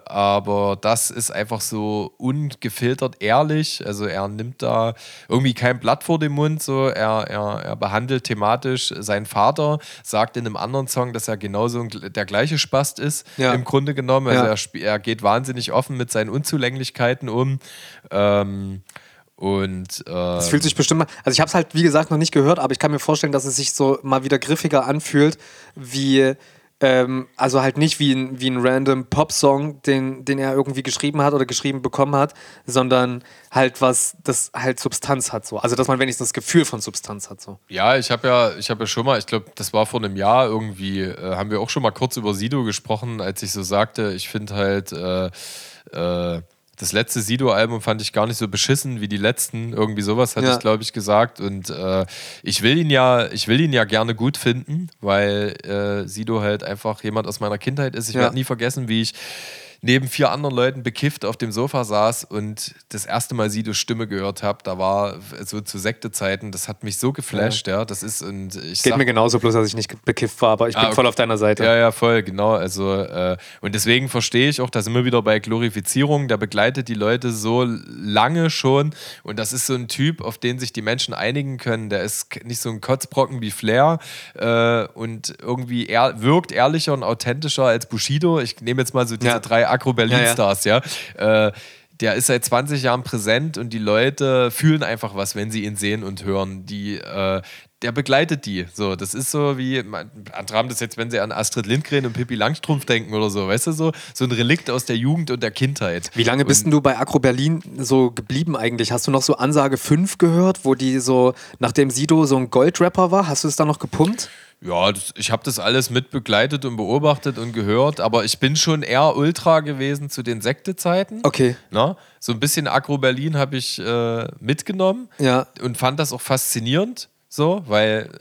aber das ist einfach so ungefiltert ehrlich. Also er nimmt da irgendwie kein Blatt vor den Mund. So. Er, er, er behandelt thematisch seinen Vater, sagt in einem anderen Song, dass er genauso der gleiche Spast ist. Ja. Im Grunde genommen. Also ja. er, sp- er geht wahnsinnig offen mit seinen Unzulänglichkeiten um. Ähm, und äh, das fühlt sich bestimmt mal. Also ich habe es halt, wie gesagt, noch nicht gehört, aber ich kann mir vorstellen, dass es sich so mal wieder griffiger anfühlt, wie. Ähm, also halt nicht wie ein, wie ein random Pop-Song, den, den er irgendwie geschrieben hat oder geschrieben bekommen hat, sondern halt was, das halt Substanz hat so. Also dass man wenigstens das Gefühl von Substanz hat so. Ja, ich habe ja, ich habe ja schon mal, ich glaube, das war vor einem Jahr irgendwie, äh, haben wir auch schon mal kurz über Sido gesprochen, als ich so sagte, ich finde halt äh, äh, das letzte Sido-Album fand ich gar nicht so beschissen wie die letzten. Irgendwie sowas hatte ja. ich, glaube ich, gesagt. Und äh, ich will ihn ja, ich will ihn ja gerne gut finden, weil äh, Sido halt einfach jemand aus meiner Kindheit ist. Ich ja. werde nie vergessen, wie ich neben vier anderen Leuten bekifft auf dem Sofa saß und das erste Mal Sidos Stimme gehört habe. Da war so zu Sektezeiten, das hat mich so geflasht, ja. ja. Das ist, und ich Geht sag, mir genauso, bloß dass ich nicht bekifft war, aber ich bin ah, okay. voll auf deiner Seite. Ja, ja, voll, genau. Also, äh, und deswegen verstehe ich auch, da sind wir wieder bei Glorifizierung, der begleitet die Leute so lange schon und das ist so ein Typ, auf den sich die Menschen einigen können. Der ist nicht so ein Kotzbrocken wie Flair äh, und irgendwie ehr, wirkt ehrlicher und authentischer als Bushido. Ich nehme jetzt mal so diese ja. drei Agro-Berlin-Stars, ja. ja. Äh, der ist seit zwanzig Jahren präsent und die Leute fühlen einfach was, wenn sie ihn sehen und hören. Die, äh, der begleitet die. So, das ist so wie, andere haben das jetzt, wenn sie an Astrid Lindgren und Pippi Langstrumpf denken oder so, weißt du, so, so ein Relikt aus der Jugend und der Kindheit. Wie lange bist denn du bei Agro Berlin so geblieben eigentlich? Hast du noch so Ansage fünf gehört, wo die so, nachdem Sido so ein Goldrapper war, hast du es da noch gepumpt? Ja, das, ich habe das alles mitbegleitet und beobachtet und gehört, aber ich bin schon eher Ultra gewesen zu den Sekte-Zeiten. Okay. Na? So ein bisschen Agro Berlin habe ich äh, mitgenommen ja. und fand das auch faszinierend, so, weil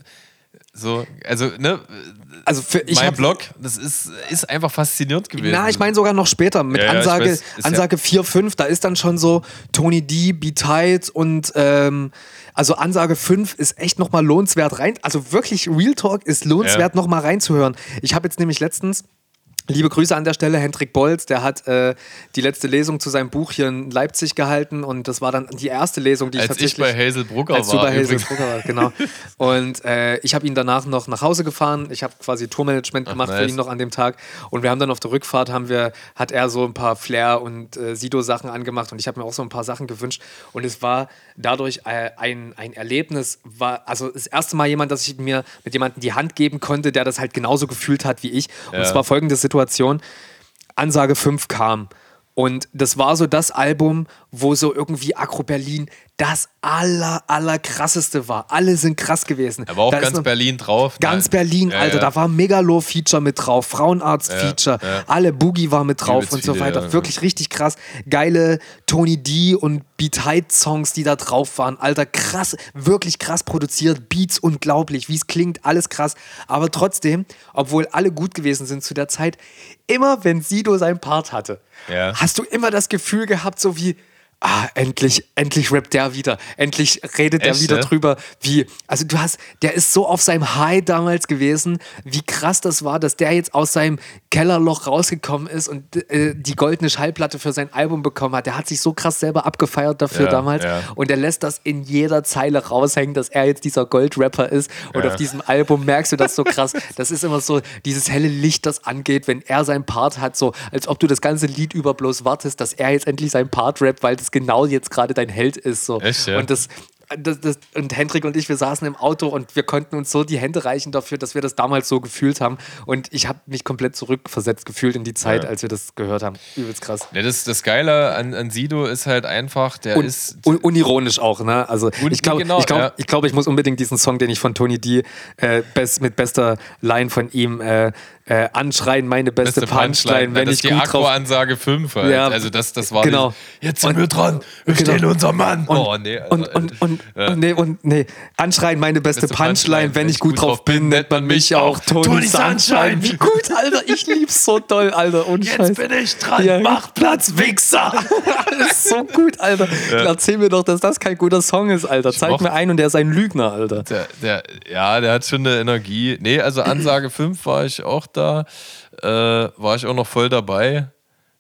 so, also, ne, also für, ich mein hab, Blog, das ist, ist einfach faszinierend gewesen. Na, ich meine sogar noch später, mit ja, Ansage, ja, weiß, Ansage ja vier, fünf, da ist dann schon so Tony D, B-Tight und ähm, also Ansage fünf ist echt nochmal lohnenswert rein, also wirklich Real Talk ist lohnenswert ja. nochmal reinzuhören. Ich habe jetzt nämlich letztens, liebe Grüße an der Stelle, Hendrik Bolz, der hat äh, die letzte Lesung zu seinem Buch hier in Leipzig gehalten und das war dann die erste Lesung, die ich als tatsächlich... Als ich bei Hazel Brugger als war. Als du bei Hazel Brugger warst, genau. Und äh, ich habe ihn danach noch nach Hause gefahren, ich habe quasi Tourmanagement gemacht Ach, nice. für ihn noch an dem Tag und wir haben dann auf der Rückfahrt, haben wir, hat er so ein paar Flair- und äh, Sido-Sachen angemacht und ich habe mir auch so ein paar Sachen gewünscht und es war dadurch äh, ein, ein Erlebnis, war also das erste Mal jemand, dass ich mir mit jemandem die Hand geben konnte, der das halt genauso gefühlt hat wie ich und ja. es war folgende Situation: Ansage fünf kam und das war so das Album, wo so irgendwie Agro Berlin das aller, aller krasseste war. Alle sind krass gewesen. Da war auch da ganz Berlin drauf. Ganz Nein. Berlin, ja, Alter. Ja. Da war Megalo-Feature mit drauf, Frauenarzt-Feature, ja, ja. alle Boogie war mit drauf und so viele, weiter. Ja, Wirklich ja. richtig krass. Geile Tony D und Beat-Songs, die da drauf waren. Alter, krass, wirklich krass produziert. Beats unglaublich, wie es klingt, alles krass. Aber trotzdem, obwohl alle gut gewesen sind zu der Zeit, immer wenn Sido seinen Part hatte, ja. hast du immer das Gefühl gehabt, so wie ah, endlich, endlich rappt der wieder. Endlich redet der wieder ja? drüber, wie, also du hast, der ist so auf seinem High damals gewesen, wie krass das war, dass der jetzt aus seinem Kellerloch rausgekommen ist und äh, die goldene Schallplatte für sein Album bekommen hat. Der hat sich so krass selber abgefeiert dafür ja, damals ja. und er lässt das in jeder Zeile raushängen, dass er jetzt dieser Goldrapper ist und ja. auf diesem Album merkst du das so krass. Das ist immer so dieses helle Licht, das angeht, wenn er seinen Part hat, so als ob du das ganze Lied über bloß wartest, dass er jetzt endlich seinen Part rappt, weil das genau jetzt gerade dein Held ist. So. Echt, ja? Und das, das, das, und Hendrik und ich, wir saßen im Auto und wir konnten uns so die Hände reichen dafür, dass wir das damals so gefühlt haben. Und ich habe mich komplett zurückversetzt gefühlt in die Zeit, ja. als wir das gehört haben. Übelst krass. Ja, das, das Geile an, an Sido ist halt einfach, der und, ist... Un, unironisch auch, ne? Also un, ich glaube, genau, ich, glaub, ja. ich, glaub, ich muss unbedingt diesen Song, den ich von Tony D äh, best, mit bester Line von ihm äh, äh, anschreien, meine beste, beste Punchline, Punchline, wenn das ich die gut drauf... Ansage fünf halt. Ja, also das, das war genau. Die, jetzt sind und, wir dran, wir genau. stehen unser Mann. Und, oh, nee, also, und, und, und, ja. und, nee, und nee, anschreien, meine beste, beste Punchline, Punchline, wenn ich gut, gut drauf bin, nennt man mich auch Tony, Tony Sunshine. Sunshine. Wie gut, Alter, ich lieb's so toll, Alter. Und jetzt Scheiß. bin ich dran, ja. Mach Platz, Wichser. Das ist so gut, Alter. Ja. Erzähl mir doch, dass das kein guter Song ist, Alter. Zeig mochte, mir einen und der ist ein Lügner, Alter. Der, der, ja, der hat schon eine Energie. Nee, also Ansage fünf war ich auch da. Äh, war ich auch noch voll dabei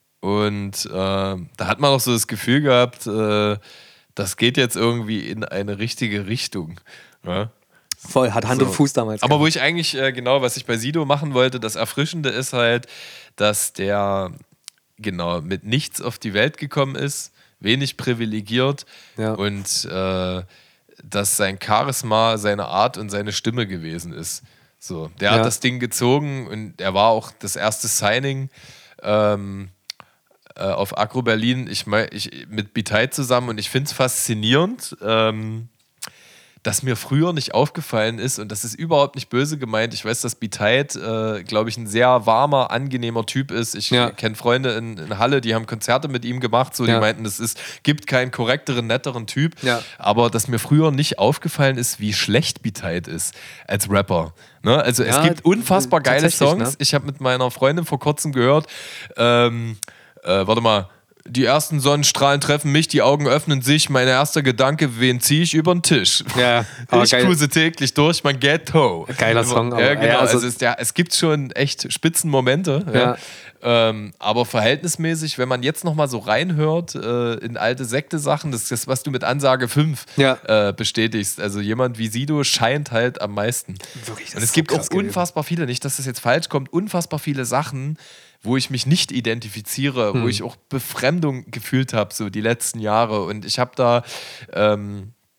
und äh, da hat man auch so das Gefühl gehabt, äh, das geht jetzt irgendwie in eine richtige Richtung. Ja? Voll, hat Hand so. und Fuß damals. Aber gehabt. Wo ich eigentlich, äh, genau, was ich bei Sido machen wollte, das Erfrischende ist halt, dass der genau mit nichts auf die Welt gekommen ist, wenig privilegiert ja. und äh, dass sein Charisma, seine Art und seine Stimme gewesen ist. So, der ja. hat das Ding gezogen und er war auch das erste Signing ähm, äh, auf Agro Berlin ich, ich, mit B-Tight zusammen und ich finde es faszinierend, ähm, dass mir früher nicht aufgefallen ist und das ist überhaupt nicht böse gemeint. Ich weiß, dass B-Tight, äh, glaube ich, ein sehr warmer, angenehmer Typ ist. Ich ja. kenne Freunde in, in Halle, die haben Konzerte mit ihm gemacht, so, die ja. meinten, es ist, gibt keinen korrekteren, netteren Typ. Ja. Aber dass mir früher nicht aufgefallen ist, wie schlecht B-Tight ist als Rapper. Ne? Also ja, es gibt unfassbar geile Songs. Ne? Ich habe mit meiner Freundin vor kurzem gehört, ähm, äh, warte mal, die ersten Sonnenstrahlen treffen mich, die Augen öffnen sich, mein erster Gedanke, wen ziehe ich über den Tisch? Ja, ich cruise täglich durch mein Ghetto. Geiler Song. Aber, ja, genau. Ja, also also es, ja, es gibt schon echt Spitzenmomente. Ja. Ja. Ähm, aber verhältnismäßig, wenn man jetzt nochmal so reinhört äh, in alte Sekte-Sachen, das ist das, was du mit Ansage fünf ja. äh, bestätigst. Also jemand wie Sido scheint halt am meisten. Wirklich, das Und es so gibt auch unfassbar gewesen. viele, nicht, dass das jetzt falsch kommt, unfassbar viele Sachen, wo ich mich nicht identifiziere, hm. wo ich auch Befremdung gefühlt habe, so die letzten Jahre. Und ich habe da ähm,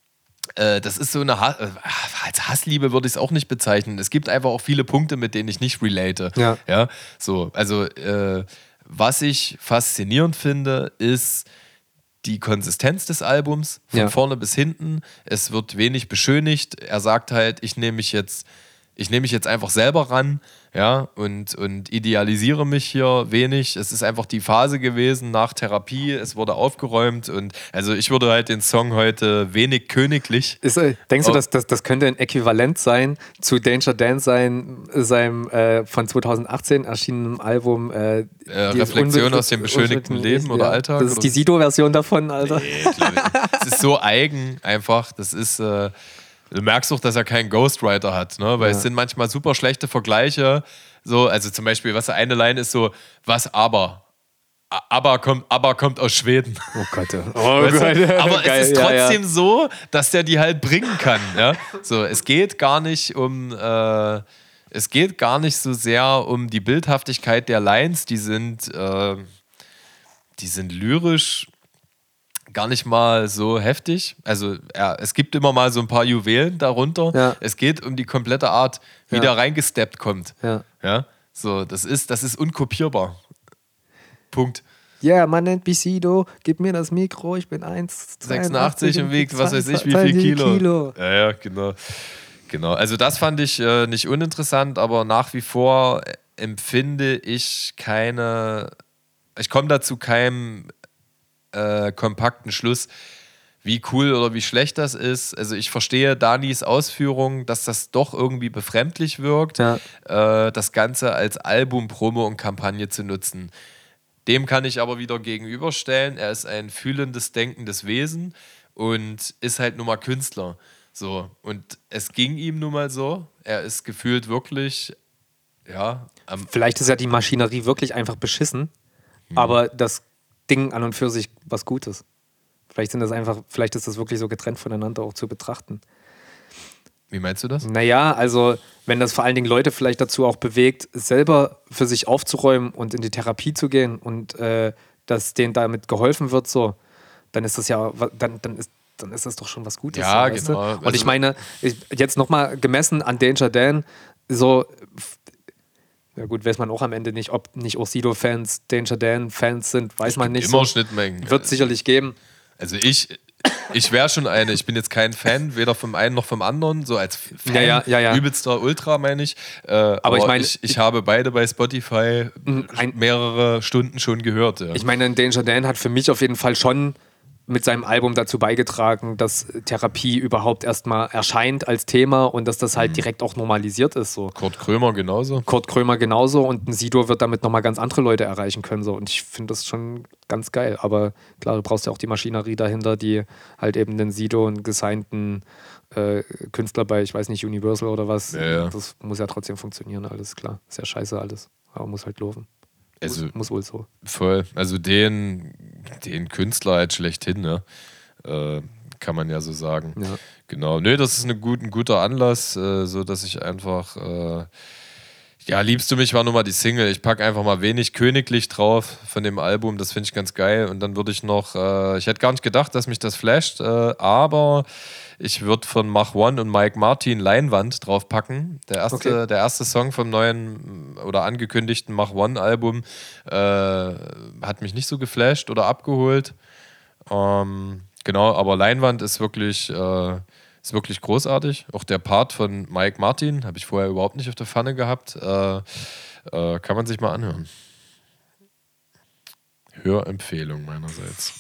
äh, das ist so eine, ha- äh, als Hassliebe würde ich es auch nicht bezeichnen. Es gibt einfach auch viele Punkte, mit denen ich nicht relate. Ja. Ja, so, also äh, was ich faszinierend finde, ist die Konsistenz des Albums, von Ja. vorne bis hinten. Es wird wenig beschönigt. Er sagt halt, ich nehme mich jetzt, ich nehme mich jetzt einfach selber ran, ja, und, und idealisiere mich hier wenig. Es ist einfach die Phase gewesen nach Therapie, es wurde aufgeräumt und also ich würde halt den Song heute wenig königlich. Ist, äh, denkst du, Oh. dass das, das könnte ein Äquivalent sein zu Danger Dan sein, seinem äh, von zweitausendachtzehn erschienenen Album äh, Äh, die Reflexion unbe- aus dem beschönigten unbeschönigten- Leben oder ja. Alltag? Das ist oder die Sido-Version davon, Alter. Nee, glaub ich. Es ist so eigen einfach. Das ist, äh, du merkst auch, dass er keinen Ghostwriter hat, ne? Weil Ja. es sind manchmal super schlechte Vergleiche. So, also zum Beispiel, was eine Line ist so, was aber? A- Aber kommt, aber kommt aus Schweden. Oh Gott. Oh Weißt Gott. du? Aber Geil, es ist ja, ja. trotzdem so, dass der die halt bringen kann. Ja? So, es geht gar nicht um, äh, es geht gar nicht so sehr um die Bildhaftigkeit der Lines. Die sind, äh, die sind lyrisch gar nicht mal so heftig. Also ja, es gibt immer mal so ein paar Juwelen darunter. Ja. Es geht um die komplette Art, wie Ja. der reingesteppt kommt. Ja. Ja? So, das ist, das ist unkopierbar. Punkt. Ja, man nennt mich Sido, gib mir das Mikro, ich bin eins Komma sechsundachtzig und wiegt, was weiß ich, wie viel Kilo. Kilo. Ja, ja, genau. Genau. Also das fand ich äh, nicht uninteressant, aber nach wie vor äh, empfinde ich keine, ich komme dazu keinem äh, kompakten Schluss, wie cool oder wie schlecht das ist. Also ich verstehe Danis Ausführung, dass das doch irgendwie befremdlich wirkt, Ja. äh, das Ganze als Album, Promo und Kampagne zu nutzen. Dem kann ich aber wieder gegenüberstellen. Er ist ein fühlendes, denkendes Wesen und ist halt nun mal Künstler. So. Und es ging ihm nun mal so. Er ist gefühlt wirklich, ja, am Vielleicht ist ja die Maschinerie wirklich einfach beschissen, Hm. aber das Ding an und für sich was Gutes. Vielleicht sind das einfach, vielleicht ist das wirklich so getrennt voneinander auch zu betrachten. Wie meinst du das? Naja, also wenn das vor allen Dingen Leute vielleicht dazu auch bewegt, selber für sich aufzuräumen und in die Therapie zu gehen und äh, dass denen damit geholfen wird, so, dann ist das ja, wa- dann, dann ist dann ist das doch schon was Gutes. Ja, so, weißt du? genau. Und Also- ich meine, ich, jetzt nochmal gemessen an Danger Dan, so, f- ja gut, weiß man auch am Ende nicht, ob nicht auch Sido-Fans Danger Dan-Fans sind, weiß man nicht. Immer So. Schnittmengen. Wird sicherlich geben. Also ich, ich wäre schon eine. Ich bin jetzt kein Fan, weder vom einen noch vom anderen. So als Fan, Ja, ja, ja, ja. übelster Ultra, meine ich. Äh, aber ich ich, meine- ich, ich habe beide bei Spotify ein- mehrere Stunden schon gehört. Ja. Ich meine, Danger Dan hat für mich auf jeden Fall schon mit seinem Album dazu beigetragen, dass Therapie überhaupt erstmal erscheint als Thema und dass das halt direkt auch normalisiert ist. So. Kurt Krömer genauso. Kurt Krömer genauso und ein Sido wird damit nochmal ganz andere Leute erreichen können. So. Und ich finde das schon ganz geil. Aber klar, du brauchst ja auch die Maschinerie dahinter, die halt eben den Sido, einen gesignten äh, Künstler bei, ich weiß nicht, Universal oder was. Ja, ja. Das muss ja trotzdem funktionieren, alles klar. Ist ja scheiße alles. Aber muss halt laufen. Also muss, muss wohl so. voll. Also den, den Künstler halt schlechthin, ne? Äh, kann man ja so sagen. Ja. Genau. Nö, das ist eine gut, ein guter Anlass, äh, so dass ich einfach. Äh, ja, liebst du mich war nur mal die Single. Ich packe einfach mal wenig königlich drauf von dem Album. Das finde ich ganz geil. Und dann würde ich noch, äh, ich hätte gar nicht gedacht, dass mich das flasht, äh, aber ich würde von Mach One und Mike Martin Leinwand draufpacken. Der erste, Okay. der erste Song vom neuen oder angekündigten Mach One Album äh, hat mich nicht so geflasht oder abgeholt. Ähm, genau, aber Leinwand ist wirklich, äh, ist wirklich großartig. Auch der Part von Mike Martin habe ich vorher überhaupt nicht auf der Pfanne gehabt. Äh, äh, kann man sich mal anhören. Hörempfehlung meinerseits.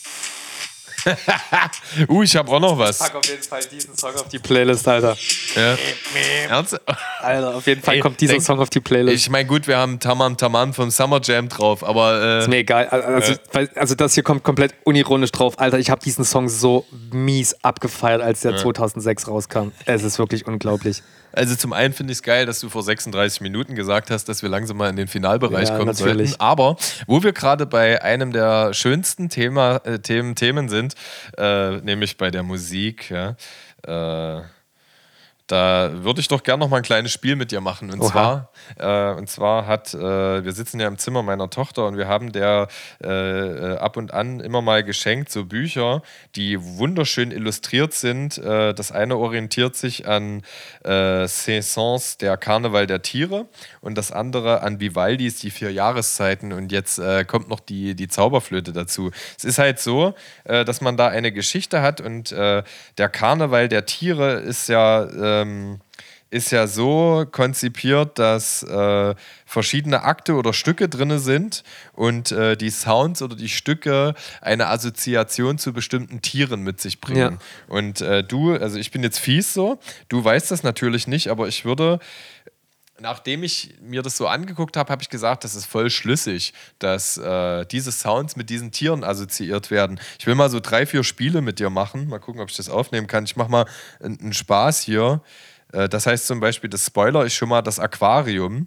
uh, ich habe auch noch was. Pack auf jeden Fall diesen Song auf die Playlist, Alter. Ja. Ernst? Alter, auf jeden Fall Ey, kommt dieser denk- Song auf die Playlist. Ich meine, gut, wir haben Tamam Tamam vom Summer Jam drauf, aber äh, Ist mir egal. Also, weil- also das hier kommt komplett unironisch drauf. Alter, ich habe diesen Song so mies abgefeiert, als der zweitausendsechs rauskam. Es ist wirklich unglaublich. also zum einen finde ich es geil, dass du vor sechsunddreißig Minuten gesagt hast, dass wir langsam mal in den Finalbereich Ja, kommen natürlich. sollten. Aber wo wir gerade bei einem der schönsten Thema, äh, Themen, Themen sind, äh, nämlich bei der Musik, ja, äh, Da würde ich doch gerne noch mal ein kleines Spiel mit dir machen. Und Oha. zwar, äh, und zwar hat, äh, wir sitzen ja im Zimmer meiner Tochter und wir haben der äh, ab und an immer mal geschenkt, so Bücher, die wunderschön illustriert sind. Äh, das eine orientiert sich an äh, Saint-Saëns, der Karneval der Tiere, und das andere an Vivaldis, die vier Jahreszeiten. Und jetzt äh, kommt noch die, die Zauberflöte dazu. Es ist halt so, äh, dass man da eine Geschichte hat und äh, der Karneval der Tiere ist ja ähm, ist ja so konzipiert, dass äh, verschiedene Akte oder Stücke drin sind und äh, die Sounds oder die Stücke eine Assoziation zu bestimmten Tieren mit sich bringen. Ja. Und äh, du, also ich bin jetzt fies so, du weißt das natürlich nicht, aber ich würde, nachdem ich mir das so angeguckt habe, habe ich gesagt, das ist voll schlüssig, dass äh, diese Sounds mit diesen Tieren assoziiert werden. Ich will mal so drei, vier Spiele mit dir machen. Mal gucken, ob ich das aufnehmen kann. Ich mache mal einen Spaß hier. Äh, das heißt zum Beispiel, das Spoiler ist schon mal das Aquarium.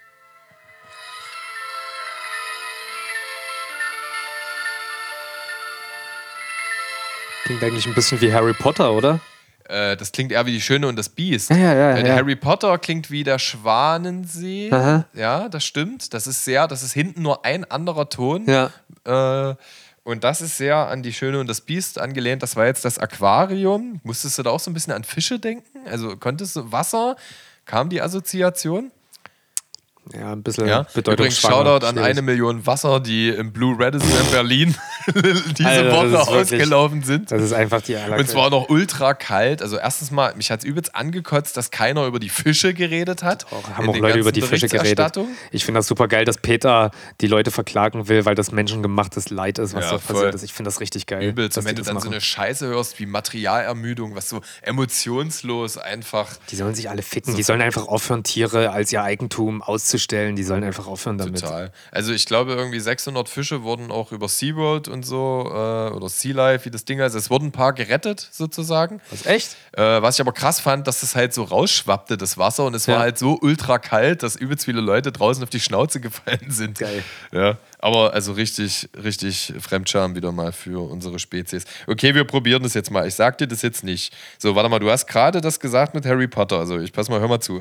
Klingt eigentlich ein bisschen wie Harry Potter, oder? Das klingt eher wie die Schöne und das Biest. Ja, ja, ja, der ja. Harry Potter klingt wie der Schwanensee. Aha. Ja, das stimmt. Das ist sehr, das ist hinten nur ein anderer Ton. Ja. Äh, und das ist sehr an die Schöne und das Biest angelehnt. Das war jetzt das Aquarium. Musstest du da auch so ein bisschen an Fische denken? Also konntest du Wasser? Kam die Assoziation? Ja, ein bisschen ja. Übrigens Shoutout an eine Million Wasser, die im Blue Radisson in Berlin diese Alter, Woche wirklich, ausgelaufen sind. Das ist einfach die Allerkette. Und zwar noch ultra kalt. Also erstens mal, mich hat es übelst angekotzt, dass keiner über die Fische geredet hat. Doch, haben auch Leute über die Fische geredet. Ich finde das super geil, dass Peter die Leute verklagen will, weil das menschengemachtes Leid ist, was ja, da voll. passiert ist. Ich finde das richtig geil. Übelst. Und wenn du dann machen. so eine Scheiße hörst wie Materialermüdung, was so emotionslos einfach... Die sollen sich alle ficken. So die sollen einfach aufhören, Tiere als ihr Eigentum auszustellen. Die sollen einfach aufhören damit. Total. Also ich glaube, irgendwie sechshundert Fische wurden auch über SeaWorld und so, äh, oder Sea Life, wie das Ding heißt. Es wurden ein paar gerettet, sozusagen. Was, echt? Äh, was ich aber krass fand, dass das halt so rausschwappte, das Wasser. Und es ja. war halt so ultra kalt, dass übelst viele Leute draußen auf die Schnauze gefallen sind. Geil. Ja, aber also richtig, richtig Fremdscham wieder mal für unsere Spezies. Okay, wir probieren das jetzt mal. Ich sag dir das jetzt nicht. So, warte mal, du hast gerade das gesagt mit Harry Potter. Also ich pass mal, hör mal zu.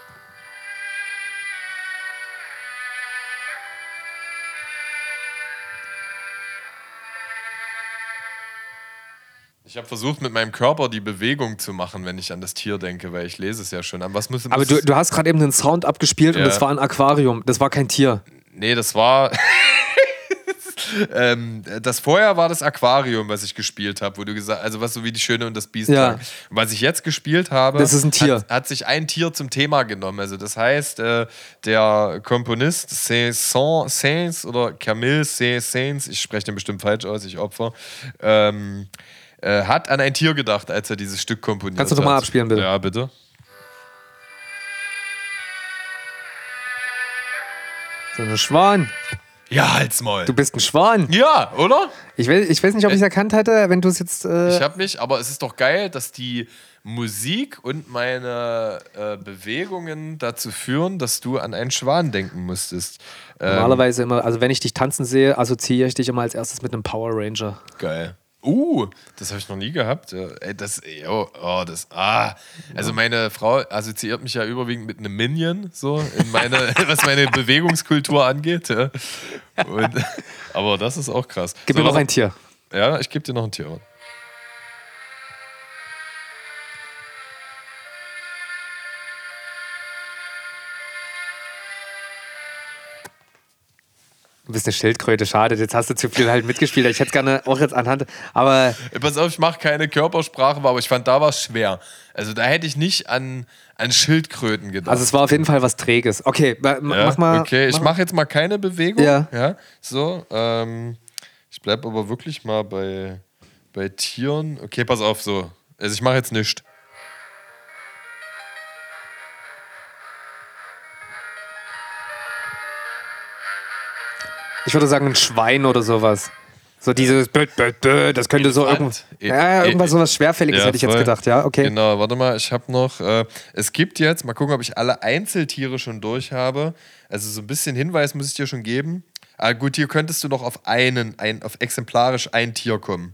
Ich habe versucht, mit meinem Körper die Bewegung zu machen, wenn ich an das Tier denke, weil ich lese es ja schon. An was muss, muss Aber du, du hast gerade eben einen Sound abgespielt ja. und das war ein Aquarium, das war kein Tier. Nee, das war... ähm, das vorher war das Aquarium, was ich gespielt habe, wo du gesagt, also was so wie die Schöne und das Biest. Ja. War. Was ich jetzt gespielt habe, das ist ein Tier. Hat, hat sich ein Tier zum Thema genommen. Also das heißt, äh, der Komponist Saint-Saëns oder Camille Saint-Saëns, ich spreche den bestimmt falsch aus, ich Opfer, ähm, äh, hat an ein Tier gedacht, als er dieses Stück komponiert hat. Kannst du doch mal abspielen, bitte? Ja, bitte. So ein Schwan. Ja, halt's Maul. Du bist ein Schwan. Ja, oder? Ich weiß, ich weiß nicht, ob ich es erkannt hätte, wenn du es jetzt... Äh ich hab nicht, aber es ist doch geil, dass die Musik und meine äh, Bewegungen dazu führen, dass du an einen Schwan denken musstest. Ähm, Normalerweise immer, also wenn ich dich tanzen sehe, assoziiere ich dich immer als erstes mit einem Power Ranger. Geil. Uh, das habe ich noch nie gehabt. Ey, das, oh, oh, das, ah. Also meine Frau assoziiert mich ja überwiegend mit einem Minion, so, in meine, was meine Bewegungskultur angeht. Ja. Und, aber das ist auch krass. Gib so, mir noch ein Tier. Ja, ich gebe dir noch ein Tier. Du bist eine Schildkröte, schade. Jetzt hast du zu viel halt mitgespielt. Ich hätte es gerne auch jetzt anhand, aber... Pass auf, ich mache keine Körpersprache, aber ich fand, da war es schwer. Also da hätte ich nicht an, an Schildkröten gedacht. Also es war auf jeden Fall was Träges. Okay, ja, mach mal... Okay, ich mache jetzt mal keine Bewegung. Ja. ja so, ähm, ich bleibe aber wirklich mal bei, bei Tieren. Okay, pass auf, so. Also ich mache jetzt nichts. Ich würde sagen, ein Schwein oder sowas. So dieses, das könnte so irgend, ja, irgendwas sowas Schwerfälliges, ja, hätte ich jetzt gedacht. Ja, okay. Genau, warte mal, ich habe noch, äh, es gibt jetzt, mal gucken, ob ich alle Einzeltiere schon durch habe. Also so ein bisschen Hinweis muss ich dir schon geben. Ah, gut, hier könntest du noch auf einen, ein, auf exemplarisch ein Tier kommen.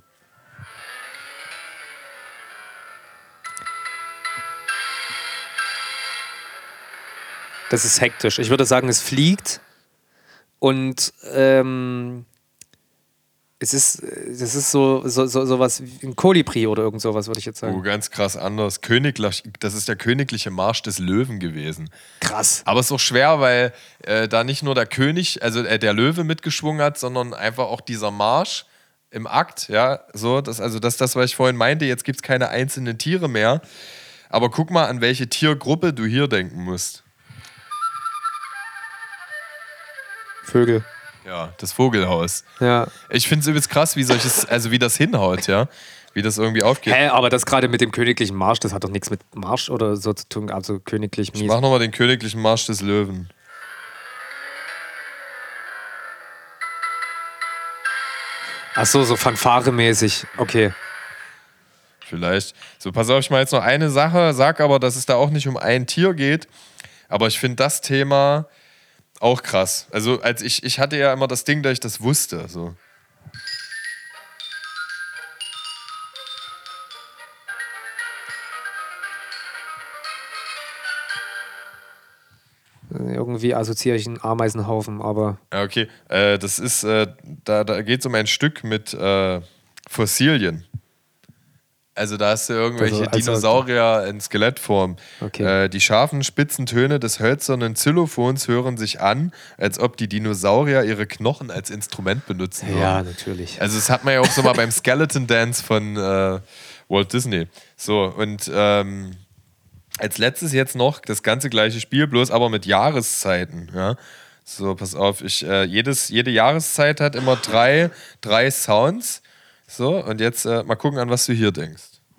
Das ist hektisch. Ich würde sagen, es fliegt und ähm, es ist, das ist so, so, so, so was wie ein Kolibri oder irgend sowas, würde ich jetzt sagen. Oh, ganz krass anders. Königlich, das ist der königliche Marsch des Löwen gewesen. Krass. Aber es ist auch schwer, weil äh, da nicht nur der König, also äh, der Löwe mitgeschwungen hat, sondern einfach auch dieser Marsch im Akt, ja, so, das, also das ist das, was ich vorhin meinte, jetzt gibt es keine einzelnen Tiere mehr. Aber guck mal, an welche Tiergruppe du hier denken musst. Vögel. Ja, das Vogelhaus. Ja. Ich finde es übelst krass, wie solches, also wie das hinhaut, ja. Wie das irgendwie aufgeht. Hä, aber das gerade mit dem königlichen Marsch, das hat doch nichts mit Marsch oder so zu tun, also königlich Ich mies. mach nochmal den königlichen Marsch des Löwen. Ach so, so Fanfare-mäßig. Okay. Vielleicht. So, pass auf, ich mal jetzt noch eine Sache, sag aber, dass es da auch nicht um ein Tier geht. Aber ich finde das Thema auch krass. Also, als ich, ich hatte ja immer das Ding, dass ich das wusste. So. Irgendwie assoziiere ich einen Ameisenhaufen, aber. Ja, okay. Äh, das ist, äh, da, da geht es um ein Stück mit äh, Fossilien. Also da hast du irgendwelche Also, also, Dinosaurier in Skelettform. Okay. Äh, die scharfen, spitzen Töne des hölzernen Xylophons hören sich an, als ob die Dinosaurier ihre Knochen als Instrument benutzen würden. Ja, natürlich. Also das hat man ja auch so mal beim Skeleton Dance von äh, Walt Disney. So, und ähm, als letztes jetzt noch das ganze gleiche Spiel, bloß aber mit Jahreszeiten. Ja? So, pass auf, ich, äh, jedes, jede Jahreszeit hat immer drei, drei Sounds. So, und jetzt äh, mal gucken, an was du hier denkst.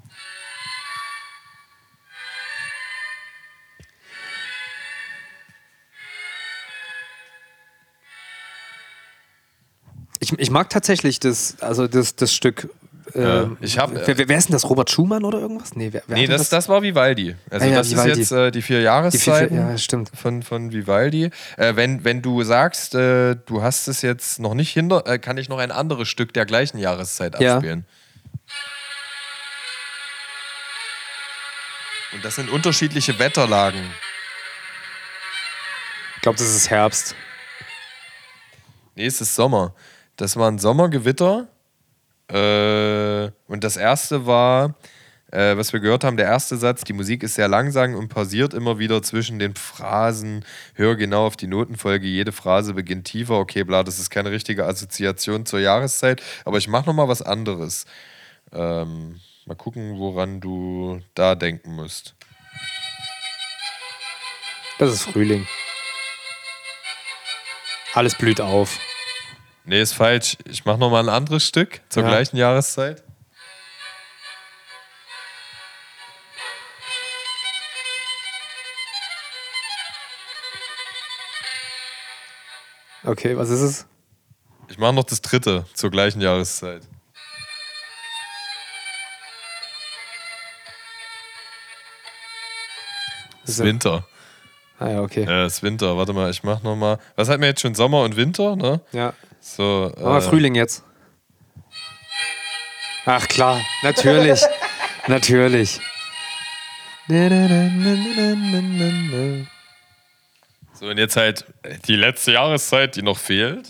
Ich, ich mag tatsächlich das, also das, das Stück. Ja, Ähm, ich hab, wer, wer ist denn das? Robert Schumann oder irgendwas? Nee, wer, wer Nee, hatte das, das war Vivaldi. Also Ah ja, das Vivaldi. ist jetzt äh, die vier Die Jahreszeiten vier- ja, stimmt. Von, von Vivaldi. Äh, wenn, wenn du sagst, äh, du hast es jetzt noch nicht hinter, äh, kann ich noch ein anderes Stück der gleichen Jahreszeit Ja. abspielen. Und das sind unterschiedliche Wetterlagen. Ich glaube, das ist Herbst. Nee, es ist Sommer. Das war ein Sommergewitter. Äh, und das erste war, äh, was wir gehört haben, der erste Satz, die Musik ist sehr langsam und pausiert immer wieder zwischen den Phrasen. Hör genau auf die Notenfolge, jede Phrase beginnt tiefer. Okay, bla, das ist keine richtige Assoziation zur Jahreszeit, aber ich mache nochmal was anderes. Ähm, mal gucken, woran du da denken musst. Das ist Frühling. Alles blüht auf. Nee, ist falsch. Ich mache nochmal ein anderes Stück zur Ja. gleichen Jahreszeit. Okay, was ist es? Ich mache noch das dritte zur gleichen Jahreszeit. Es ist So. Winter. Ah ja, okay. Ja, es ist Winter. Warte mal, ich mach nochmal. Was hatten wir jetzt schon? Sommer und Winter, ne? Ja. So. Aber Äh, Frühling jetzt. Ach klar, natürlich. Natürlich. so, und jetzt halt die letzte Jahreszeit, die noch fehlt.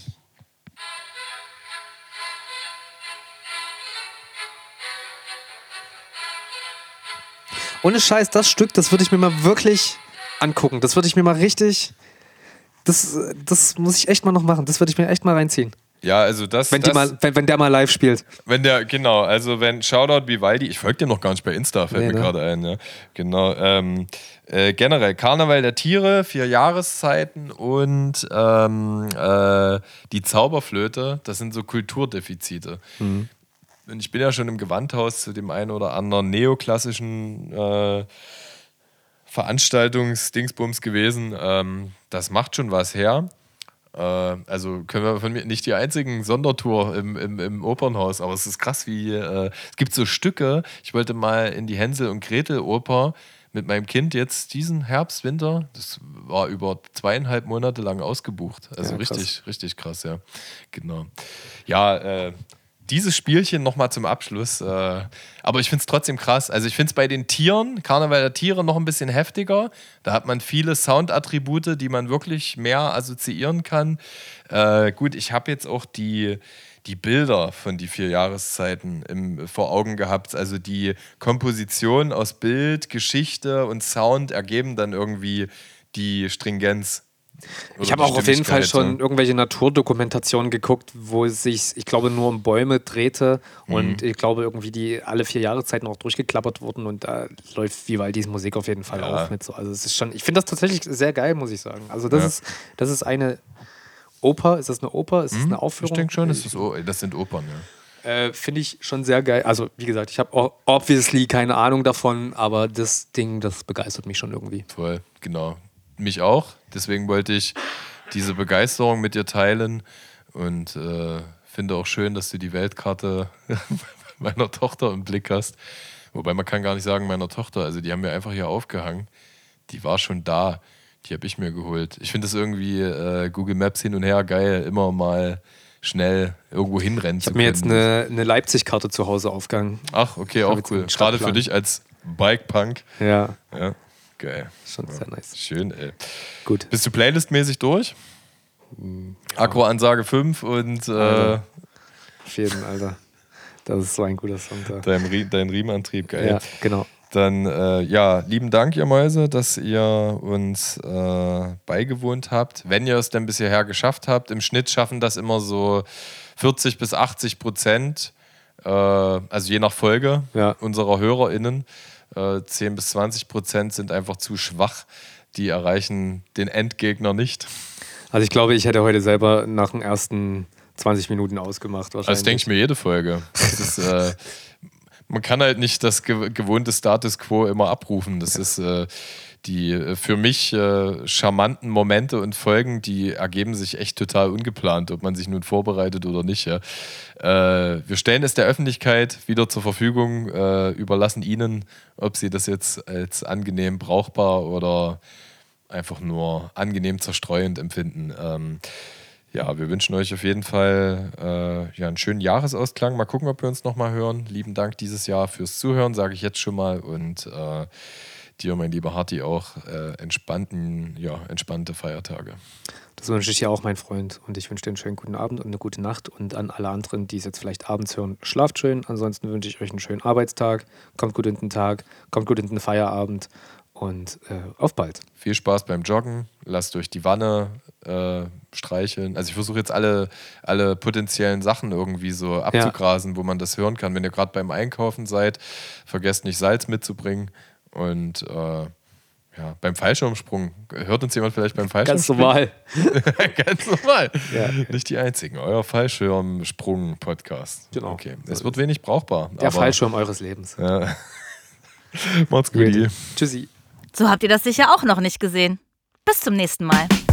Ohne Scheiß, das Stück, das würde ich mir mal wirklich angucken. Das würde ich mir mal richtig. Das, das muss ich echt mal noch machen. Das würde ich mir echt mal reinziehen. Ja, also das. Wenn, das die mal, wenn, wenn der mal live spielt. Wenn der, genau, also wenn Shoutout Vivaldi, ich folge dir noch gar nicht bei Insta, fällt Nee, mir ne? gerade ein, ja. Genau. Ähm, äh, generell Karneval der Tiere, vier Jahreszeiten und ähm, äh, die Zauberflöte, das sind so Kulturdefizite. Mhm. Und ich bin ja schon im Gewandhaus zu dem einen oder anderen neoklassischen äh, Veranstaltungsdingsbums gewesen. Ähm, das macht schon was her. Also können wir von mir nicht die einzigen Sondertour im, im, im Opernhaus, aber es ist krass, wie äh, es gibt so Stücke. Ich wollte mal in die Hänsel und Gretel Oper mit meinem Kind jetzt diesen Herbst, Winter. Das war über zweieinhalb Monate lang ausgebucht. Also Ja, krass. richtig, richtig krass, ja. Genau. Ja, äh, dieses Spielchen nochmal zum Abschluss. Äh, aber ich finde es trotzdem krass. Also ich finde es bei den Tieren, Karneval der Tiere, noch ein bisschen heftiger. Da hat man viele Soundattribute, die man wirklich mehr assoziieren kann. Äh, gut, ich habe jetzt auch die, die Bilder von die vier Jahreszeiten im, vor Augen gehabt. Also die Komposition aus Bild, Geschichte und Sound ergeben dann irgendwie die Stringenz. Ich habe auch auf jeden Fall schon irgendwelche Naturdokumentationen geguckt, wo es sich, ich glaube, nur um Bäume drehte und mhm. ich glaube, irgendwie die alle vier Jahreszeiten auch durchgeklappert wurden und da läuft Vivaldis Musik auf jeden Fall ja. auch mit. So. Also es ist schon, ich finde das tatsächlich sehr geil, muss ich sagen. Also das, ja. ist, das ist eine Oper, ist das eine Oper? Ist das eine Aufführung? Ich denke schon, das, ist, das sind Opern, ja. Äh, finde ich schon sehr geil. Also wie gesagt, ich habe obviously keine Ahnung davon, aber das Ding, das begeistert mich schon irgendwie. Voll, genau. Mich auch. Deswegen wollte ich diese Begeisterung mit dir teilen und äh, finde auch schön, dass du die Weltkarte meiner Tochter im Blick hast. Wobei man kann gar nicht sagen meiner Tochter, also die haben mir einfach hier aufgehangen. Die war schon da, die habe ich mir geholt. Ich finde es irgendwie äh, Google Maps hin und her geil, immer mal schnell irgendwo hinrennen zu können. Ich habe mir jetzt eine, eine Leipzig-Karte zu Hause aufgehangen. Ach, okay, auch cool. Gerade für dich als Bike-Punk. Ja. Ja. Geil. Schon sehr nice. Schön, ey. Gut. Bist du playlistmäßig durch? Ja. Agro-Ansage fünf und. Äh, Auf jeden, Alter. Das ist so ein guter Song da. Dein, dein Riemenantrieb, geil. Ja, genau. Dann, äh, ja, lieben Dank, ihr Mäuse, dass ihr uns äh, beigewohnt habt. Wenn ihr es denn bis hierher geschafft habt, im Schnitt schaffen das immer so vierzig bis achtzig Prozent, äh, also je nach Folge ja. unserer HörerInnen. zehn bis zwanzig Prozent sind einfach zu schwach. Die erreichen den Endgegner nicht. Also ich glaube, ich hätte heute selber nach den ersten zwanzig Minuten ausgemacht. Wahrscheinlich. Das denke ich mir jede Folge. Das ist, äh, man kann halt nicht das ge- gewohnte Status Quo immer abrufen. Das ist äh, die für mich äh, charmanten Momente und Folgen, die ergeben sich echt total ungeplant, ob man sich nun vorbereitet oder nicht. Ja. Äh, wir stellen es der Öffentlichkeit wieder zur Verfügung, äh, überlassen Ihnen, ob Sie das jetzt als angenehm brauchbar oder einfach nur angenehm zerstreuend empfinden. Ähm, ja, wir wünschen euch auf jeden Fall äh, ja, einen schönen Jahresausklang. Mal gucken, ob wir uns nochmal hören. Lieben Dank dieses Jahr fürs Zuhören, sage ich jetzt schon mal. Und äh, dir, mein lieber Harti, auch äh, entspannten, ja, entspannte Feiertage. Das wünsche ich dir auch, mein Freund. Und ich wünsche dir einen schönen guten Abend und eine gute Nacht. Und an alle anderen, die es jetzt vielleicht abends hören, schlaft schön. Ansonsten wünsche ich euch einen schönen Arbeitstag. Kommt gut in den Tag, kommt gut in den Feierabend und äh, auf bald. Viel Spaß beim Joggen. Lasst euch die Wanne äh, streicheln. Also ich versuche jetzt alle, alle potenziellen Sachen irgendwie so abzugrasen, ja. wo man das hören kann. Wenn ihr gerade beim Einkaufen seid, vergesst nicht Salz mitzubringen. Und äh, ja, beim Fallschirmsprung, hört uns jemand vielleicht beim Fallschirmsprung? Ganz normal. Ganz normal. Ja. Nicht die einzigen. Euer Fallschirmsprung-Podcast. Genau. Okay. Es wird wenig brauchbar. Der aber, Fallschirm eures Lebens. Ja. Macht's gut. Tschüssi. So habt ihr das sicher auch noch nicht gesehen. Bis zum nächsten Mal.